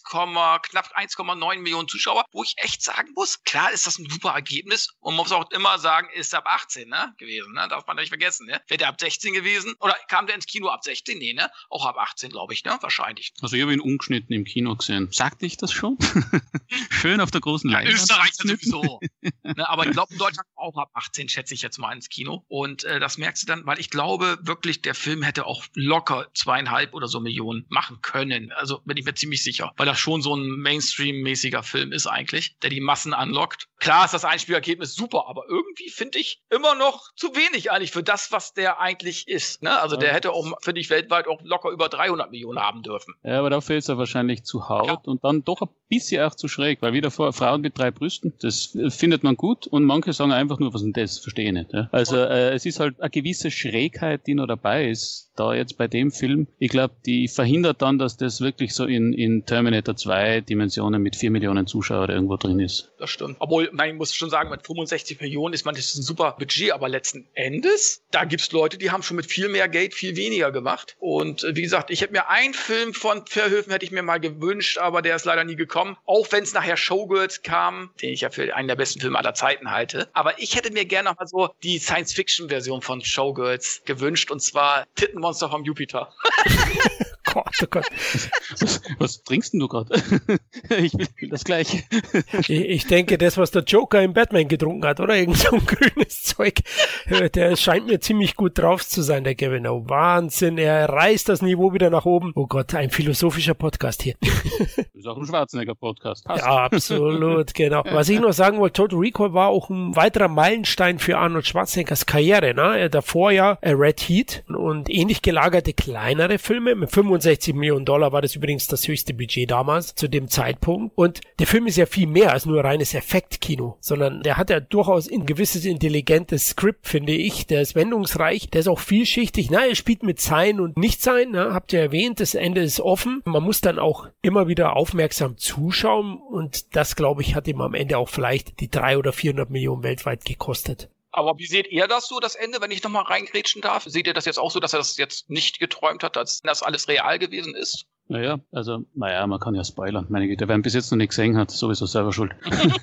knapp 1,9 Millionen Zuschauer, wo ich echt sagen muss, klar ist das ein super Ergebnis und man muss auch immer sagen, ist ab 18 gewesen, darf man nicht vergessen, wäre der ab 16 gewesen oder kam der ins Kino ab 16? Nee, auch ab 18, glaube ich, wahrscheinlich. Also ich habe ihn ungeschnitten im Kino gesehen. Sagte ich das schon? Schön auf der großen Leinwand. Österreich sowieso. Aber ich glaube in Deutschland auch ab 18, schätze ich jetzt mal ins Kino. Und das merkst du dann, weil ich glaube wirklich, der Film hätte auch locker 2,5 oder so Millionen machen können. Also bin ich mir ziemlich sicher, weil das schon so ein Mainstream-mäßiger Film ist eigentlich, der die Massen anlockt. Klar ist das Einspielergebnis super, aber irgendwie finde ich immer noch zu wenig eigentlich für das, was der eigentlich ist. Also der hätte auch, finde ich, weltweit auch locker über 300 Millionen haben dürfen. Ja, aber dafür ist er wahrscheinlich zu Haut und dann doch ein bisschen auch zu schräg, weil wieder vor Frauen mit 3 Brüsten, das findet man gut und manche sagen einfach nur, was denn das, verstehe ich nicht. Ja? Also es ist halt eine gewisse Schrägheit, die noch dabei ist, da jetzt bei dem Film. Ich glaube, die verhindert dann, dass das wirklich so in Terminator 2 Dimensionen mit 4 Millionen Zuschauern irgendwo drin ist. Das stimmt. Obwohl, ich muss schon sagen, mit 65 Millionen ist das ein super Budget, aber letzten Endes, da gibt's Leute, die haben schon mit viel mehr Geld viel weniger gemacht. Und wie gesagt, ich hätte mir einen Film von Verhoeven hätte ich mir mal gewünscht, aber der ist leider nie gekommen. Auch wenn es nachher Showgirls kam, den ich ja für einen der besten Filme aller Zeiten halte. Aber ich hätte mir gerne noch mal so die Science-Fiction-Version von Showgirls gewünscht, und zwar Tittenmonster vom Jupiter. Gott, oh Gott. Was trinkst denn du gerade? Ich will das Gleiche. Ich denke, das, was der Joker im Batman getrunken hat, oder? Irgend so ein grünes Zeug. Der scheint mir ziemlich gut drauf zu sein, der Kevin. Oh, Wahnsinn, er reißt das Niveau wieder nach oben. Oh Gott, ein philosophischer Podcast hier. Das ist auch ein Schwarzenegger-Podcast. Ja, absolut, genau. Was ich noch sagen wollte, Total Recall war auch ein weiterer Meilenstein für Arnold Schwarzeneggers Karriere. Davor ja Red Heat und ähnlich gelagerte kleinere Filme mit 65 Millionen Dollar war das übrigens das höchste Budget damals, zu dem Zeitpunkt. Und der Film ist ja viel mehr als nur reines Effektkino, sondern der hat ja durchaus ein gewisses intelligentes Skript, finde ich. Der ist wendungsreich, der ist auch vielschichtig. Er spielt mit Sein und Nichtsein, habt ihr erwähnt, das Ende ist offen. Man muss dann auch immer wieder aufmerksam zuschauen und das, glaube ich, hat ihm am Ende auch vielleicht die 300 oder 400 Millionen weltweit gekostet. Aber wie seht ihr das so, das Ende, wenn ich nochmal reingrätschen darf? Seht ihr das jetzt auch so, dass er das jetzt nicht geträumt hat, dass das alles real gewesen ist? Man kann ja spoilern. Meine Güte, wer ihn bis jetzt noch nicht gesehen hat, sowieso selber schuld.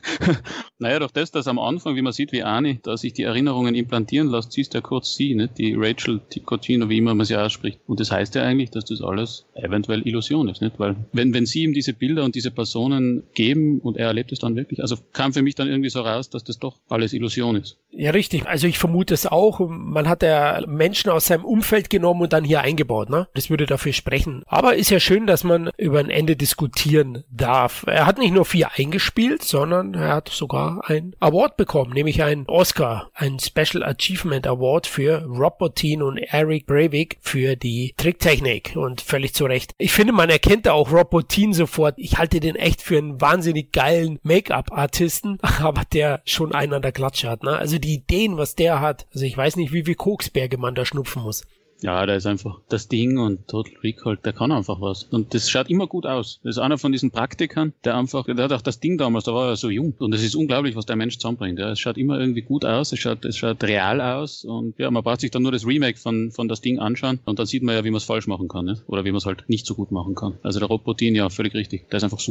Doch das, dass am Anfang, wie man sieht, wie Arnie, da sich die Erinnerungen implantieren lässt, siehst du ja kurz sie, nicht? Die Rachel Ticotin, wie immer man sie ausspricht. Und das heißt ja eigentlich, dass das alles eventuell Illusion ist, nicht? Weil, wenn sie ihm diese Bilder und diese Personen geben und er erlebt es dann wirklich, also kam für mich dann irgendwie so raus, dass das doch alles Illusion ist. Ja, richtig. Also ich vermute es auch. Man hat ja Menschen aus seinem Umfeld genommen und dann hier eingebaut, Das würde dafür sprechen. Aber ist ja schön, dass man über ein Ende diskutieren darf. Er hat nicht nur 4 eingespielt, sondern er hat sogar einen Award bekommen, nämlich einen Oscar, einen Special Achievement Award für Rob Bottin und Eric Breivik für die Tricktechnik und völlig zu Recht. Ich finde, man erkennt da auch Rob Bottin sofort. Ich halte den echt für einen wahnsinnig geilen Make-up-Artisten, aber der schon einen an der Klatsche hat, Also die Ideen, was der hat. Also ich weiß nicht, wie viel Koksberge man da schnupfen muss. Ja, der ist einfach das Ding und Total Recall, der kann einfach was. Und das schaut immer gut aus. Das ist einer von diesen Praktikern, der hat auch das Ding damals, da war er so jung. Und es ist unglaublich, was der Mensch zusammenbringt. Ja. Es schaut immer irgendwie gut aus, es schaut real aus. Und ja, man braucht sich dann nur das Remake von das Ding anschauen. Und dann sieht man ja, wie man es falsch machen kann, nicht? Oder wie man es halt nicht so gut machen kann. Also der Rob Bottin, ja, völlig richtig. Der ist einfach super.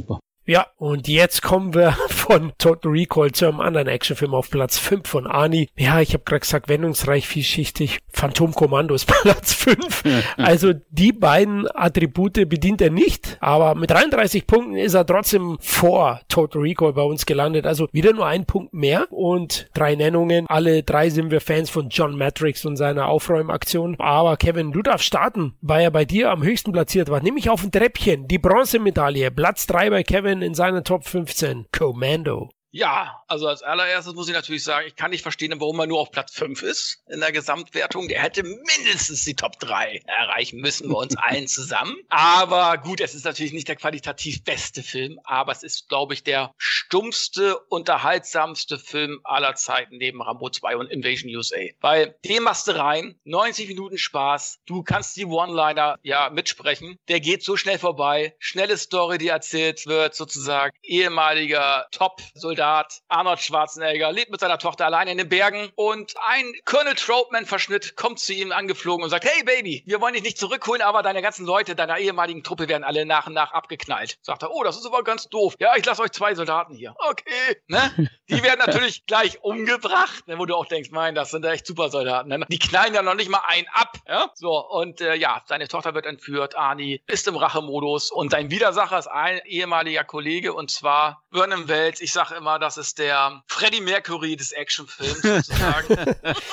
Ja, und jetzt kommen wir von Total Recall zu einem anderen Actionfilm auf Platz 5 von Arnie. Ja, ich habe gerade gesagt, wendungsreich, vielschichtig. Phantom-Kommando ist Platz 5. Also die beiden Attribute bedient er nicht, aber mit 33 Punkten ist er trotzdem vor Total Recall bei uns gelandet. Also wieder nur ein Punkt mehr und 3 Nennungen. Alle 3 sind wir Fans von John Matrix und seiner Aufräumaktion. Aber Kevin, du darfst starten, weil er bei dir am höchsten platziert war. Nämlich auf dem Treppchen, die Bronzemedaille. Platz 3 bei Kevin in seiner Top 15. Commando. Ja, also als allererstes muss ich natürlich sagen, ich kann nicht verstehen, warum er nur auf Platz 5 ist in der Gesamtwertung. Der hätte mindestens die Top 3 erreichen müssen bei uns allen zusammen. Aber gut, es ist natürlich nicht der qualitativ beste Film, aber es ist, glaube ich, der stumpfste, unterhaltsamste Film aller Zeiten neben Rambo 2 und Invasion USA. Weil den machst du rein, 90 Minuten Spaß, du kannst die One-Liner ja mitsprechen. Der geht so schnell vorbei, schnelle Story, die erzählt wird, sozusagen ehemaliger Top-Soldat Arnold Schwarzenegger lebt mit seiner Tochter alleine in den Bergen und ein Colonel Troutman-Verschnitt kommt zu ihm angeflogen und sagt, hey Baby, wir wollen dich nicht zurückholen, aber deine ganzen Leute deiner ehemaligen Truppe werden alle nach und nach abgeknallt. Sagt er, oh, das ist aber ganz doof. Ja, ich lasse euch 2 Soldaten hier. Okay, ne? Die werden natürlich gleich umgebracht, ne? Wo du auch denkst, mein, das sind echt super Soldaten. Ne? Die knallen ja noch nicht mal einen ab. Ja? So, und ja, seine Tochter wird entführt, Arnie ist im Rachemodus und sein Widersacher ist ein ehemaliger Kollege und zwar Vernon Wells. Ich sage immer, das ist der Freddie Mercury des Actionfilms sozusagen.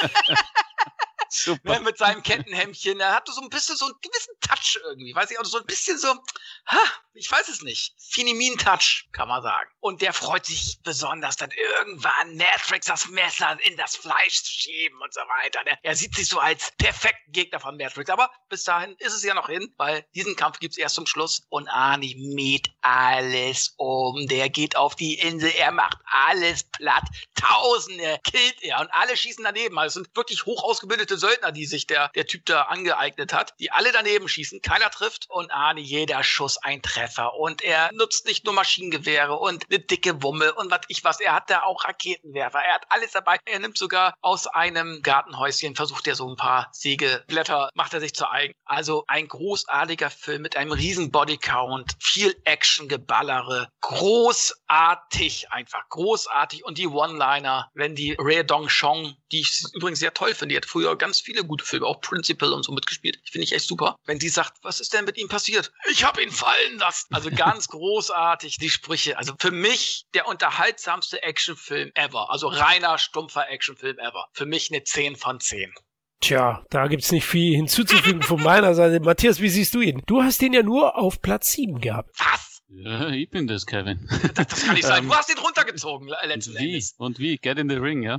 Super. Mit seinem Kettenhemdchen. Er hatte so ein bisschen so einen gewissen Touch irgendwie. Weiß ich auch, so ein bisschen so, ich weiß es nicht. Finimin-Touch, kann man sagen. Und der freut sich besonders, dann irgendwann Matrix das Messer in das Fleisch zu schieben und so weiter. Er sieht sich so als perfekten Gegner von Matrix. Aber bis dahin ist es ja noch hin, weil diesen Kampf gibt's erst zum Schluss. Und Arnie mäht alles um. Der geht auf die Insel. Er macht alles platt. Tausende killt er. Und alle schießen daneben. Also es sind wirklich hoch ausgebildete Söldner, die sich der Typ da angeeignet hat, die alle daneben schießen, keiner trifft und Arnie, jeder Schuss ein Treffer und er nutzt nicht nur Maschinengewehre und eine dicke Wumme und was, er hat da auch Raketenwerfer, er hat alles dabei, er nimmt sogar aus einem Gartenhäuschen, versucht er so ein paar Sägeblätter, macht er sich zu eigen. Also ein großartiger Film mit einem riesen Bodycount, viel Action, Geballere, großartig einfach, großartig und die One-Liner, wenn die Rae Dong-Chong, die ich übrigens sehr toll finde, die hat früher ganz viele gute Filme, auch Principal und so mitgespielt. Finde ich echt super. Wenn die sagt, was ist denn mit ihm passiert? Ich habe ihn fallen lassen. Also ganz großartig, die Sprüche. Also für mich der unterhaltsamste Actionfilm ever. Also reiner, stumpfer Actionfilm ever. Für mich eine 10 von 10. Tja, da gibt's nicht viel hinzuzufügen von meiner Seite. Matthias, wie siehst du ihn? Du hast ihn ja nur auf Platz 7 gehabt. Was? Ja, ich bin das, Kevin. Das kann nicht sein. Du hast ihn runtergezogen, letzten Endes. Und wie? Get in the ring, ja.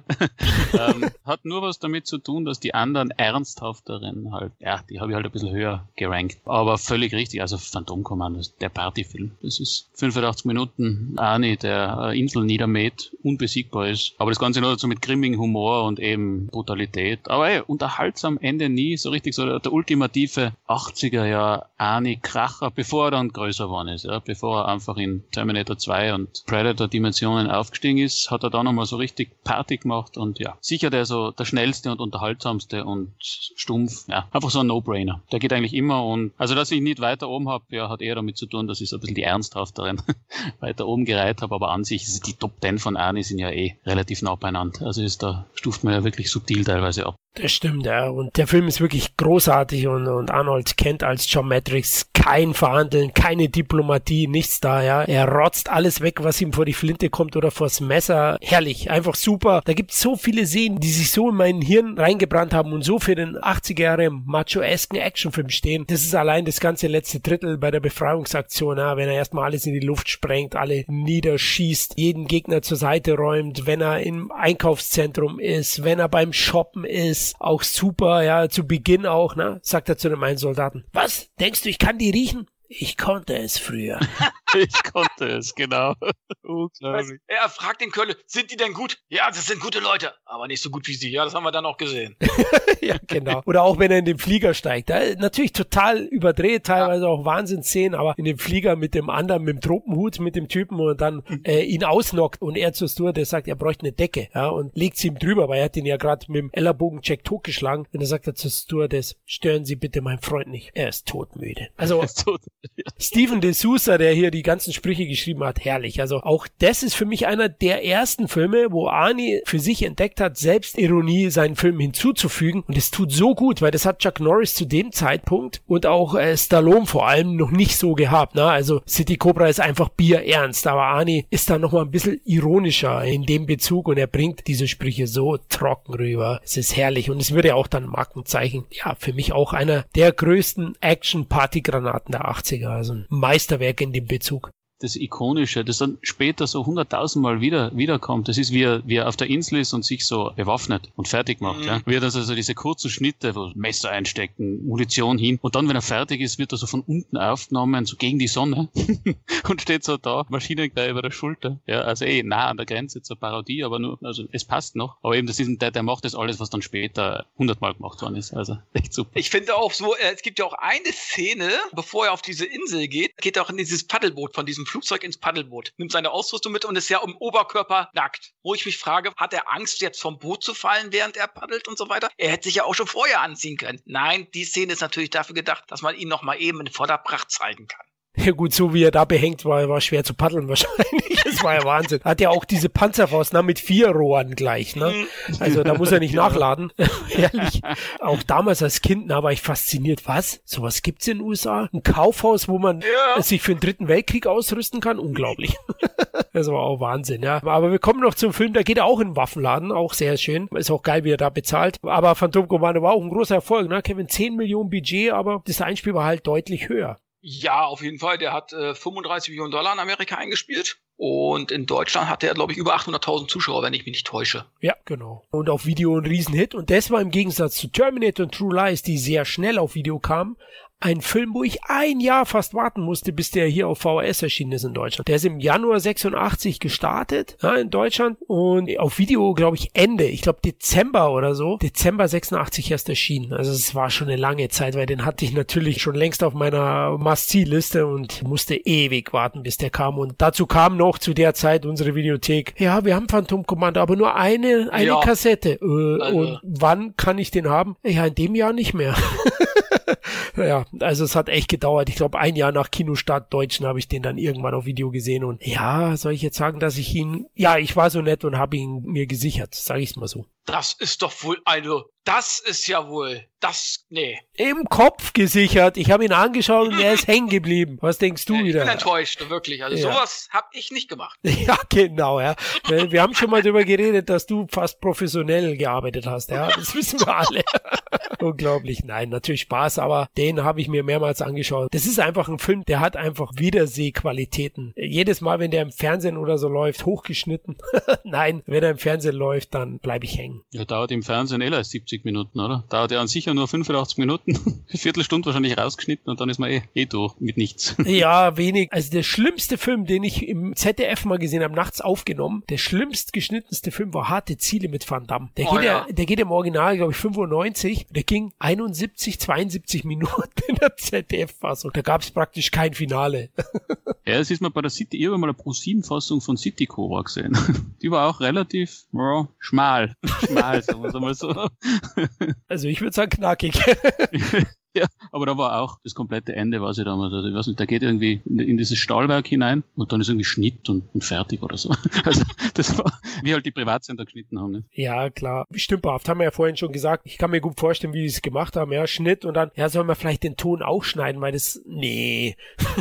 Hat nur was damit zu tun, dass die anderen ernsthafteren halt, ja, die habe ich halt ein bisschen höher gerankt. Aber völlig richtig, also Phantom-Kommando, der Partyfilm. Das ist 85 Minuten Arnie, der Insel niedermäht, unbesiegbar ist. Aber das Ganze noch dazu mit grimmigem Humor und eben Brutalität. Aber unterhaltsam Ende nie, so richtig so der ultimative 80er-Jahr Arnie-Kracher, bevor er dann größer geworden ist, ja, bevor er einfach in Terminator 2 und Predator-Dimensionen aufgestiegen ist, hat er da nochmal so richtig Party gemacht und ja, sicher der schnellste und unterhaltsamste und stumpf, ja, einfach so ein No-Brainer. Der geht eigentlich immer und, also dass ich nicht weiter oben habe, ja, hat eher damit zu tun, dass ich so ein bisschen die ernsthafteren weiter oben gereiht habe, aber an sich ist die Top 10 von Arnie sind ja relativ nah beieinander. Also da stuft man ja wirklich subtil teilweise ab. Das stimmt, ja. Und der Film ist wirklich großartig und Arnold kennt als John Matrix kein Verhandeln, keine Diplomatie, nichts da, ja. Er rotzt alles weg, was ihm vor die Flinte kommt oder vors Messer. Herrlich, einfach super. Da gibt's so viele Szenen, die sich so in mein Hirn reingebrannt haben und so für den 80er Jahre macho-esken Actionfilm stehen. Das ist allein das ganze letzte Drittel bei der Befreiungsaktion, ja, wenn er erstmal alles in die Luft sprengt, alle niederschießt, jeden Gegner zur Seite räumt, wenn er im Einkaufszentrum ist, wenn er beim Shoppen ist, auch super, ja, zu Beginn auch, ne, sagt er zu dem einen Soldaten. Was? Denkst du, ich kann die riechen? Ich konnte es früher. Ich konnte es, genau. Unglaublich. Er fragt den Colonel, sind die denn gut? Ja, das sind gute Leute, aber nicht so gut wie sie. Ja, das haben wir dann auch gesehen. Ja, genau. Oder auch wenn er in den Flieger steigt. Da natürlich total überdreht, teilweise auch Wahnsinnsszenen, aber in dem Flieger mit dem anderen, mit dem Tropenhut, mit dem Typen und dann ihn ausnockt und er zur Stewardess sagt, er bräuchte eine Decke, ja, und legt sie ihm drüber, weil er hat ihn ja gerade mit dem Ellerbogencheck totgeschlagen. Und dann sagt er zur Stewardess, stören Sie bitte meinen Freund nicht. Er ist todmüde. Also Steven de Souza, der hier die ganzen Sprüche geschrieben hat, herrlich. Also auch das ist für mich einer der ersten Filme, wo Arnie für sich entdeckt hat, Selbstironie seinen Filmen hinzuzufügen. Und es tut so gut, weil das hat Chuck Norris zu dem Zeitpunkt und auch Stallone vor allem noch nicht so gehabt. Ne? Also City Cobra ist einfach bierernst, aber Arnie ist da nochmal ein bisschen ironischer in dem Bezug und er bringt diese Sprüche so trocken rüber. Es ist herrlich und es würde auch dann Markenzeichen. Ja, für mich auch einer der größten Action-Party-Granaten der 80er. Also ein Meisterwerk in dem Bezug. Das Ikonische, das dann später so 100.000 Mal wiederkommt. Das ist, wie er auf der Insel ist und sich so bewaffnet und fertig macht. Ja. Wie er dann also diese kurzen Schnitte, wo Messer einstecken, Munition hin und dann, wenn er fertig ist, wird er so von unten aufgenommen, so gegen die Sonne und steht so da, Maschinengewehr über der Schulter. Ja, also nah an der Grenze zur Parodie, aber nur, also es passt noch. Aber eben, das ist der macht das alles, was dann später 100-mal gemacht worden ist. Also echt super. Ich finde auch so, es gibt ja auch eine Szene, bevor er auf diese Insel geht er auch in dieses Paddelboot von diesem Flugzeug ins Paddelboot, nimmt seine Ausrüstung mit und ist ja im Oberkörper nackt. Wo ich mich frage, hat er Angst, jetzt vom Boot zu fallen, während er paddelt und so weiter? Er hätte sich ja auch schon vorher anziehen können. Nein, die Szene ist natürlich dafür gedacht, dass man ihn noch mal eben in voller Pracht zeigen kann. Ja gut, so wie er da behängt war schwer zu paddeln wahrscheinlich. Das war ja Wahnsinn. Hat ja auch diese Panzerfaust, mit 4 Rohren gleich, ne? Also da muss er nicht nachladen. Ehrlich. Auch damals als Kind, war ich fasziniert. Was? Sowas gibt's in den USA? Ein Kaufhaus, wo man sich für den 3. Weltkrieg ausrüsten kann? Unglaublich. Das war auch Wahnsinn, ja. Aber wir kommen noch zum Film, da geht er auch in den Waffenladen, auch sehr schön. Ist auch geil, wie er da bezahlt. Aber Phantom Commando war auch ein großer Erfolg, ne? Kevin, 10 Millionen Budget, aber das Einspiel war halt deutlich höher. Ja, auf jeden Fall. Der hat $35 Millionen in Amerika eingespielt. Und in Deutschland hatte er, glaube ich, über 800.000 Zuschauer, wenn ich mich nicht täusche. Ja, genau. Und auf Video ein Riesenhit. Und das war im Gegensatz zu Terminator und True Lies, die sehr schnell auf Video kamen, ein Film, wo ich ein Jahr fast warten musste, bis der hier auf VHS erschienen ist in Deutschland. Der ist im Januar 86 gestartet, in Deutschland, und auf Video, glaube ich, Dezember oder so, Dezember 86 erst erschienen. Also es war schon eine lange Zeit, weil den hatte ich natürlich schon längst auf meiner Must-See-Liste und musste ewig warten, bis der kam. Und dazu kam noch zu der Zeit unsere Videothek, ja, wir haben Phantom Commando, aber nur eine Kassette. Und wann kann ich den haben? Ja, in dem Jahr nicht mehr. Ja, also es hat echt gedauert. Ich glaube, ein Jahr nach Kinostart Deutschen habe ich den dann irgendwann auf Video gesehen. Und ja, soll ich jetzt sagen, dass ich ich war so nett und habe ihn mir gesichert, sage ich es mal so. Das ist doch wohl nee. Im Kopf gesichert. Ich habe ihn angeschaut und er ist hängen geblieben. Was denkst du wieder? Ich bin enttäuscht, wirklich. Also sowas habe ich nicht gemacht. Ja, genau, ja. Wir haben schon mal darüber geredet, dass du fast professionell gearbeitet hast, ja. Das wissen wir alle. Unglaublich. Nein, natürlich Spaß, aber den habe ich mir mehrmals angeschaut. Das ist einfach ein Film, der hat einfach Wiedersehqualitäten. Jedes Mal, wenn der im Fernsehen oder so läuft, hochgeschnitten. Nein, wenn er im Fernsehen läuft, dann bleibe ich hängen. Ja, dauert im Fernsehen erst 70 Minuten, oder? Dauert ja an sich nur 85 Minuten. Eine Viertelstunde wahrscheinlich rausgeschnitten und dann ist man durch mit nichts. Ja, wenig. Also der schlimmste Film, den ich im ZDF mal gesehen habe, nachts aufgenommen, der schlimmst geschnittenste Film war Harte Ziele mit Van Damme. Der geht im Original, glaube ich, 95. Der ging 72 Minuten in der ZDF-Fassung. Da gab es praktisch kein Finale. Ja, es ist mal bei der City, ich habe mal eine Pro-7-Fassung von City Cobra gesehen. Die war auch relativ schmal, sagen wir es einmal so. Also ich würde sagen knackig. Ja, aber da war auch das komplette Ende, was ich damals, also ich weiß nicht, der geht irgendwie in dieses Stahlwerk hinein und dann ist irgendwie Schnitt und fertig oder so. Also das war, wie halt die Privatsender geschnitten haben. Ne? Ja, klar. Stümperhaft, haben wir ja vorhin schon gesagt. Ich kann mir gut vorstellen, wie die es gemacht haben. Ja, Schnitt und dann, soll man vielleicht den Ton auch schneiden, weil nee.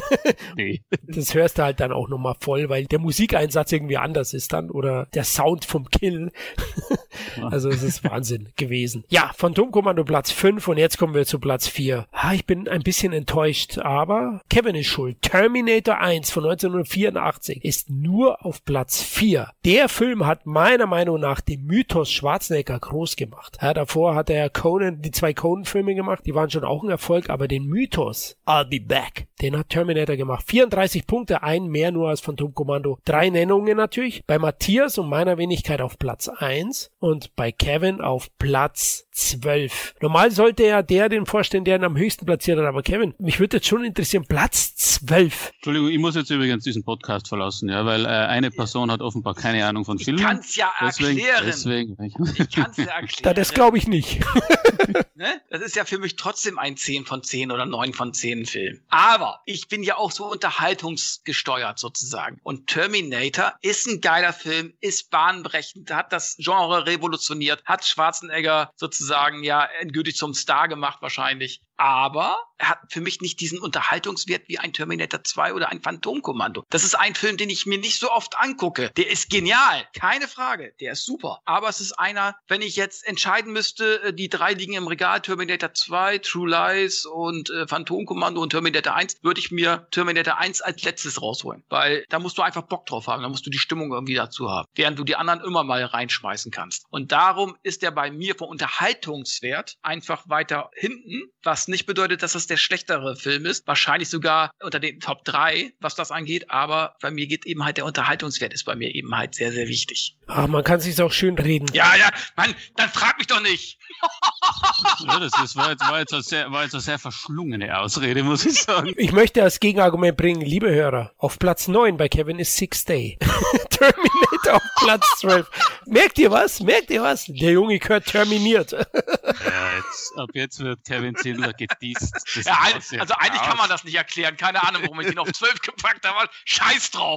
Das hörst du halt dann auch nochmal voll, weil der Musikeinsatz irgendwie anders ist dann oder der Sound vom Kill. Also es ist Wahnsinn gewesen. Ja, Phantom Commando Platz 5 und jetzt kommen wir zu Platz 4. Ich bin ein bisschen enttäuscht, aber Kevin ist schuld. Terminator 1 von 1984 ist nur auf Platz 4. Der Film hat meiner Meinung nach den Mythos Schwarzenegger groß gemacht. Ja, davor hat er die 2 Conan-Filme gemacht, die waren schon auch ein Erfolg, aber den Mythos I'll Be Back, den hat Terminator gemacht. 34 Punkte, ein mehr nur als Phantom Commando. 3 Nennungen natürlich. Bei Matthias und meiner Wenigkeit auf Platz 1 und bei Kevin auf Platz 12. Normal sollte ja den vorstellen, der werden am höchsten platziert hat. Aber Kevin, mich würde jetzt schon interessieren, Platz 12. Entschuldigung, ich muss jetzt übrigens diesen Podcast verlassen, ja, weil eine Person hat offenbar keine Ahnung von Filmen. Ich kann es ja erklären. Ich kann es ja erklären. Das glaube ich nicht. Ne? Das ist ja für mich trotzdem ein 10 von 10 oder 9 von 10 Film. Aber ich bin ja auch so unterhaltungsgesteuert sozusagen. Und Terminator ist ein geiler Film, ist bahnbrechend, hat das Genre revolutioniert, hat Schwarzenegger sozusagen ja endgültig zum Star gemacht wahrscheinlich. Aber er hat für mich nicht diesen Unterhaltungswert wie ein Terminator 2 oder ein Phantomkommando. Das ist ein Film, den ich mir nicht so oft angucke. Der ist genial, keine Frage, der ist super. Aber es ist einer, wenn ich jetzt entscheiden müsste, die 3 liegen im Regal, Terminator 2, True Lies und Phantomkommando und Terminator 1, würde ich mir Terminator 1 als letztes rausholen. Weil da musst du einfach Bock drauf haben, da musst du die Stimmung irgendwie dazu haben. Während du die anderen immer mal reinschmeißen kannst. Und darum ist der bei mir vom Unterhaltungswert einfach weiter hinten, was nicht bedeutet, dass das der schlechtere Film ist. Wahrscheinlich sogar unter den Top 3, was das angeht. Aber bei mir geht eben halt der Unterhaltungswert ist bei mir eben halt sehr, sehr wichtig. Ah, man kann sich's auch schön reden. Ja, Mann, dann frag mich doch nicht. Ja, das war jetzt eine sehr verschlungene Ausrede, muss ich sagen. Ich möchte als Gegenargument bringen, liebe Hörer, auf Platz 9 bei Kevin ist Sixth Day. Terminator auf Platz 12. Merkt ihr was? Der Junge gehört terminiert. Ja, ab jetzt wird Kevin Zindler gedisst. Ja, also eigentlich kann man das nicht erklären. Keine Ahnung, warum ich ihn auf 12 gepackt habe. Scheiß drauf.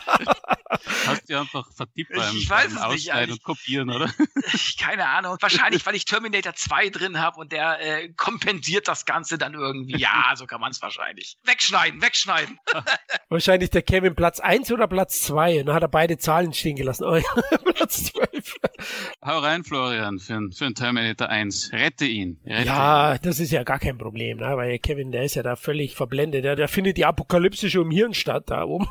Hast du einfach vertippt beim Ausschneiden und Kopieren, oder? Keine Ahnung. Wahrscheinlich, weil ich Terminator 2 drin habe und der kompensiert das Ganze dann irgendwie. Ja, so kann man es wahrscheinlich. Wegschneiden. Wahrscheinlich der Kevin Platz 1 oder Platz 2. Und dann hat er beide Zahlen stehen gelassen. Oh, Platz 12. Hau rein, Florian, für einen Terminator 1. Rette ihn. Das ist ja gar kein Problem, ne? Weil Kevin, der ist ja da völlig verblendet. Der findet die Apokalypse schon im Hirn statt, da oben.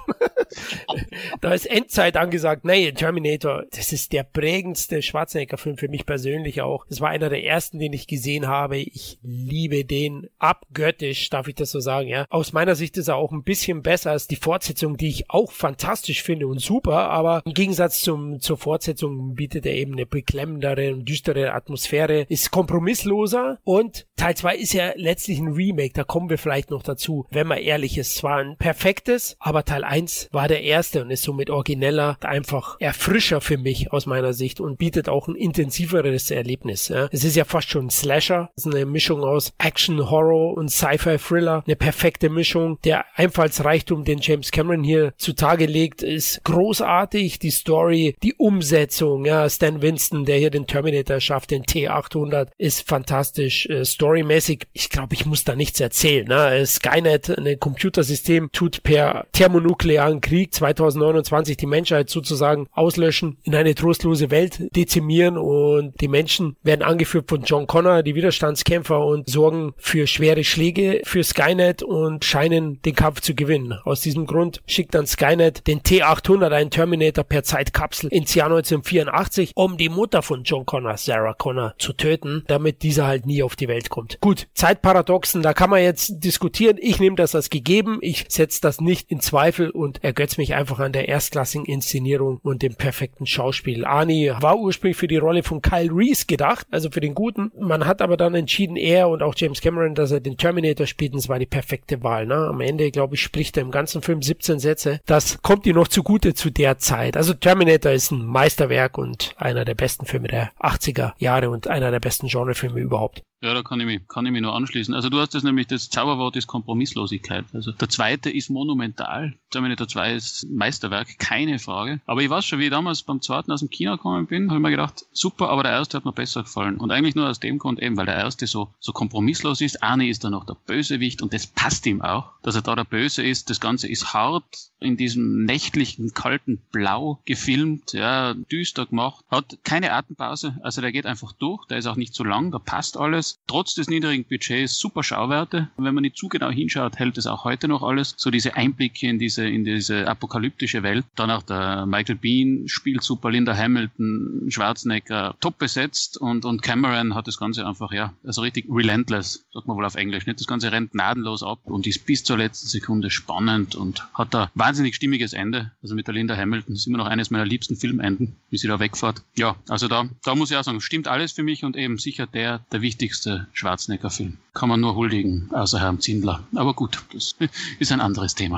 Da ist Endzeit angesagt. Nee, Terminator, das ist der prägendste Schwarzenegger-Film für mich persönlich auch. Das war einer der ersten, den ich gesehen habe. Ich liebe den abgöttisch, darf ich das so sagen, ja. Aus meiner Sicht ist er auch ein bisschen besser als die Fortsetzung, die ich auch fantastisch finde und super, aber im Gegensatz zur Fortsetzung bietet er eben eine beklemmendere und düstere Atmosphäre, ist kompromissloser und Teil 2 ist ja letztlich ein Remake, da kommen wir vielleicht noch dazu, wenn man ehrlich ist. Es war ein perfektes, aber Teil 1 war der erste und ist somit origineller, einfach erfrischer für mich aus meiner Sicht und bietet auch ein intensiveres Erlebnis. Ja. Es ist ja fast schon ein Slasher, es ist eine Mischung aus Action, Horror und Sci-Fi-Thriller, eine perfekte Mischung. Der Einfallsreichtum, den James Cameron hier zutage legt, ist großartig. Die Story, die Umsetzung, ja, Stan Winston, der hier den Terminator schafft, den T-800, ist fantastisch. Storymäßig, ich glaube, ich muss da nichts erzählen. Ne? Skynet, ein Computersystem, tut per thermonuklearen Krieg 2029 die Menschheit sozusagen auslöschen, in eine trostlose Welt dezimieren und die Menschen werden angeführt von John Connor, die Widerstandskämpfer, und sorgen für schwere Schläge für Skynet und scheinen den Kampf zu gewinnen. Aus diesem Grund schickt dann Skynet den T-800, einen Terminator, per Zeitkapsel ins Jahr 1984, um die Mutter von John Connor, Sarah Connor, zu töten, damit dieser halt nie auf die Welt kommt. Gut, Zeitparadoxen, da kann man jetzt diskutieren. Ich nehme das als gegeben. Ich setze das nicht in Zweifel und ergötze mich einfach an der erstklassigen Inszenierung und dem perfekten Schauspiel. Arnie war ursprünglich für die Rolle von Kyle Reese gedacht, also für den Guten. Man hat aber dann entschieden, er und auch James Cameron, dass er den Terminator spielt, und es war die perfekte Wahl. Ne? Am Ende, glaube ich, spricht er im ganzen Film 17 Sätze. Das kommt ihm noch zugute zu der Zeit. Also Terminator ist ein Meisterwerk und einer der besten Filme der 80er Jahre und einer der besten Genrefilme überhaupt. Ja, da kann ich mich nur anschließen. Also du hast das nämlich, das Zauberwort ist Kompromisslosigkeit. Also der zweite ist monumental. Terminator 2 ist Meisterwerk, keine Frage. Aber ich weiß schon, wie ich damals beim zweiten aus dem Kino gekommen bin, habe ich mir gedacht, super, aber der erste hat mir besser gefallen. Und eigentlich nur aus dem Grund eben, weil der erste so kompromisslos ist. Arnie ist dann noch der Bösewicht und das passt ihm auch, dass er da der Böse ist. Das Ganze ist hart, in diesem nächtlichen, kalten Blau gefilmt, ja, düster gemacht, hat keine Atempause, also der geht einfach durch, der ist auch nicht so lang, da passt alles. Trotz des niedrigen Budgets super Schauwerte. Und wenn man nicht zu genau hinschaut, hält es auch heute noch alles. So diese Einblicke in diese apokalyptische Welt. Dann auch der Michael Biehn spielt super, Linda Hamilton, Schwarzenegger, top besetzt und Cameron hat das Ganze einfach, ja, also richtig relentless, sagt man wohl auf Englisch, nicht? Das Ganze rennt gnadenlos ab und ist bis zur letzten Sekunde spannend und hat da wahnsinnig stimmiges Ende. Also mit der Linda Hamilton, das ist immer noch eines meiner liebsten Filmenden, wie sie da wegfährt. Ja, also da muss ich auch sagen, stimmt alles für mich und eben sicher der wichtigste wichtigste Schwarzenegger-Film. Kann man nur huldigen, außer Herrn Zindler. Aber gut, das ist ein anderes Thema.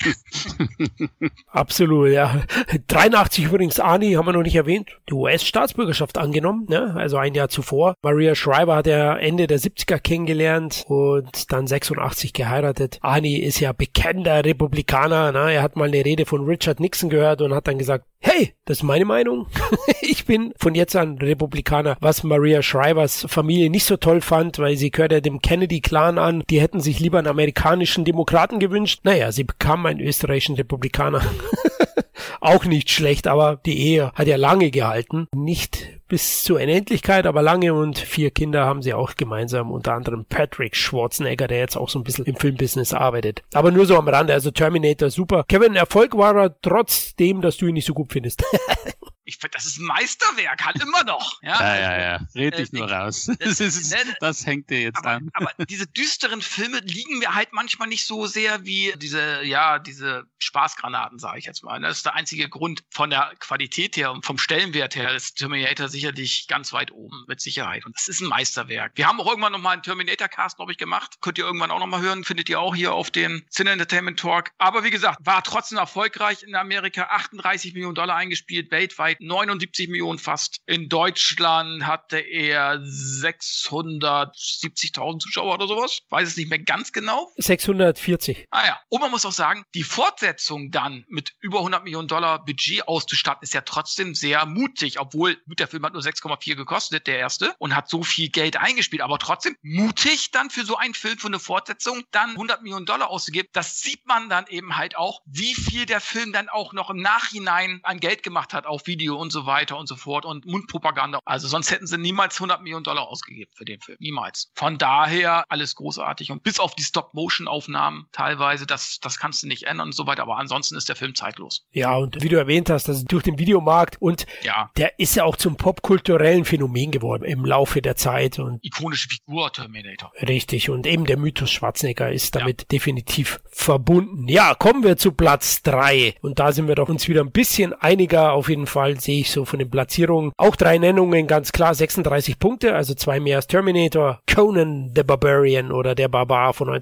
Absolut, ja. 83 übrigens, Arnie, haben wir noch nicht erwähnt, die US-Staatsbürgerschaft angenommen, ne? Also ein Jahr zuvor. Maria Shriver hat er Ende der 70er kennengelernt und dann 86 geheiratet. Arnie ist ja bekennender Republikaner, ne? Er hat mal eine Rede von Richard Nixon gehört und hat dann gesagt, hey, das ist meine Meinung. Ich bin von jetzt an Republikaner, was Maria Shrivers Familie nicht so toll fand, weil sie gehört ja dem Kennedy-Clan an. Die hätten sich lieber einen amerikanischen Demokraten gewünscht. Naja, sie bekamen einen österreichischen Republikaner. Auch nicht schlecht, aber die Ehe hat ja lange gehalten. Nicht bis zur Unendlichkeit, aber lange, und 4 Kinder haben sie auch gemeinsam, unter anderem Patrick Schwarzenegger, der jetzt auch so ein bisschen im Filmbusiness arbeitet. Aber nur so am Rande, also Terminator, super. Kevin, Erfolg war er trotzdem, dass du ihn nicht so gut findest. Ich finde, das ist ein Meisterwerk, halt immer noch. Ja. Red dich nur raus. Das hängt dir jetzt an. Aber diese düsteren Filme liegen mir halt manchmal nicht so sehr wie diese Spaßgranaten, sage ich jetzt mal. Das ist der einzige Grund. Von der Qualität her und vom Stellenwert her ist Terminator sicherlich ganz weit oben, mit Sicherheit. Und das ist ein Meisterwerk. Wir haben auch irgendwann nochmal einen Terminator-Cast, glaube ich, gemacht. Könnt ihr irgendwann auch nochmal hören. Findet ihr auch hier auf dem Cine Entertainment Talk. Aber wie gesagt, war trotzdem erfolgreich in Amerika. $38 Millionen eingespielt, weltweit 79 Millionen fast. In Deutschland hatte er 670.000 Zuschauer oder sowas. Weiß es nicht mehr ganz genau. 640. Ah ja. Und man muss auch sagen, die Fortsetzung dann mit über $100 Millionen Budget auszustatten, ist ja trotzdem sehr mutig. Obwohl, der Film hat nur 6,4 gekostet, der erste, und hat so viel Geld eingespielt. Aber trotzdem mutig dann für so einen Film, für eine Fortsetzung, dann $100 Millionen auszugeben. Das sieht man dann eben halt auch, wie viel der Film dann auch noch im Nachhinein an Geld gemacht hat auf Video und so weiter und so fort und Mundpropaganda. Also sonst hätten sie niemals $100 Millionen ausgegeben für den Film. Niemals. Von daher alles großartig. Und bis auf die Stop-Motion-Aufnahmen teilweise, das kannst du nicht ändern und so weiter. Aber ansonsten ist der Film zeitlos. Ja, und wie du erwähnt hast, also durch den Videomarkt, und der ist ja auch zum popkulturellen Phänomen geworden im Laufe der Zeit. Und ikonische Figur, Terminator. Richtig. Und eben der Mythos Schwarzenegger ist damit definitiv verbunden. Ja, kommen wir zu Platz 3. Und da sind wir doch uns wieder ein bisschen einiger. Auf jeden Fall sehe ich so von den Platzierungen. Auch 3 Nennungen, ganz klar 36 Punkte, also 2 mehr als Terminator. Conan the Barbarian oder der Barbar von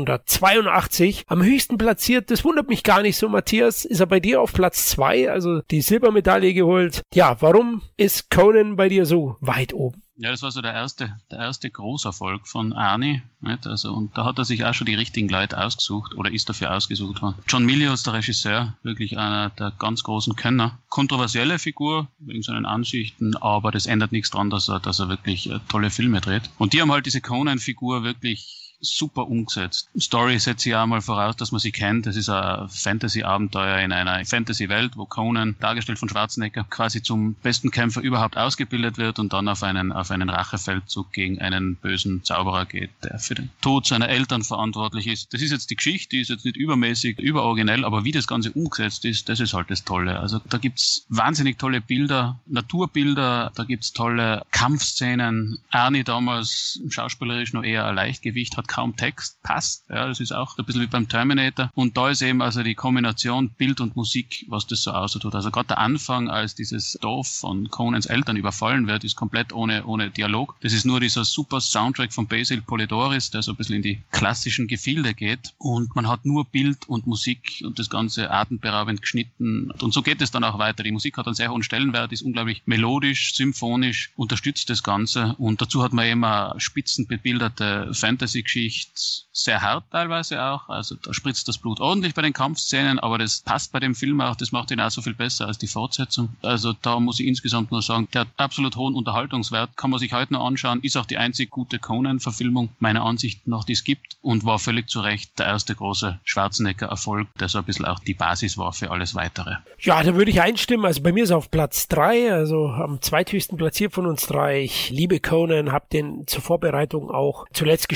1982. Am höchsten platziert, das wundert mich gar nicht so, Matthias, ist er bei dir auf Platz 2, also die Silbermedaille geholt. Ja, warum ist Conan bei dir so weit oben? Ja, das war so der erste Großerfolg von Arnie, nicht? Also, und da hat er sich auch schon die richtigen Leute ausgesucht oder ist dafür ausgesucht worden. John Milius, der Regisseur, wirklich einer der ganz großen Könner. Kontroversielle Figur wegen seinen Ansichten, aber das ändert nichts daran, dass er wirklich tolle Filme dreht. Und die haben halt diese Conan-Figur wirklich super umgesetzt. Story setzt ja einmal voraus, dass man sie kennt. Das ist ein Fantasy-Abenteuer in einer Fantasy-Welt, wo Conan, dargestellt von Schwarzenegger, quasi zum besten Kämpfer überhaupt ausgebildet wird und dann auf einen Rachefeldzug gegen einen bösen Zauberer geht, der für den Tod seiner Eltern verantwortlich ist. Das ist jetzt die Geschichte, die ist jetzt nicht übermäßig, überoriginell, aber wie das Ganze umgesetzt ist, das ist halt das Tolle. Also da gibt's wahnsinnig tolle Bilder, Naturbilder, da gibt's tolle Kampfszenen. Arnie damals schauspielerisch noch eher ein Leichtgewicht, hat kaum Text, passt. Ja, das ist auch ein bisschen wie beim Terminator. Und da ist eben also die Kombination Bild und Musik, was das so aussieht. Also gerade der Anfang, als dieses Dorf von Conans Eltern überfallen wird, ist komplett ohne Dialog. Das ist nur dieser super Soundtrack von Basil Polidoris, der so ein bisschen in die klassischen Gefilde geht. Und man hat nur Bild und Musik und das Ganze atemberaubend geschnitten. Und so geht es dann auch weiter. Die Musik hat einen sehr hohen Stellenwert, ist unglaublich melodisch, symphonisch, unterstützt das Ganze. Und dazu hat man eben eine spitzenbebilderte Fantasy-Geschichte, sehr hart teilweise auch, also da spritzt das Blut ordentlich bei den Kampfszenen, aber das passt bei dem Film auch, das macht ihn auch so viel besser als die Fortsetzung. Also da muss ich insgesamt nur sagen, der hat absolut hohen Unterhaltungswert, kann man sich heute noch anschauen, ist auch die einzig gute Conan-Verfilmung meiner Ansicht nach, die es gibt, und war völlig zu Recht der erste große Schwarzenegger-Erfolg, der so ein bisschen auch die Basis war für alles Weitere. Ja, da würde ich einstimmen, also bei mir ist er auf Platz 3, also am zweithöchsten platziert von uns 3. Ich liebe Conan, habe den zur Vorbereitung auch zuletzt geschaut.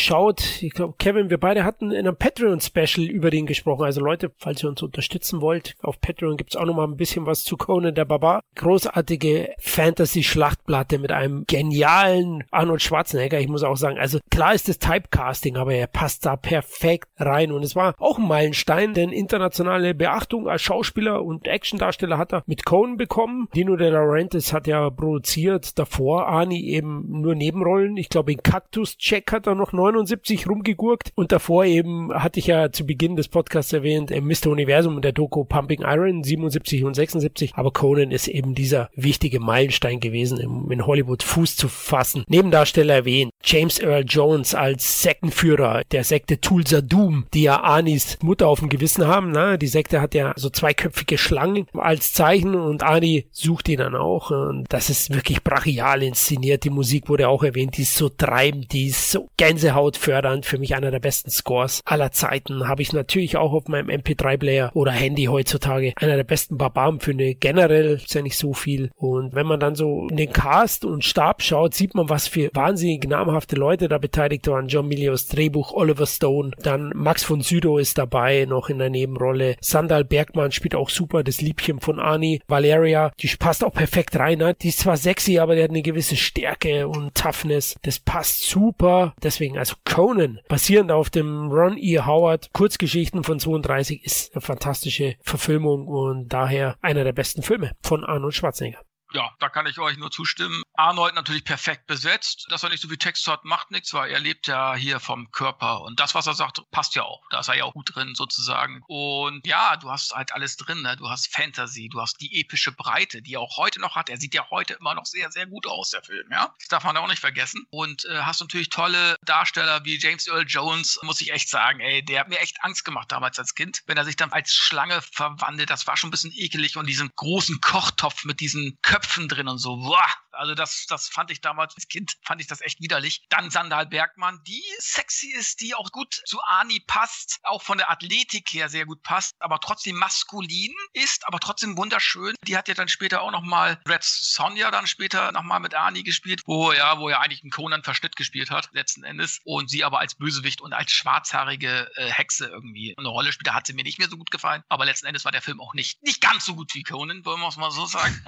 ich glaube, Kevin, wir beide hatten in einem Patreon-Special über den gesprochen. Also Leute, falls ihr uns unterstützen wollt, auf Patreon gibt's auch nochmal ein bisschen was zu Conan der Barbar. Großartige Fantasy-Schlachtplatte mit einem genialen Arnold Schwarzenegger. Ich muss auch sagen, also klar ist das Typecasting, aber er passt da perfekt rein. Und es war auch ein Meilenstein, denn internationale Beachtung als Schauspieler und Actiondarsteller hat er mit Conan bekommen. Dino De Laurentiis hat ja produziert, davor Arnie eben nur Nebenrollen. Ich glaube, in Cactus Jack hat er noch 79 rumgegurkt und davor eben, hatte ich ja zu Beginn des Podcasts erwähnt, Mr. Universum und der Doku Pumping Iron 77 und 76, aber Conan ist eben dieser wichtige Meilenstein gewesen, in Hollywood Fuß zu fassen. Nebendarsteller erwähnt, James Earl Jones als Sektenführer der Sekte Tulsa Doom, die ja Arnies Mutter auf dem Gewissen haben. Ne? Die Sekte hat ja so zweiköpfige Schlangen als Zeichen und Arnie sucht die dann auch. Und das ist wirklich brachial inszeniert. Die Musik wurde auch erwähnt, die ist so treibend, die ist so gänsehautfördernd. Für mich einer der besten Scores aller Zeiten. Habe ich natürlich auch auf meinem MP3-Player oder Handy heutzutage. Einer der besten Barbarenfilme. Generell ist ja nicht so viel. Und wenn man dann so in den Cast und Stab schaut, sieht man, was für wahnsinnig namhafte Leute da beteiligt waren. John Milius Drehbuch, Oliver Stone, dann Max von Sydow ist dabei, noch in der Nebenrolle. Sandal Bergmann spielt auch super, das Liebchen von Arnie. Valeria, die passt auch perfekt rein. Ne? Die ist zwar sexy, aber die hat eine gewisse Stärke und Toughness. Das passt super. Deswegen, also Conan, basierend auf dem Ron E. Howard Kurzgeschichten von 32, ist eine fantastische Verfilmung und daher einer der besten Filme von Arnold Schwarzenegger. Ja, da kann ich euch nur zustimmen. Arnold natürlich perfekt besetzt. Dass er nicht so viel Text hat, macht nichts, weil er lebt ja hier vom Körper. Und das, was er sagt, passt ja auch. Da ist er ja auch gut drin, sozusagen. Und ja, du hast halt alles drin. Ne? Du hast Fantasy, du hast die epische Breite, die er auch heute noch hat. Er sieht ja heute immer noch sehr, sehr gut aus, der Film. Ja, das darf man auch nicht vergessen. Und hast natürlich tolle Darsteller wie James Earl Jones, muss ich echt sagen. Ey, der hat mir echt Angst gemacht damals als Kind. Wenn er sich dann als Schlange verwandelt, das war schon ein bisschen ekelig. Und diesen großen Kochtopf mit diesen Köpfen drin und so. Boah. Also das fand ich damals als Kind, fand ich das echt widerlich. Dann Sandal Bergmann, die sexy ist, die auch gut zu Arnie passt, auch von der Athletik her sehr gut passt, aber trotzdem maskulin ist, aber trotzdem wunderschön. Die hat ja dann später auch nochmal Red Sonja dann später nochmal mit Arnie gespielt, wo er eigentlich einen Conan-Verschnitt gespielt hat, letzten Endes. Und sie aber als Bösewicht und als schwarzhaarige Hexe irgendwie eine Rolle spielt. Da hat sie mir nicht mehr so gut gefallen, aber letzten Endes war der Film auch nicht ganz so gut wie Conan, wollen wir es mal so sagen.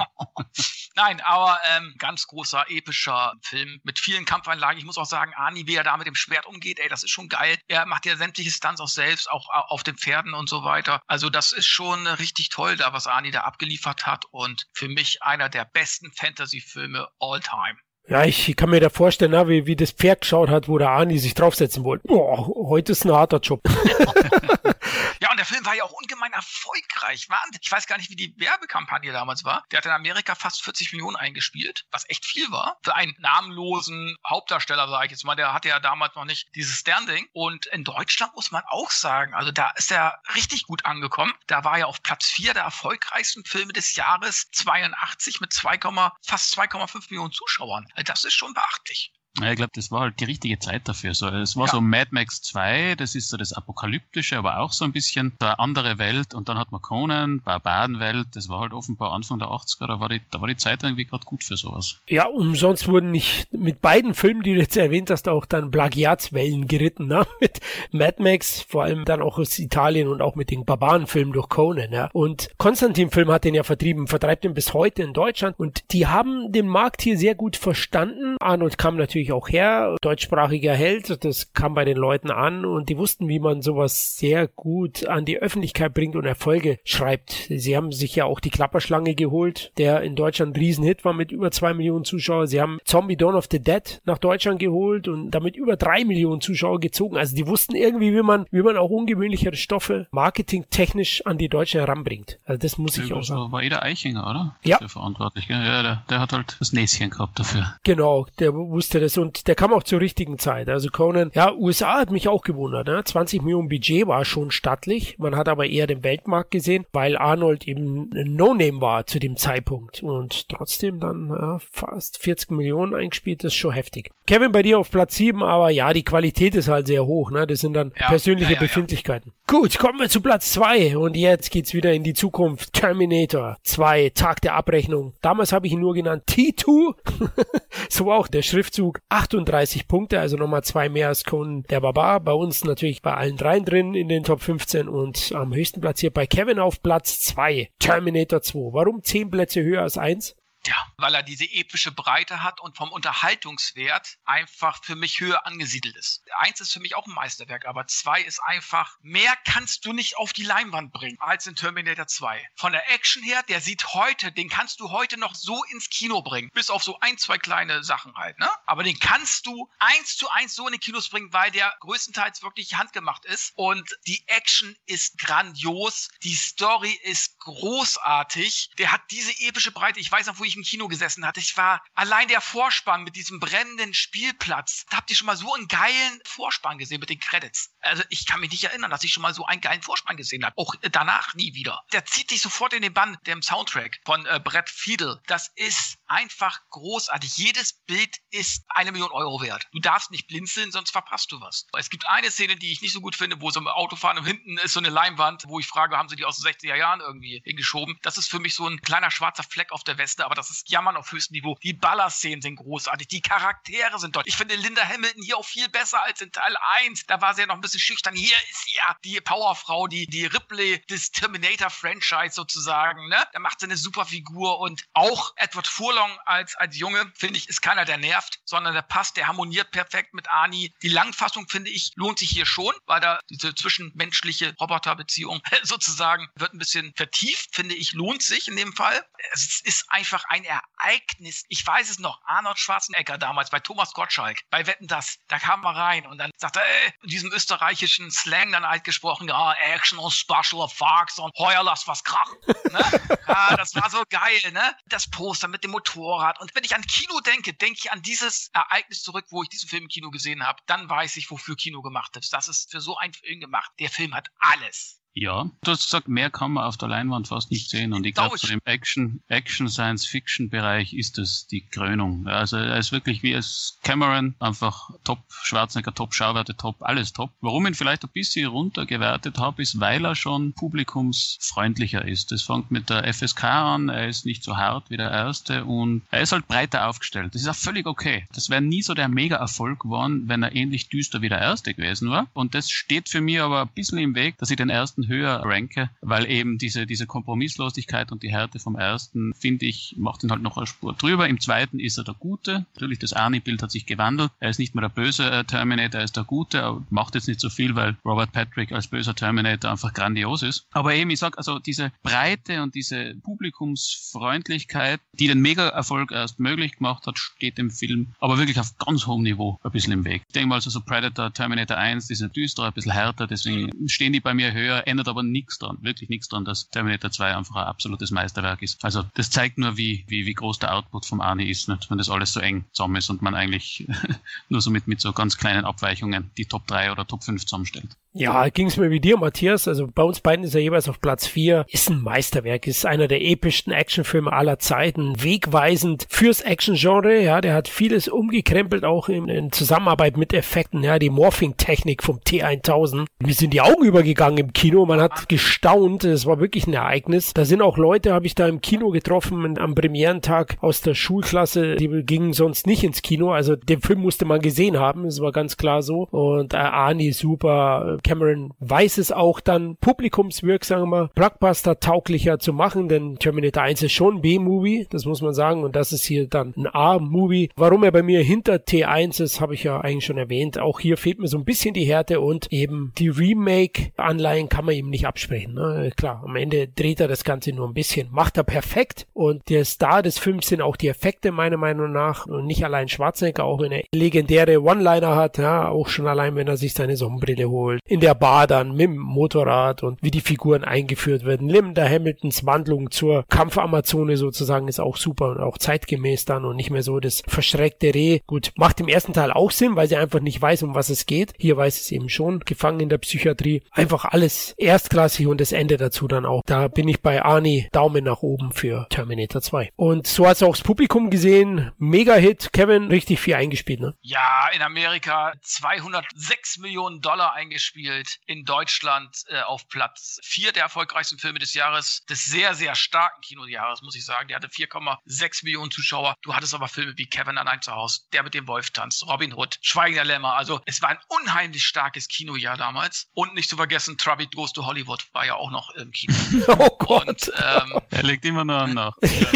Nein, aber ganz großer, epischer Film mit vielen Kampfeinlagen. Ich muss auch sagen, Arnie, wie er da mit dem Schwert umgeht, ey, das ist schon geil. Er macht ja sämtliche Stunts auch selbst, auch auf den Pferden und so weiter. Also das ist schon richtig toll da, was Arnie da abgeliefert hat und für mich einer der besten Fantasy-Filme all time. Ja, ich kann mir da vorstellen, wie das Pferd geschaut hat, wo der Arnie sich draufsetzen wollte. Boah, heute ist ein harter Job. Ja, und der Film war ja auch ungemein erfolgreich. Ich weiß gar nicht, wie die Werbekampagne damals war. Der hat in Amerika fast 40 Millionen eingespielt, was echt viel war. Für einen namenlosen Hauptdarsteller, sage ich jetzt mal. Der hatte ja damals noch nicht dieses Standing. Und in Deutschland muss man auch sagen, also da ist er richtig gut angekommen. Da war er auf Platz 4 der erfolgreichsten Filme des Jahres 82 mit fast 2,5 Millionen Zuschauern. Das ist schon beachtlich. Ja, ich glaube, das war halt die richtige Zeit dafür. So, es war so Mad Max 2, das ist so das Apokalyptische, aber auch so ein bisschen eine andere Welt. Und dann hat man Conan, Barbarenwelt, das war halt offenbar Anfang der 80er, da war die Zeit irgendwie gerade gut für sowas. Ja, umsonst wurden nicht mit beiden Filmen, die du jetzt erwähnt hast, auch dann Plagiatswellen geritten, ne? Mit Mad Max, vor allem dann auch aus Italien und auch mit den Barbarenfilmen durch Conan, ja. Und Konstantin-Film hat den ja vertreibt den bis heute in Deutschland und die haben den Markt hier sehr gut verstanden. Arnold kam natürlich auch her, deutschsprachiger Held, das kam bei den Leuten an und die wussten, wie man sowas sehr gut an die Öffentlichkeit bringt und Erfolge schreibt. Sie haben sich ja auch die Klapperschlange geholt, der in Deutschland ein Riesenhit war mit über 2 Millionen Zuschauer. Sie haben Zombie Dawn of the Dead nach Deutschland geholt und damit über 3 Millionen Zuschauer gezogen. Also die wussten irgendwie, wie man auch ungewöhnlichere Stoffe marketingtechnisch an die Deutschen heranbringt. Also das muss ich auch sagen. War der Eichinger, oder? Ja. Der verantwortlich, gell? Ja, der hat halt das Näschen gehabt dafür. Genau, der wusste das und der kam auch zur richtigen Zeit. Also Conan, ja, USA hat mich auch gewundert. Ne? 20 Millionen Budget war schon stattlich. Man hat aber eher den Weltmarkt gesehen, weil Arnold eben ein No-Name war zu dem Zeitpunkt. Und trotzdem dann fast 40 Millionen eingespielt, das ist schon heftig. Kevin, bei dir auf Platz 7, aber ja, die Qualität ist halt sehr hoch. Ne? Das sind dann persönliche Befindlichkeiten. Gut, kommen wir zu Platz 2 und jetzt geht's wieder in die Zukunft. Terminator 2, Tag der Abrechnung. Damals habe ich ihn nur genannt T2. So war auch der Schriftzug 38 Punkte, also nochmal 2 mehr als Conan der Barbar. Bei uns natürlich bei allen dreien drin in den Top 15 und am höchsten platziert bei Kevin auf Platz 2, Terminator 2. Warum 10 Plätze höher als 1? Ja, weil er diese epische Breite hat und vom Unterhaltungswert einfach für mich höher angesiedelt ist. 1 ist für mich auch ein Meisterwerk, aber 2 ist einfach, mehr kannst du nicht auf die Leinwand bringen als in Terminator 2. Von der Action her, den kannst du heute noch so ins Kino bringen. Bis auf so 1, 2 kleine Sachen halt, ne? Aber den kannst du 1:1 so in die Kinos bringen, weil der größtenteils wirklich handgemacht ist. Und die Action ist grandios. Die Story ist großartig. Der hat diese epische Breite. Ich weiß noch, wo ich im Kino gesessen hatte. Ich war allein der Vorspann mit diesem brennenden Spielplatz. Da habt ihr schon mal so einen geilen Vorspann gesehen mit den Credits. Also ich kann mich nicht erinnern, dass ich schon mal so einen geilen Vorspann gesehen habe. Auch danach nie wieder. Der zieht dich sofort in den Bann, dem Soundtrack von Brett Fiedel. Das ist einfach großartig. Jedes Bild ist 1 Million Euro wert. Du darfst nicht blinzeln, sonst verpasst du was. Es gibt eine Szene, die ich nicht so gut finde, wo so ein Auto fahren und hinten ist so eine Leinwand, wo ich frage, haben sie die aus den 60er Jahren irgendwie hingeschoben? Das ist für mich so ein kleiner schwarzer Fleck auf der Weste, aber das ist Jammern auf höchstem Niveau. Die Ballerszenen sind großartig, die Charaktere sind toll. Ich finde Linda Hamilton hier auch viel besser als in Teil 1. Da war sie ja noch ein bisschen schüchtern. Hier ist sie ja die Powerfrau, die Ripley des Terminator-Franchise sozusagen. Ne? Da macht sie eine super Figur und auch Edward Furlong als Junge, finde ich, ist keiner, der nervt, sondern der passt, der harmoniert perfekt mit Arnie. Die Langfassung, finde ich, lohnt sich hier schon, weil da diese zwischenmenschliche Roboterbeziehung sozusagen wird ein bisschen vertieft, finde ich, lohnt sich in dem Fall. Es ist einfach ein Ereignis. Ich weiß es noch, Arnold Schwarzenegger damals bei Thomas Gottschalk, bei Wetten, dass, da kam er rein und dann sagte er, in diesem österreichischen Slang dann halt gesprochen, ja, Action und Special Effects und heuer lass was krachen. Ne? Ja, das war so geil, ne? Das Poster mit dem Motorrad. Und wenn ich an Kino denke ich an dieses Ereignis zurück, wo ich diesen Film im Kino gesehen habe. Dann weiß ich, wofür Kino gemacht ist. Das ist für so einen Film gemacht. Der Film hat alles. Ja, du hast gesagt, mehr kann man auf der Leinwand fast nicht sehen. Und ich glaube, so im Action-Science-Fiction-Bereich ist das die Krönung. Also er ist wirklich wie es Cameron, einfach top, Schwarzenegger top, Schauwerte top, alles top. Warum ich ihn vielleicht ein bisschen runtergewertet habe, ist, weil er schon publikumsfreundlicher ist. Das fängt mit der FSK an, er ist nicht so hart wie der erste und er ist halt breiter aufgestellt. Das ist auch völlig okay. Das wäre nie so der Mega-Erfolg geworden, wenn er ähnlich düster wie der erste gewesen war. Und das steht für mich aber ein bisschen im Weg, dass ich den ersten höher ranke, weil eben diese Kompromisslosigkeit und die Härte vom ersten, finde ich, macht ihn halt noch eine Spur drüber. Im zweiten ist er der Gute. Natürlich, das Arnie-Bild hat sich gewandelt. Er ist nicht mehr der böse Terminator, er ist der Gute, aber macht jetzt nicht so viel, weil Robert Patrick als böser Terminator einfach grandios ist. Aber eben, ich sag, also diese Breite und diese Publikumsfreundlichkeit, die den Mega-Erfolg erst möglich gemacht hat, steht dem Film aber wirklich auf ganz hohem Niveau ein bisschen im Weg. Ich denke mal, also so Predator, Terminator 1, die sind düsterer, ein bisschen härter, deswegen stehen die bei mir höher, ändert aber nichts dran, wirklich nichts dran, dass Terminator 2 einfach ein absolutes Meisterwerk ist. Also das zeigt nur, wie groß der Output vom Arnie ist, nicht? Wenn das alles so eng zusammen ist und man eigentlich nur so mit so ganz kleinen Abweichungen die Top 3 oder Top 5 zusammenstellt. Ja, ging's mir wie dir, Matthias. Also bei uns beiden ist er jeweils auf Platz 4. Ist ein Meisterwerk, ist einer der epischsten Actionfilme aller Zeiten. Wegweisend fürs Action-Genre. Ja, der hat vieles umgekrempelt, auch in Zusammenarbeit mit Effekten. Ja, die Morphing-Technik vom T-1000. Mir sind die Augen übergegangen im Kino. Man hat gestaunt. Es war wirklich ein Ereignis. Da sind auch Leute, habe ich da im Kino getroffen, am Premierentag aus der Schulklasse. Die gingen sonst nicht ins Kino. Also den Film musste man gesehen haben. Das war ganz klar so. Und Arnie super. Cameron weiß es auch dann publikumswirksamer, Blockbuster-tauglicher zu machen, denn Terminator 1 ist schon ein B-Movie, das muss man sagen, und das ist hier dann ein A-Movie. Warum er bei mir hinter T1 ist, habe ich ja eigentlich schon erwähnt. Auch hier fehlt mir so ein bisschen die Härte und eben die Remake-Anleihen kann man ihm nicht absprechen. Ne? Klar, am Ende dreht er das Ganze nur ein bisschen, macht er perfekt und der Star des Films sind auch die Effekte meiner Meinung nach und nicht allein Schwarzenegger, auch wenn er legendäre One-Liner hat, ja, auch schon allein, wenn er sich seine Sonnenbrille holt. In der Bar dann mit dem Motorrad und wie die Figuren eingeführt werden. Linda Hamiltons Wandlung zur Kampfamazone sozusagen ist auch super und auch zeitgemäß dann und nicht mehr so das verschreckte Reh. Gut, macht im ersten Teil auch Sinn, weil sie einfach nicht weiß, um was es geht. Hier weiß es eben schon. Gefangen in der Psychiatrie. Einfach alles erstklassig und das Ende dazu dann auch. Da bin ich bei Arnie Daumen nach oben für Terminator 2. Und so hat es auch das Publikum gesehen. Mega-Hit. Kevin, richtig viel eingespielt, ne? Ja, in Amerika $206 Millionen eingespielt. spielt in Deutschland auf Platz 4 der erfolgreichsten Filme des Jahres, des sehr, sehr starken Kinojahres, muss ich sagen. Der hatte 4,6 Millionen Zuschauer. Du hattest aber Filme wie Kevin allein zu Hause, Der mit dem Wolf tanzt, Robin Hood, Schweigen der Lämmer. Also es war ein unheimlich starkes Kinojahr damals. Und nicht zu vergessen, Trubby Goes to Hollywood war ja auch noch im Kino. Oh Gott. Und, er legt immer noch nach.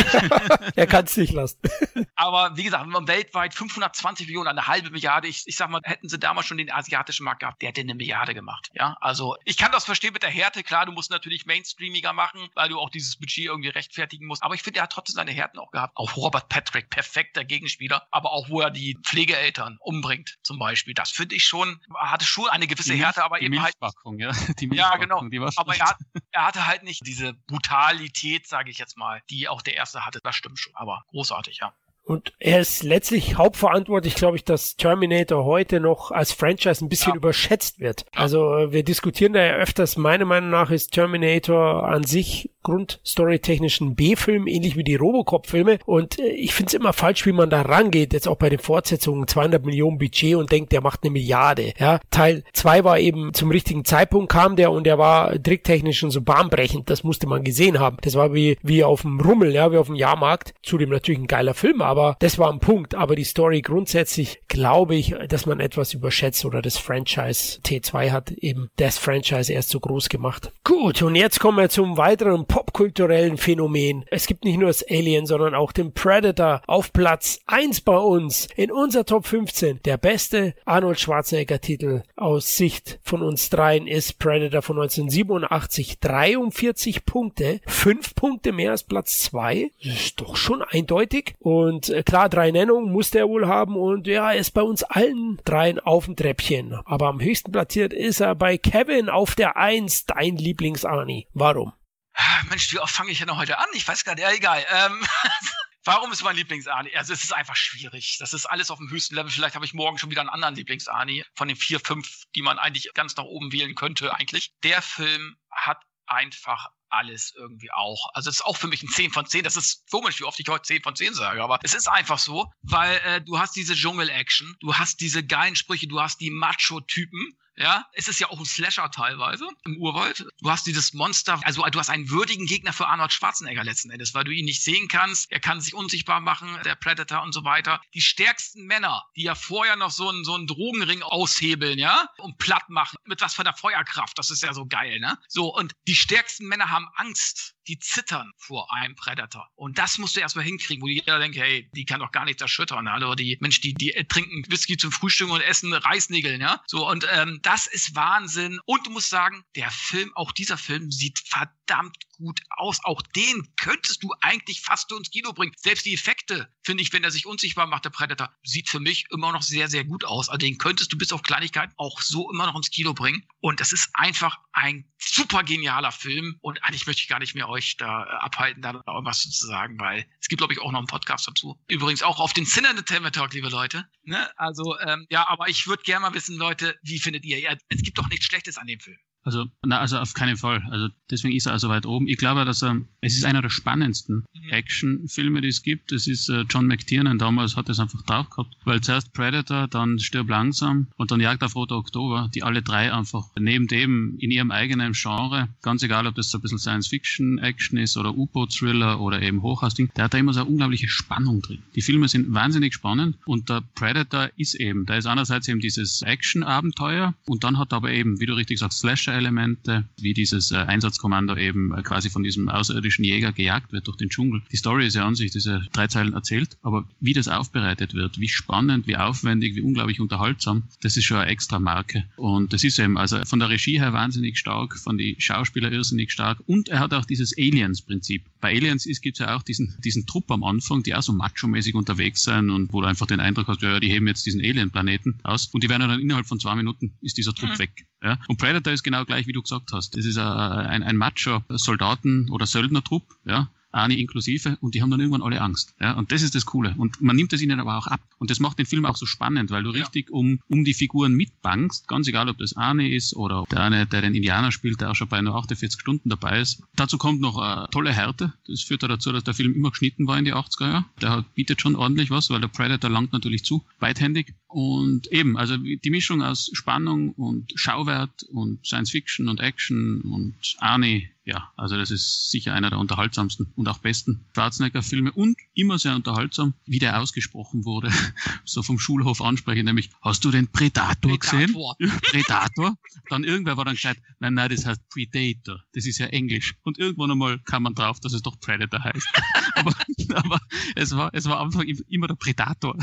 Er kann es nicht lassen. Aber wie gesagt, weltweit 520 Millionen, eine halbe Milliarde. Ich sag mal, hätten sie damals schon den asiatischen Markt gehabt, der hätte 1 Milliarde gemacht. Ja, also ich kann das verstehen mit der Härte. Klar, du musst natürlich mainstreamiger machen, weil du auch dieses Budget irgendwie rechtfertigen musst. Aber ich finde, er hat trotzdem seine Härten auch gehabt. Auch Robert Patrick, perfekter Gegenspieler. Aber auch, wo er die Pflegeeltern umbringt, zum Beispiel. Das finde ich schon, hatte schon eine gewisse Härte, aber eben halt. Ja, die ja, genau. Aber er hatte halt nicht diese Brutalität, sage ich jetzt mal, die auch der erste hatte. Das stimmt schon. Aber großartig, ja. Und er ist letztlich hauptverantwortlich, glaube ich, dass Terminator heute noch als Franchise ein bisschen überschätzt wird. Also wir diskutieren da ja öfters, meiner Meinung nach ist Terminator an sich grundstorytechnisch ein B-Film, ähnlich wie die Robocop-Filme. Und ich finde es immer falsch, wie man da rangeht, jetzt auch bei den Fortsetzungen, 200 Millionen Budget und denkt, der macht 1 Milliarde. Ja, Teil 2 war eben zum richtigen Zeitpunkt kam der und der war tricktechnisch schon so bahnbrechend, das musste man gesehen haben. Das war wie auf dem Rummel, ja, wie auf dem Jahrmarkt. Zudem natürlich ein geiler Film, aber das war ein Punkt. Aber die Story grundsätzlich glaube ich, dass man etwas überschätzt oder das Franchise T2 hat eben das Franchise erst so groß gemacht. Gut, und jetzt kommen wir zum weiteren popkulturellen Phänomen. Es gibt nicht nur das Alien, sondern auch den Predator auf Platz 1 bei uns in unserer Top 15. Der beste Arnold Schwarzenegger Titel aus Sicht von uns dreien ist Predator von 1987. 43 Punkte, 5 Punkte mehr als Platz 2. Das ist doch schon eindeutig. Und klar, 3 Nennungen musste er wohl haben und ja, er ist bei uns allen dreien auf dem Treppchen. Aber am höchsten platziert ist er bei Kevin auf der 1, dein Lieblings-Arnie. Warum? Mensch, wie oft fange ich denn heute an? Ich weiß gar nicht, ja, egal. Warum ist mein Lieblings-Arnie? Also es ist einfach schwierig. Das ist alles auf dem höchsten Level. Vielleicht habe ich morgen schon wieder einen anderen Lieblings-Arnie von den 4, 5, die man eigentlich ganz nach oben wählen könnte eigentlich. Der Film hat einfach alles irgendwie auch. Also es ist auch für mich ein 10 von 10. Das ist komisch, wie oft ich heute 10 von 10 sage, aber es ist einfach so, weil du hast diese Dschungel-Action, du hast diese geilen Sprüche, du hast die Macho-Typen. Ja, es ist ja auch ein Slasher teilweise im Urwald. Du hast dieses Monster, also du hast einen würdigen Gegner für Arnold Schwarzenegger letzten Endes, weil du ihn nicht sehen kannst. Er kann sich unsichtbar machen, der Predator und so weiter. Die stärksten Männer, die ja vorher noch so einen Drogenring aushebeln, ja, und platt machen. Mit was für der Feuerkraft, das ist ja so geil, ne? So, und die stärksten Männer haben Angst. Die zittern vor einem Predator. Und das musst du erstmal hinkriegen, wo jeder denkt, hey, die kann doch gar nichts erschüttern. Also die Mensch, die trinken Whisky zum Frühstück und essen Reisnägeln, ja. So, und das ist Wahnsinn. Und du musst sagen, der Film, auch dieser Film, sieht verdammt gut aus. Auch den könntest du eigentlich fast ins Kino bringen. Selbst die Effekte, finde ich, wenn er sich unsichtbar macht, der Predator, sieht für mich immer noch sehr, sehr gut aus. Also den könntest du bis auf Kleinigkeiten auch so immer noch ins Kino bringen. Und das ist einfach ein super genialer Film. Und eigentlich möchte ich gar nicht mehr euch da abhalten, da irgendwas zu sagen, weil es gibt, glaube ich, auch noch einen Podcast dazu. Übrigens auch auf den Sin Entertainment Talk, liebe Leute. Ne? Also, ja, aber ich würde gerne mal wissen, Leute, wie findet ihr? Ja, es gibt doch nichts Schlechtes an dem Film. Also auf keinen Fall. Also deswegen ist er also weit oben. Ich glaube, dass es ist einer der spannendsten Actionfilme, die es gibt. Es ist John McTiernan damals hat es einfach drauf gehabt, weil zuerst Predator, dann Stirb langsam und dann Jagd auf Roter Oktober, die alle drei einfach neben dem in ihrem eigenen Genre, ganz egal, ob das so ein bisschen Science-Fiction-Action ist oder U-Boot-Thriller oder eben Hochhausding, der hat da immer so eine unglaubliche Spannung drin. Die Filme sind wahnsinnig spannend und der Predator ist eben, da ist einerseits eben dieses Action-Abenteuer und dann hat er aber eben, wie du richtig sagst, Slasher-Elemente, wie dieses Einsatzkommando eben quasi von diesem außerirdischen Jäger gejagt wird durch den Dschungel. Die Story ist ja an sich, diese 3 Zeilen erzählt, aber wie das aufbereitet wird, wie spannend, wie aufwendig, wie unglaublich unterhaltsam, das ist schon eine extra Marke. Und das ist eben also von der Regie her wahnsinnig stark, von den Schauspielern irrsinnig stark und er hat auch dieses Aliens-Prinzip. Bei Aliens gibt es ja auch diesen Trupp am Anfang, die auch so macho-mäßig unterwegs sind und wo du einfach den Eindruck hast, ja, die heben jetzt diesen Alien-Planeten aus und die werden dann innerhalb von 2 Minuten ist dieser Trupp weg. Ja? Und Predator ist genau gleich, wie du gesagt hast. Das ist ein Macho-Soldaten- oder Söldnertrupp, ja, Arnie inklusive, und die haben dann irgendwann alle Angst. Ja? Und das ist das Coole. Und man nimmt das ihnen aber auch ab. Und das macht den Film auch so spannend, weil du richtig um die Figuren mitbangst, ganz egal, ob das Arnie ist oder der eine, der den Indianer spielt, der auch schon bei nur 48 Stunden dabei ist. Dazu kommt noch eine tolle Härte. Das führt dazu, dass der Film immer geschnitten war in die 80er Jahre. Der bietet schon ordentlich was, weil der Predator langt natürlich zu, beidhändig. Und eben, also die Mischung aus Spannung und Schauwert und Science Fiction und Action und Arnie, ja, also das ist sicher einer der unterhaltsamsten und auch besten Schwarzenegger-Filme und immer sehr unterhaltsam, wie der ausgesprochen wurde, so vom Schulhof ansprechen, nämlich, hast du den Predator gesehen? Predator? Dann irgendwer war dann gesagt, nein, das heißt Predator, das ist ja Englisch. Und irgendwann einmal kam man drauf, dass es doch Predator heißt. aber es war am Anfang immer der Predator.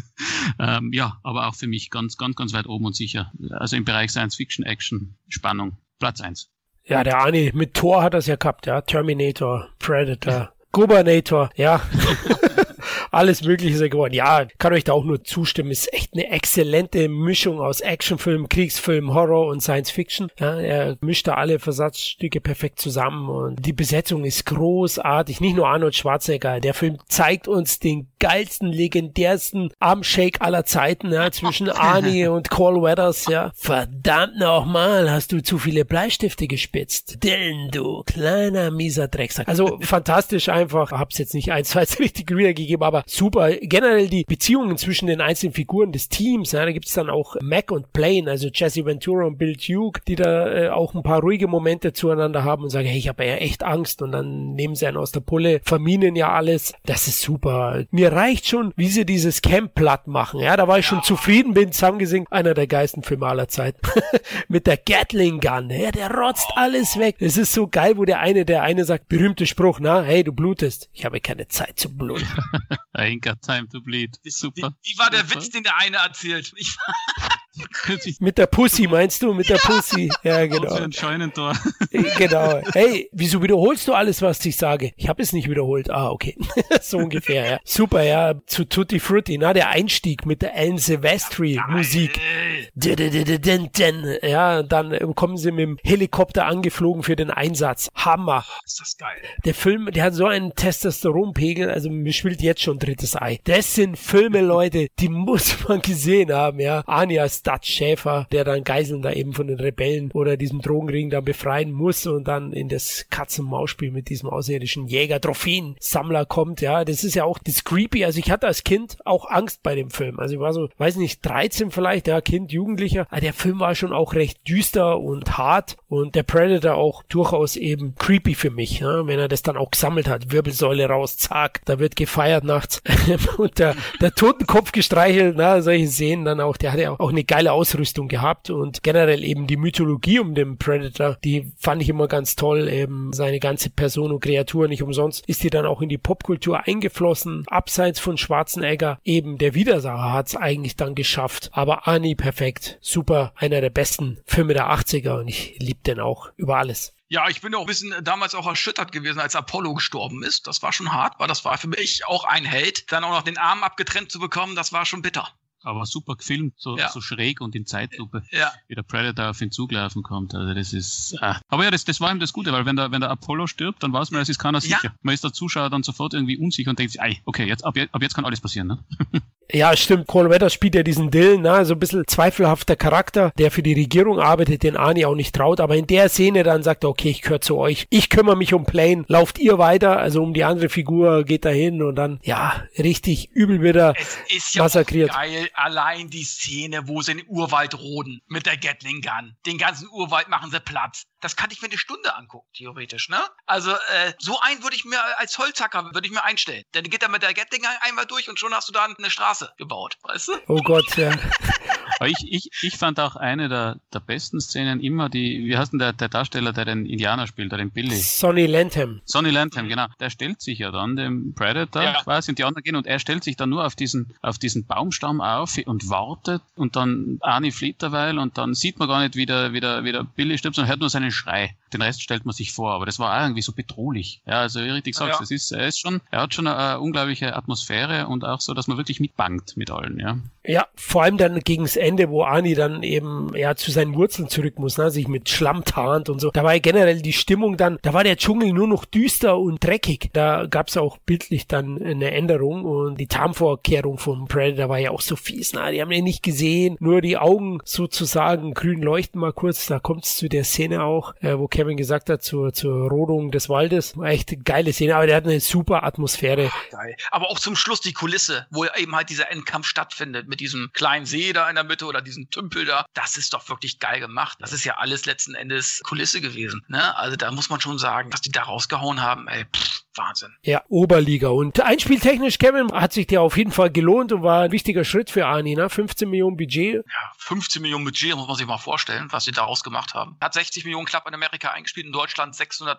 Ja, aber auch für mich ganz, ganz, ganz weit oben und sicher. Also im Bereich Science Fiction, Action, Spannung, Platz 1. Ja, der Arnie, mit Thor hat er es ja gehabt, ja. Terminator, Predator, Gobernator, ja. Alles Mögliche ist er geworden. Ja, kann euch da auch nur zustimmen. Ist echt eine exzellente Mischung aus Actionfilm, Kriegsfilm, Horror und Science Fiction. Ja, er mischt da alle Versatzstücke perfekt zusammen und die Besetzung ist großartig. Nicht nur Arnold Schwarzenegger. Der Film zeigt uns den geilsten, legendärsten Armshake aller Zeiten, ja, zwischen Arnie und Carl Weathers, ja. Verdammt nochmal, hast du zu viele Bleistifte gespitzt. Denn du kleiner, mieser Drecksack. Also fantastisch einfach. Hab's jetzt nicht 1-2 richtig wiedergegeben, aber super. Generell die Beziehungen zwischen den einzelnen Figuren des Teams, ja, da gibt's dann auch Mac und Blaine, also Jesse Ventura und Bill Duke, die da auch ein paar ruhige Momente zueinander haben und sagen, hey, ich habe ja echt Angst und dann nehmen sie einen aus der Pulle, verminen ja alles. Das ist super. Mir reicht schon, wie sie dieses Camp platt machen. Ja, da war ich schon zufrieden, bin zusammengesingen. Einer der geilsten Filme aller Zeiten. Mit der Gatling Gun. Ja, der rotzt alles weg. Es ist so geil, wo der eine sagt, berühmter Spruch, na, hey, du blutest. Ich habe keine Zeit zu bluten. I ain't got time to bleed. Super. Wie war der Witz, den der eine erzählt? Mit der Pussy, meinst du? Mit der Pussy. Ja, genau. Für ein Scheunentor. Genau. Hey, wieso wiederholst du alles, was ich sage? Ich habe es nicht wiederholt. Ah, okay. So ungefähr, ja. Super, ja. Zu Tutti Frutti, na, der Einstieg mit der Alan Silvestri Musik. Ja, dann kommen sie mit dem Helikopter angeflogen für den Einsatz. Hammer. Ist das geil. Der Film, der hat so einen Testosteronpegel, also mir schwillt jetzt schon drittes Ei. Das sind Filme, Leute, die muss man gesehen haben, ja. Arnie als Dutch Schäfer, der dann Geiseln da eben von den Rebellen oder diesem Drogenring dann befreien muss und dann in das Katz-und-Maus-Spiel mit diesem außerirdischen Jäger, Trophäensammler kommt, ja. Das ist ja auch das Creepy. Also ich hatte als Kind auch Angst bei dem Film. Also ich war so, weiß nicht, 13 vielleicht, ja, Kind, Jugendlicher. Aber der Film war schon auch recht düster und hart und der Predator auch durchaus eben creepy für mich, ja? Wenn er das dann auch gesammelt hat. Wirbelsäule raus, zack, da wird gefeiert nachts und der Totenkopf gestreichelt, na, solche Szenen dann auch. Der hat ja auch eine geile Ausrüstung gehabt und generell eben die Mythologie um den Predator, die fand ich immer ganz toll, eben seine ganze Person und Kreatur, nicht umsonst ist die dann auch in die Popkultur eingeflossen, abseits von Schwarzenegger, eben der Widersacher hat es eigentlich dann geschafft, aber Arnie perfekt, super, einer der besten Filme der 80er und ich liebe den auch über alles. Ja, ich bin auch ein bisschen damals auch erschüttert gewesen, als Apollo gestorben ist. Das war schon hart, weil das war für mich auch ein Held. Dann auch noch den Arm abgetrennt zu bekommen, das war schon bitter. Aber super gefilmt, so schräg und in Zeitlupe, wie der Predator auf ihn zugelaufen kommt. Also das ist. Aber ja, das war ihm das Gute, weil wenn der Apollo stirbt, dann weiß man, es ist keiner sicher. Man ist der Zuschauer dann sofort irgendwie unsicher und denkt sich, okay, ab jetzt kann alles passieren, ne? Ja, stimmt. Carl Weathers spielt ja diesen Dylan, ne? So ein bisschen zweifelhafter Charakter, der für die Regierung arbeitet, den Arnie auch nicht traut. Aber in der Szene dann sagt er, okay, ich gehöre zu euch. Ich kümmere mich um Blaine. Lauft ihr weiter, also um die andere Figur, geht dahin und dann, ja, richtig übel wieder massakriert. Es ist ja geil, allein die Szene, wo sie in den Urwald roden mit der Gatling Gun. Den ganzen Urwald machen sie platt. Das kann ich mir eine Stunde angucken, theoretisch, ne? Also, so einen würde ich mir als Holzhacker einstellen. Dann geht er mit der Gatling einmal durch und schon hast du dann eine Straße gebaut, weißt du? Oh Gott, ja. Aber ich fand auch eine der besten Szenen immer wie heißt denn der Darsteller, der den Indianer spielt, der den Billy? Sonny Landham, genau. Der stellt sich ja dann dem Predator quasi und die anderen gehen und er stellt sich dann nur auf diesen Baumstamm auf und wartet und dann Arnie flieht derweil und dann sieht man gar nicht, wie der Billy stirbt, sondern hört nur seinen Schrei. Den Rest stellt man sich vor, aber das war auch irgendwie so bedrohlich. Ja, also wie richtig sagst, er hat schon eine unglaubliche Atmosphäre und auch so, dass man wirklich mitbangt mit allen, ja. Ja, vor allem dann gegens Ende Ende, wo Arnie dann eben zu seinen Wurzeln zurück muss, ne, sich mit Schlamm tarnt und so. Da war ja generell die Stimmung dann, da war der Dschungel nur noch düster und dreckig. Da gab's auch bildlich dann eine Änderung und die Tarnvorkehrung vom Predator war ja auch so fies. Na, die haben ihn nicht gesehen, nur die Augen sozusagen grün leuchten mal kurz. Da kommt's zu der Szene auch, wo Kevin gesagt hat, zur Rodung des Waldes. War echt eine geile Szene, aber der hat eine super Atmosphäre. Geil. Aber auch zum Schluss die Kulisse, wo eben halt dieser Endkampf stattfindet, mit diesem kleinen See da in der Mitte oder diesem Tümpel da. Das ist doch wirklich geil gemacht. Das ist ja alles letzten Endes Kulisse gewesen. Ne? Also da muss man schon sagen, dass die da rausgehauen haben, Wahnsinn. Ja, Oberliga. Und einspieltechnisch, Kevin, hat sich der auf jeden Fall gelohnt und war ein wichtiger Schritt für Arnie, ne? 15 Millionen Budget. Ja, 15 Millionen Budget, muss man sich mal vorstellen, was sie daraus gemacht haben. Hat 60 Millionen Club in Amerika eingespielt, in Deutschland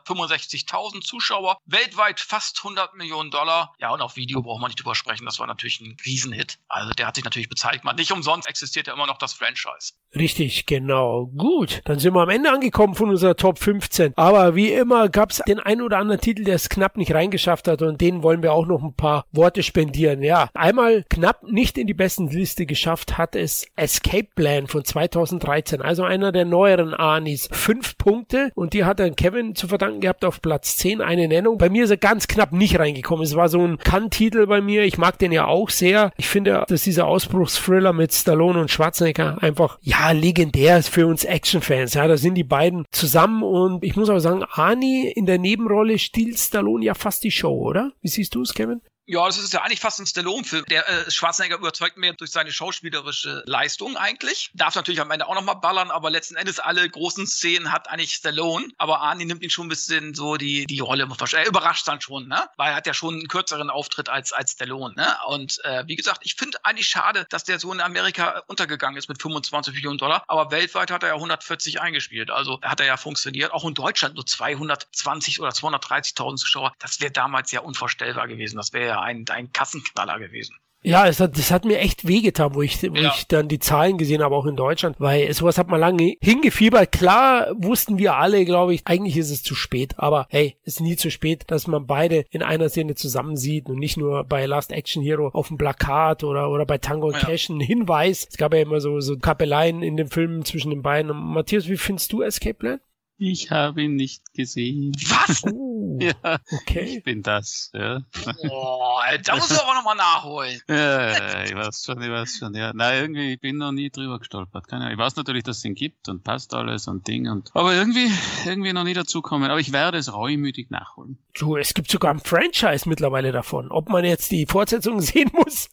665.000 Zuschauer, weltweit fast $100 Millionen. Ja, und auf Video braucht man nicht drüber sprechen, das war natürlich ein Riesenhit. Also der hat sich natürlich bezahlt. Nicht umsonst existiert ja immer noch das Franchise. Richtig, genau. Gut, dann sind wir am Ende angekommen von unserer Top 15. Aber wie immer gab es den einen oder anderen Titel, der es knapp nicht reingeschafft hat und denen wollen wir auch noch ein paar Worte spendieren. Ja, einmal knapp nicht in die besten Liste geschafft hat es Escape Plan von 2013, also einer der neueren Arnies. 5 Punkte und die hat dann Kevin zu verdanken gehabt auf Platz 10, eine Nennung. Bei mir ist er ganz knapp nicht reingekommen. Es war so ein Kann-Titel bei mir. Ich mag den ja auch sehr. Ich finde, dass dieser Ausbruchsthriller mit Stallone und Schwarzenegger einfach, legendär ist für uns Actionfans. Ja, da sind die beiden zusammen und ich muss aber sagen, Arnie in der Nebenrolle stiehlt Stallone ja fast die Show, oder? Wie siehst du es, Kevin? Ja, das ist ja eigentlich fast ein Stallone-Film. Der Schwarzenegger überzeugt mehr durch seine schauspielerische Leistung eigentlich. Darf natürlich am Ende auch nochmal ballern, aber letzten Endes alle großen Szenen hat eigentlich Stallone. Aber Arnie nimmt ihn schon ein bisschen so die Rolle. Er überrascht dann schon, ne? Weil er hat ja schon einen kürzeren Auftritt als Stallone, ne? Und wie gesagt, ich finde eigentlich schade, dass der so in Amerika untergegangen ist mit 25 Millionen $. Aber weltweit hat er ja 140 eingespielt. Also hat er ja funktioniert. Auch in Deutschland nur 220 oder 230.000 Zuschauer. Das wäre damals ja unvorstellbar gewesen. Das wäre ja ein Kassenknaller gewesen. Ja, das hat mir echt wehgetan, wo ich dann die Zahlen gesehen habe, auch in Deutschland, weil sowas hat man lange hingefiebert. Klar wussten wir alle, glaube ich, eigentlich ist es zu spät, aber hey, ist nie zu spät, dass man beide in einer Szene zusammen sieht und nicht nur bei Last Action Hero auf dem Plakat oder bei Tango und Cash einen Hinweis. Es gab ja immer so Kappeleien in den Filmen zwischen den beiden. Und Matthias, wie findest du Escape Plan? Ich habe ihn nicht gesehen. Was? Ja, okay. Ich bin das, ja. Oh, da musst du aber nochmal nachholen. Ja, ich weiß schon, ja. Nein, irgendwie, ich bin noch nie drüber gestolpert. Keine Ahnung. Ich weiß natürlich, dass es ihn gibt und passt alles und Ding aber irgendwie noch nie dazukommen. Aber ich werde es reumütig nachholen. Du, es gibt sogar ein Franchise mittlerweile davon. Ob man jetzt die Fortsetzung sehen muss,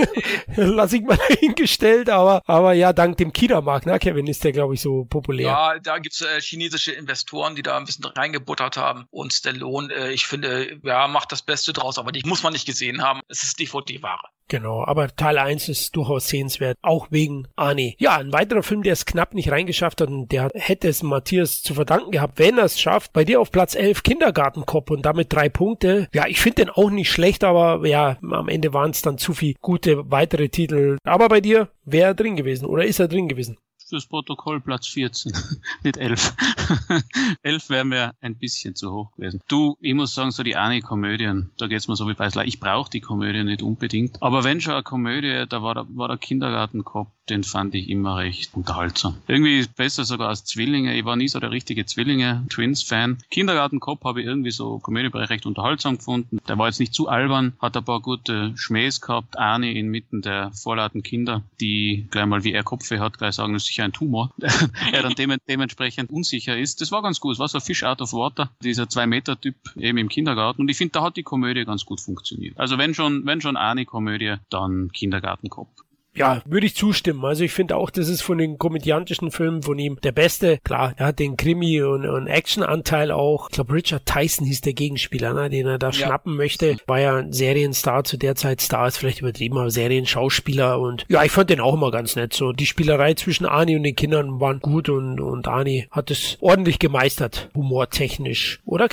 lasse ich mal dahingestellt, aber ja, dank dem Kinomarkt, ne, Kevin, ist der, glaube ich, so populär. Ja, da gibt's chinesische Investoren, die da ein bisschen reingebuttert haben und Stallone, ich finde, macht das Beste draus, aber die muss man nicht gesehen haben. Es ist DVD-Ware. Genau, aber Teil 1 ist durchaus sehenswert, auch wegen Arnie. Ja, ein weiterer Film, der es knapp nicht reingeschafft hat und der hätte es Matthias zu verdanken gehabt, wenn er es schafft. Bei dir auf Platz 11 Kindergartenkopf und damit 3 Punkte. Ja, ich finde den auch nicht schlecht, aber ja, am Ende waren es dann zu viel gute weitere Titel. Aber bei dir wäre er drin gewesen oder ist er drin gewesen? Fürs Protokoll Platz 14, nicht 11. 11 wäre mir ein bisschen zu hoch gewesen. Du, ich muss sagen, so die Arnie-Komödien, da geht's mir so wie Beißler. Ich brauche die Komödie nicht unbedingt. Aber wenn schon eine Komödie, da war der Kindergartenkopf, den fand ich immer recht unterhaltsam. Irgendwie besser sogar als Zwillinge. Ich war nie so der richtige Zwillinge-Twins-Fan. Kindergartenkopf habe ich irgendwie so Komödiebereich recht unterhaltsam gefunden. Der war jetzt nicht zu albern, hat ein paar gute Schmähs gehabt. Arnie inmitten der vorlauten Kinder, die gleich mal, wie er Kopfweh hat, gleich sagen, das ist sicher ein Tumor. Er dann dementsprechend unsicher ist. Das war ganz gut. Es war so ein Fish out of water, dieser 2-Meter-Typ eben im Kindergarten. Und ich finde, da hat die Komödie ganz gut funktioniert. Also wenn schon Arnie-Komödie, dann Kindergartenkopf. Ja, würde ich zustimmen. Also ich finde auch, das ist von den komödiantischen Filmen von ihm der beste. Klar, er hat den Krimi- und Action-Anteil auch. Ich glaube, Richard Tyson hieß der Gegenspieler, ne, den er da schnappen möchte. War ja ein Serienstar zu der Zeit. Star ist vielleicht übertrieben, aber Serienschauspieler. Und ja, ich fand den auch immer ganz nett. So die Spielerei zwischen Arnie und den Kindern waren gut und Arnie hat es ordentlich gemeistert, humortechnisch. Oder, Kevin?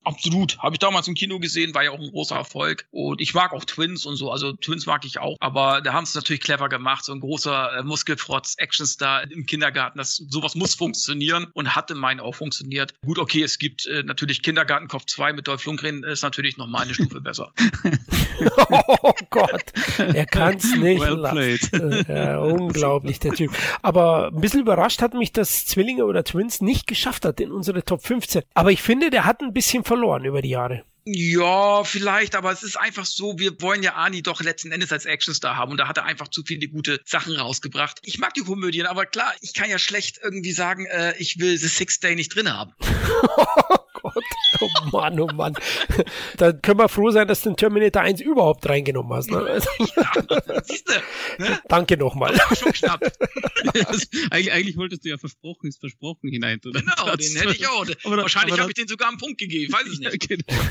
Absolut. Habe ich damals im Kino gesehen, war ja auch ein großer Erfolg. Und ich mag auch Twins und so. Also Twins mag ich auch. Aber da haben sie es natürlich clever gemacht. So ein großer Muskelprotz, Actionstar im Kindergarten. Sowas muss funktionieren und hat in meinen auch funktioniert. Gut, okay, es gibt natürlich Kindergartenkopf 2 mit Dolph Lundgren. Ist natürlich nochmal eine Stufe besser. Oh Gott, er kann's nicht. Well played. Ja, unglaublich, der Typ. Aber ein bisschen überrascht hat mich, dass Zwillinge oder Twins nicht geschafft hat in unsere Top 15. Aber ich finde, der hat ein bisschen verloren über die Jahre. Ja, vielleicht, aber es ist einfach so, wir wollen ja Arnie doch letzten Endes als Actionstar haben und da hat er einfach zu viele gute Sachen rausgebracht. Ich mag die Komödien, aber klar, ich kann ja schlecht irgendwie sagen, ich will The Sixth Day nicht drin haben. Oh Gott, oh Mann, oh Mann. Da können wir froh sein, dass du den Terminator 1 überhaupt reingenommen hast. Ne? Ja, siehst du? Ne? Danke nochmal. Schon knapp. Eigentlich wolltest du ja versprochen ist versprochen hinein. Genau, den hätte ich auch. Wahrscheinlich habe ich den sogar einen Punkt gegeben, weiß ich nicht. Ja, genau.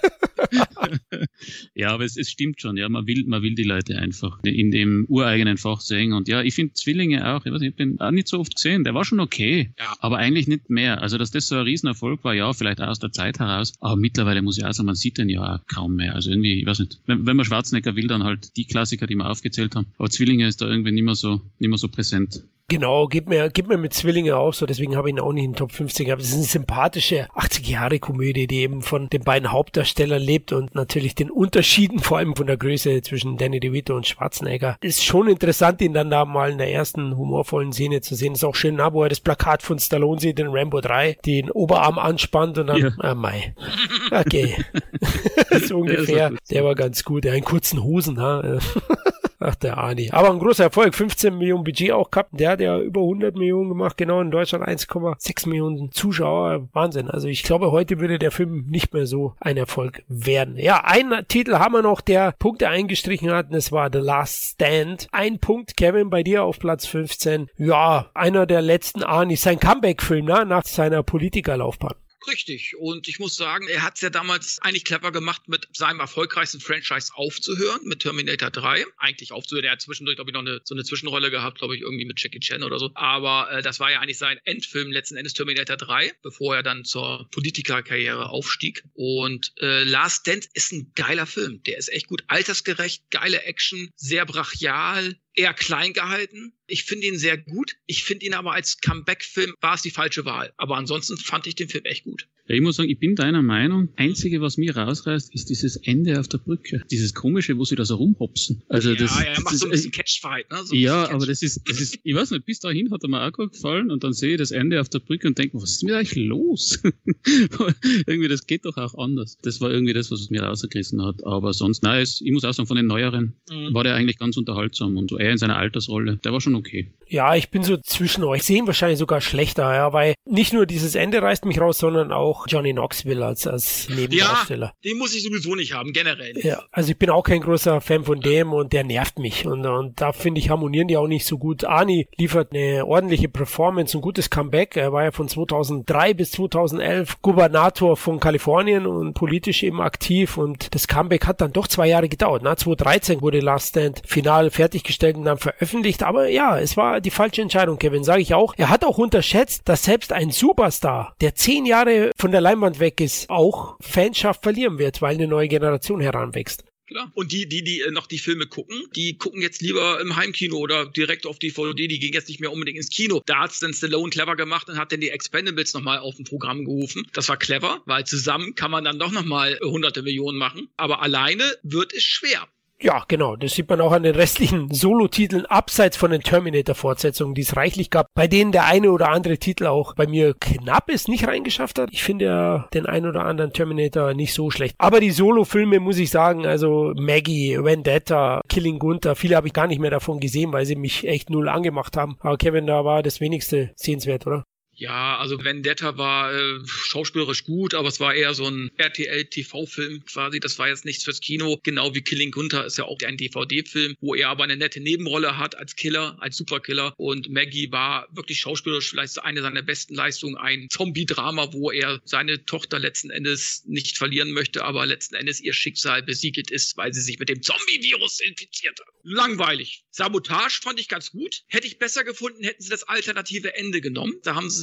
Ja, aber es stimmt schon, ja, man will die Leute einfach in dem ureigenen Fach sehen und ja, ich finde Zwillinge auch, ich habe den auch nicht so oft gesehen, der war schon okay, ja, aber eigentlich nicht mehr, also dass das so ein Riesenerfolg war, ja, vielleicht auch aus der Zeit heraus, aber mittlerweile muss ich auch sagen, man sieht den ja auch kaum mehr, also irgendwie, ich weiß nicht, wenn man Schwarzenegger will, dann halt die Klassiker, die wir aufgezählt haben, aber Zwillinge ist da irgendwie nicht mehr so präsent. Genau, geht mir mit Zwillinge auch so, deswegen habe ich ihn auch nicht in den Top 15 gehabt. Das ist eine sympathische 80-Jahre-Komödie, die eben von den beiden Hauptdarstellern lebt und natürlich den Unterschieden, vor allem von der Größe zwischen Danny DeVito und Schwarzenegger. Ist schon interessant, ihn dann da mal in der ersten humorvollen Szene zu sehen. Ist auch schön, wo er das Plakat von Stallone sieht in Rambo 3, den Oberarm anspannt und dann, mei. Okay. So ungefähr. Der war ganz gut. Der in kurzen Hosen, ha. Ach, der Arnie. Aber ein großer Erfolg. 15 Millionen Budget auch gehabt. Der hat ja über 100 Millionen gemacht. Genau, in Deutschland 1,6 Millionen Zuschauer. Wahnsinn. Also ich glaube, heute würde der Film nicht mehr so ein Erfolg werden. Ja, einen Titel haben wir noch, der Punkte eingestrichen hat. Und das war The Last Stand. Ein Punkt, Kevin, bei dir auf Platz 15. Ja, einer der letzten Arnie. Sein Comeback-Film, ne? Nach seiner Politikerlaufbahn. Richtig. Und ich muss sagen, er hat es ja damals eigentlich clever gemacht, mit seinem erfolgreichsten Franchise aufzuhören, mit Terminator 3. Eigentlich aufzuhören. Er hat zwischendurch, glaube ich, noch so eine Zwischenrolle gehabt, glaube ich, irgendwie mit Jackie Chan oder so. Aber das war ja eigentlich sein Endfilm, letzten Endes Terminator 3, bevor er dann zur Politikerkarriere aufstieg. Und Last Stand ist ein geiler Film. Der ist echt gut altersgerecht, geile Action, sehr brachial, eher klein gehalten. Ich finde ihn sehr gut. Ich finde ihn aber als Comeback-Film war es die falsche Wahl. Aber ansonsten fand ich den Film echt gut. Ja, ich muss sagen, ich bin deiner Meinung. Einzige, was mir rausreißt, ist dieses Ende auf der Brücke. Dieses Komische, wo sie da so rumhopsen. Also ja, er macht so ein bisschen Catchfight, ne? So ja, aber das ist, ich weiß nicht, bis dahin hat er mir auch gut gefallen und dann sehe ich das Ende auf der Brücke und denke, was ist mit euch los? Irgendwie, das geht doch auch anders. Das war irgendwie das, was es mir rausgerissen hat. Aber sonst, nein, ich muss auch sagen, von den Neueren war der eigentlich ganz unterhaltsam und so eher in seiner Altersrolle. Der war schon okay. Ja, ich bin so zwischen euch. Sehen wahrscheinlich sogar schlechter, ja, weil nicht nur dieses Ende reißt mich raus, sondern auch Johnny Knoxville als Nebendarsteller. Ja, den muss ich sowieso nicht haben, generell nicht. Ja, also ich bin auch kein großer Fan von dem und der nervt mich und da finde ich, harmonieren die auch nicht so gut. Arnie liefert eine ordentliche Performance, ein gutes Comeback. Er war ja von 2003 bis 2011 Gubernator von Kalifornien und politisch eben aktiv und das Comeback hat dann doch 2 Jahre gedauert. 2013 wurde Last Stand final fertiggestellt und dann veröffentlicht, aber ja, es war die falsche Entscheidung, Kevin, sage ich auch. Er hat auch unterschätzt, dass selbst ein Superstar, der 10 Jahre von der Leinwand weg ist, auch Fanschaft verlieren wird, weil eine neue Generation heranwächst. Klar. Und die noch die Filme gucken, die gucken jetzt lieber im Heimkino oder direkt auf DVD, die gehen jetzt nicht mehr unbedingt ins Kino. Da hat's dann Stallone clever gemacht und hat dann die Expendables nochmal auf ein Programm gerufen. Das war clever, weil zusammen kann man dann doch nochmal hunderte Millionen machen. Aber alleine wird es schwer. Ja, genau. Das sieht man auch an den restlichen Solo-Titeln abseits von den Terminator-Fortsetzungen, die es reichlich gab, bei denen der eine oder andere Titel auch bei mir knapp es nicht reingeschafft hat. Ich finde ja den einen oder anderen Terminator nicht so schlecht. Aber die Solo-Filme, muss ich sagen, also Maggie, Vendetta, Killing Gunther, viele habe ich gar nicht mehr davon gesehen, weil sie mich echt null angemacht haben. Aber Kevin, da war das wenigste sehenswert, oder? Ja, also Vendetta war schauspielerisch gut, aber es war eher so ein RTL-TV-Film quasi. Das war jetzt nichts fürs Kino. Genau wie Killing Gunther ist ja auch ein DVD-Film, wo er aber eine nette Nebenrolle hat als Killer, als Superkiller. Und Maggie war wirklich schauspielerisch vielleicht eine seiner besten Leistungen. Ein Zombie-Drama, wo er seine Tochter letzten Endes nicht verlieren möchte, aber letzten Endes ihr Schicksal besiegelt ist, weil sie sich mit dem Zombie-Virus infiziert hat. Langweilig. Sabotage fand ich ganz gut. Hätte ich besser gefunden, hätten sie das alternative Ende genommen. Da haben sie sich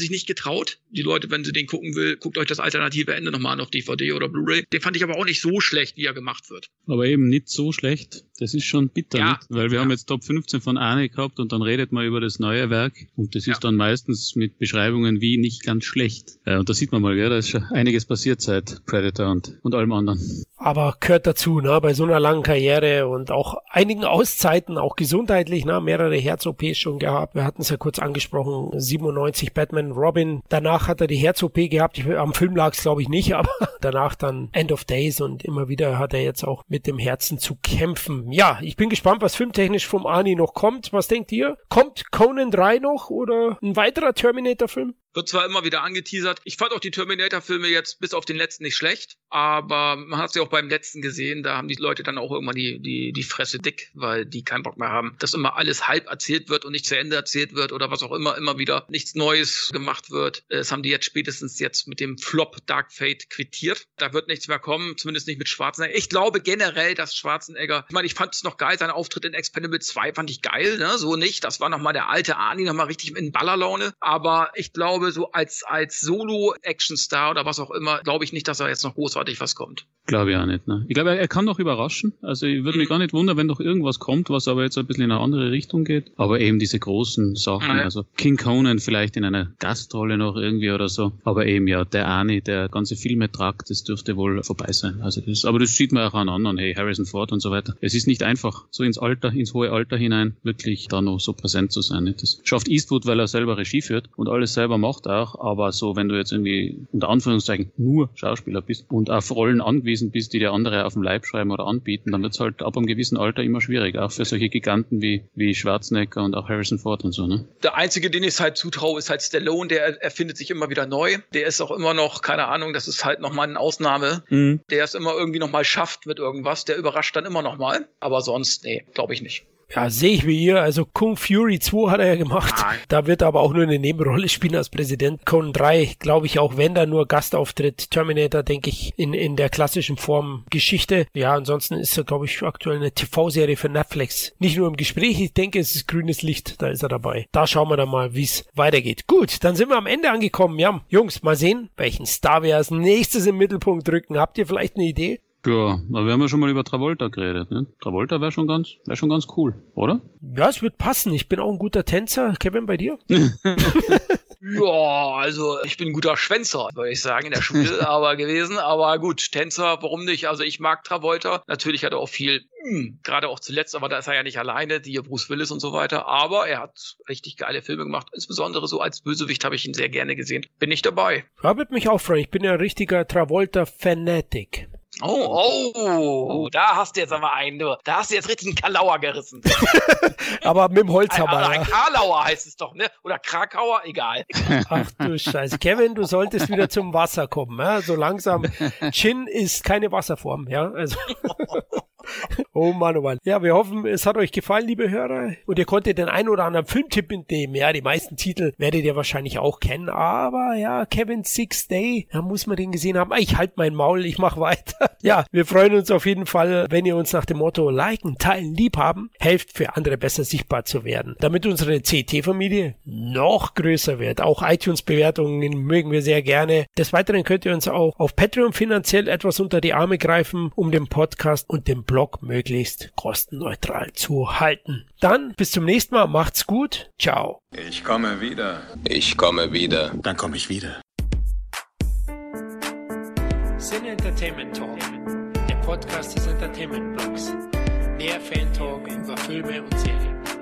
sich nicht getraut. Die Leute, wenn sie den gucken will, guckt euch das alternative Ende nochmal an auf DVD oder Blu-ray. Den fand ich aber auch nicht so schlecht, wie er gemacht wird. Aber eben nicht so schlecht. Das ist schon bitter, Ja. nicht? Weil wir haben jetzt Top 15 von Arne gehabt und dann redet man über das neue Werk und das ist dann meistens mit Beschreibungen wie nicht ganz schlecht. Und da sieht man mal, gell, da ist schon einiges passiert seit Predator und allem anderen. Aber gehört dazu, ne, bei so einer langen Karriere und auch einigen Auszeiten, auch gesundheitlich, ne, mehrere Herz-OPs schon gehabt. Wir hatten es ja kurz angesprochen, 97 Batman, Robin. Danach hat er die Herz-OP gehabt. Am Film lag es, glaube ich, nicht, aber danach dann End of Days und immer wieder hat er jetzt auch mit dem Herzen zu kämpfen. Ja, ich bin gespannt, was filmtechnisch vom Arnie noch kommt. Was denkt ihr? Kommt Conan 3 noch oder ein weiterer Terminator-Film? Wird zwar immer wieder angeteasert. Ich fand auch die Terminator-Filme jetzt bis auf den letzten nicht schlecht, aber man hat es ja auch beim letzten gesehen, da haben die Leute dann auch irgendwann die Fresse dick, weil die keinen Bock mehr haben, dass immer alles halb erzählt wird und nicht zu Ende erzählt wird oder was auch immer wieder nichts Neues gemacht wird. Das haben die jetzt spätestens jetzt mit dem Flop Dark Fate quittiert. Da wird nichts mehr kommen, zumindest nicht mit Schwarzenegger. Ich glaube generell, dass Schwarzenegger, ich meine, ich fand es noch geil, sein Auftritt in Expendables 2 fand ich geil, ne? So nicht, das war nochmal der alte Arnie, nochmal richtig in Ballerlaune, aber ich glaube, so als Solo-Action-Star oder was auch immer, glaube ich nicht, dass da jetzt noch großartig was kommt. Glaube ich auch nicht, ne? Ich glaube, er kann noch überraschen. Also ich würde mich gar nicht wundern, wenn noch irgendwas kommt, was aber jetzt ein bisschen in eine andere Richtung geht. Aber eben diese großen Sachen, also King Conan vielleicht in einer Gastrolle noch irgendwie oder so. Aber eben ja, der Arnie, der ganze Filmetrakt, das dürfte wohl vorbei sein. Also aber das sieht man auch an anderen, hey, Harrison Ford und so weiter. Es ist nicht einfach, so ins hohe Alter hinein, wirklich da noch so präsent zu sein. Nicht? Das schafft Eastwood, weil er selber Regie führt und alles selber macht auch. Aber so, wenn du jetzt irgendwie unter Anführungszeichen nur Schauspieler bist und auf Rollen angewiesen bist, die dir andere auf dem Leib schreiben oder anbieten, dann wird es halt ab einem gewissen Alter immer schwierig, auch für solche Giganten wie Schwarzenegger und auch Harrison Ford und so, ne? Der Einzige, den ich halt zutraue, ist halt Stallone, der erfindet sich immer wieder neu. Der ist auch immer noch, keine Ahnung, das ist halt nochmal eine Ausnahme. Der es immer irgendwie nochmal schafft mit irgendwas, der überrascht dann immer nochmal. Aber sonst, nee, glaube ich nicht. Ja, sehe ich wie ihr. Also Kung Fury 2 hat er ja gemacht. Da wird er aber auch nur eine Nebenrolle spielen als Präsident. Conan 3, glaube ich auch, wenn da nur Gastauftritt. Terminator, denke ich, in der klassischen Form Geschichte. Ja, ansonsten ist er, glaube ich, aktuell eine TV-Serie für Netflix. Nicht nur im Gespräch, ich denke, es ist grünes Licht, da ist er dabei. Da schauen wir dann mal, wie es weitergeht. Gut, dann sind wir am Ende angekommen. Ja, Jungs, mal sehen, welchen Star wir als nächstes im Mittelpunkt drücken. Habt ihr vielleicht eine Idee? Ja, aber wir haben ja schon mal über Travolta geredet, ne? Travolta wäre schon ganz cool, oder? Ja, es wird passen. Ich bin auch ein guter Tänzer. Kevin, bei dir? Ja, also ich bin ein guter Schwänzer, würde ich sagen, in der Schule aber gewesen. Aber gut, Tänzer, warum nicht? Also ich mag Travolta. Natürlich hat er auch viel, gerade auch zuletzt, aber da ist er ja nicht alleine, die Bruce Willis und so weiter. Aber er hat richtig geile Filme gemacht. Insbesondere so als Bösewicht habe ich ihn sehr gerne gesehen. Bin ich dabei. Ja, würde mich auch freuen. Ich bin ja ein richtiger Travolta-Fanatic. Oh, da hast du jetzt aber einen, du. Da hast du jetzt richtig einen Kalauer gerissen. Aber mit dem Holzhammer, ein Karlauer heißt es doch, ne? Oder Krakauer, egal. Ach du Scheiße. Kevin, du solltest wieder zum Wasser kommen, ja? So langsam. Gin ist keine Wasserform, ja? Also. Oh Mann, oh Mann. Ja, wir hoffen, es hat euch gefallen, liebe Hörer. Und ihr konntet den einen oder anderen Filmtipp mitnehmen. Ja, die meisten Titel werdet ihr wahrscheinlich auch kennen. Aber ja, Kevin Sixth Day, da muss man den gesehen haben. Ich halte mein Maul, ich mache weiter. Ja, wir freuen uns auf jeden Fall, wenn ihr uns nach dem Motto liken, teilen, liebhaben, helft für andere besser sichtbar zu werden. Damit unsere CT-Familie noch größer wird. Auch iTunes-Bewertungen mögen wir sehr gerne. Des Weiteren könnt ihr uns auch auf Patreon finanziell etwas unter die Arme greifen, um den Podcast und den Blog möglichst kostenneutral zu halten. Dann bis zum nächsten Mal. Macht's gut. Ciao. Ich komme wieder. Ich komme wieder. Dann komme ich wieder. Sin Entertainment Talk, der Podcast des Entertainment Blogs. Mehr Fan-Talk über Filme und Serien.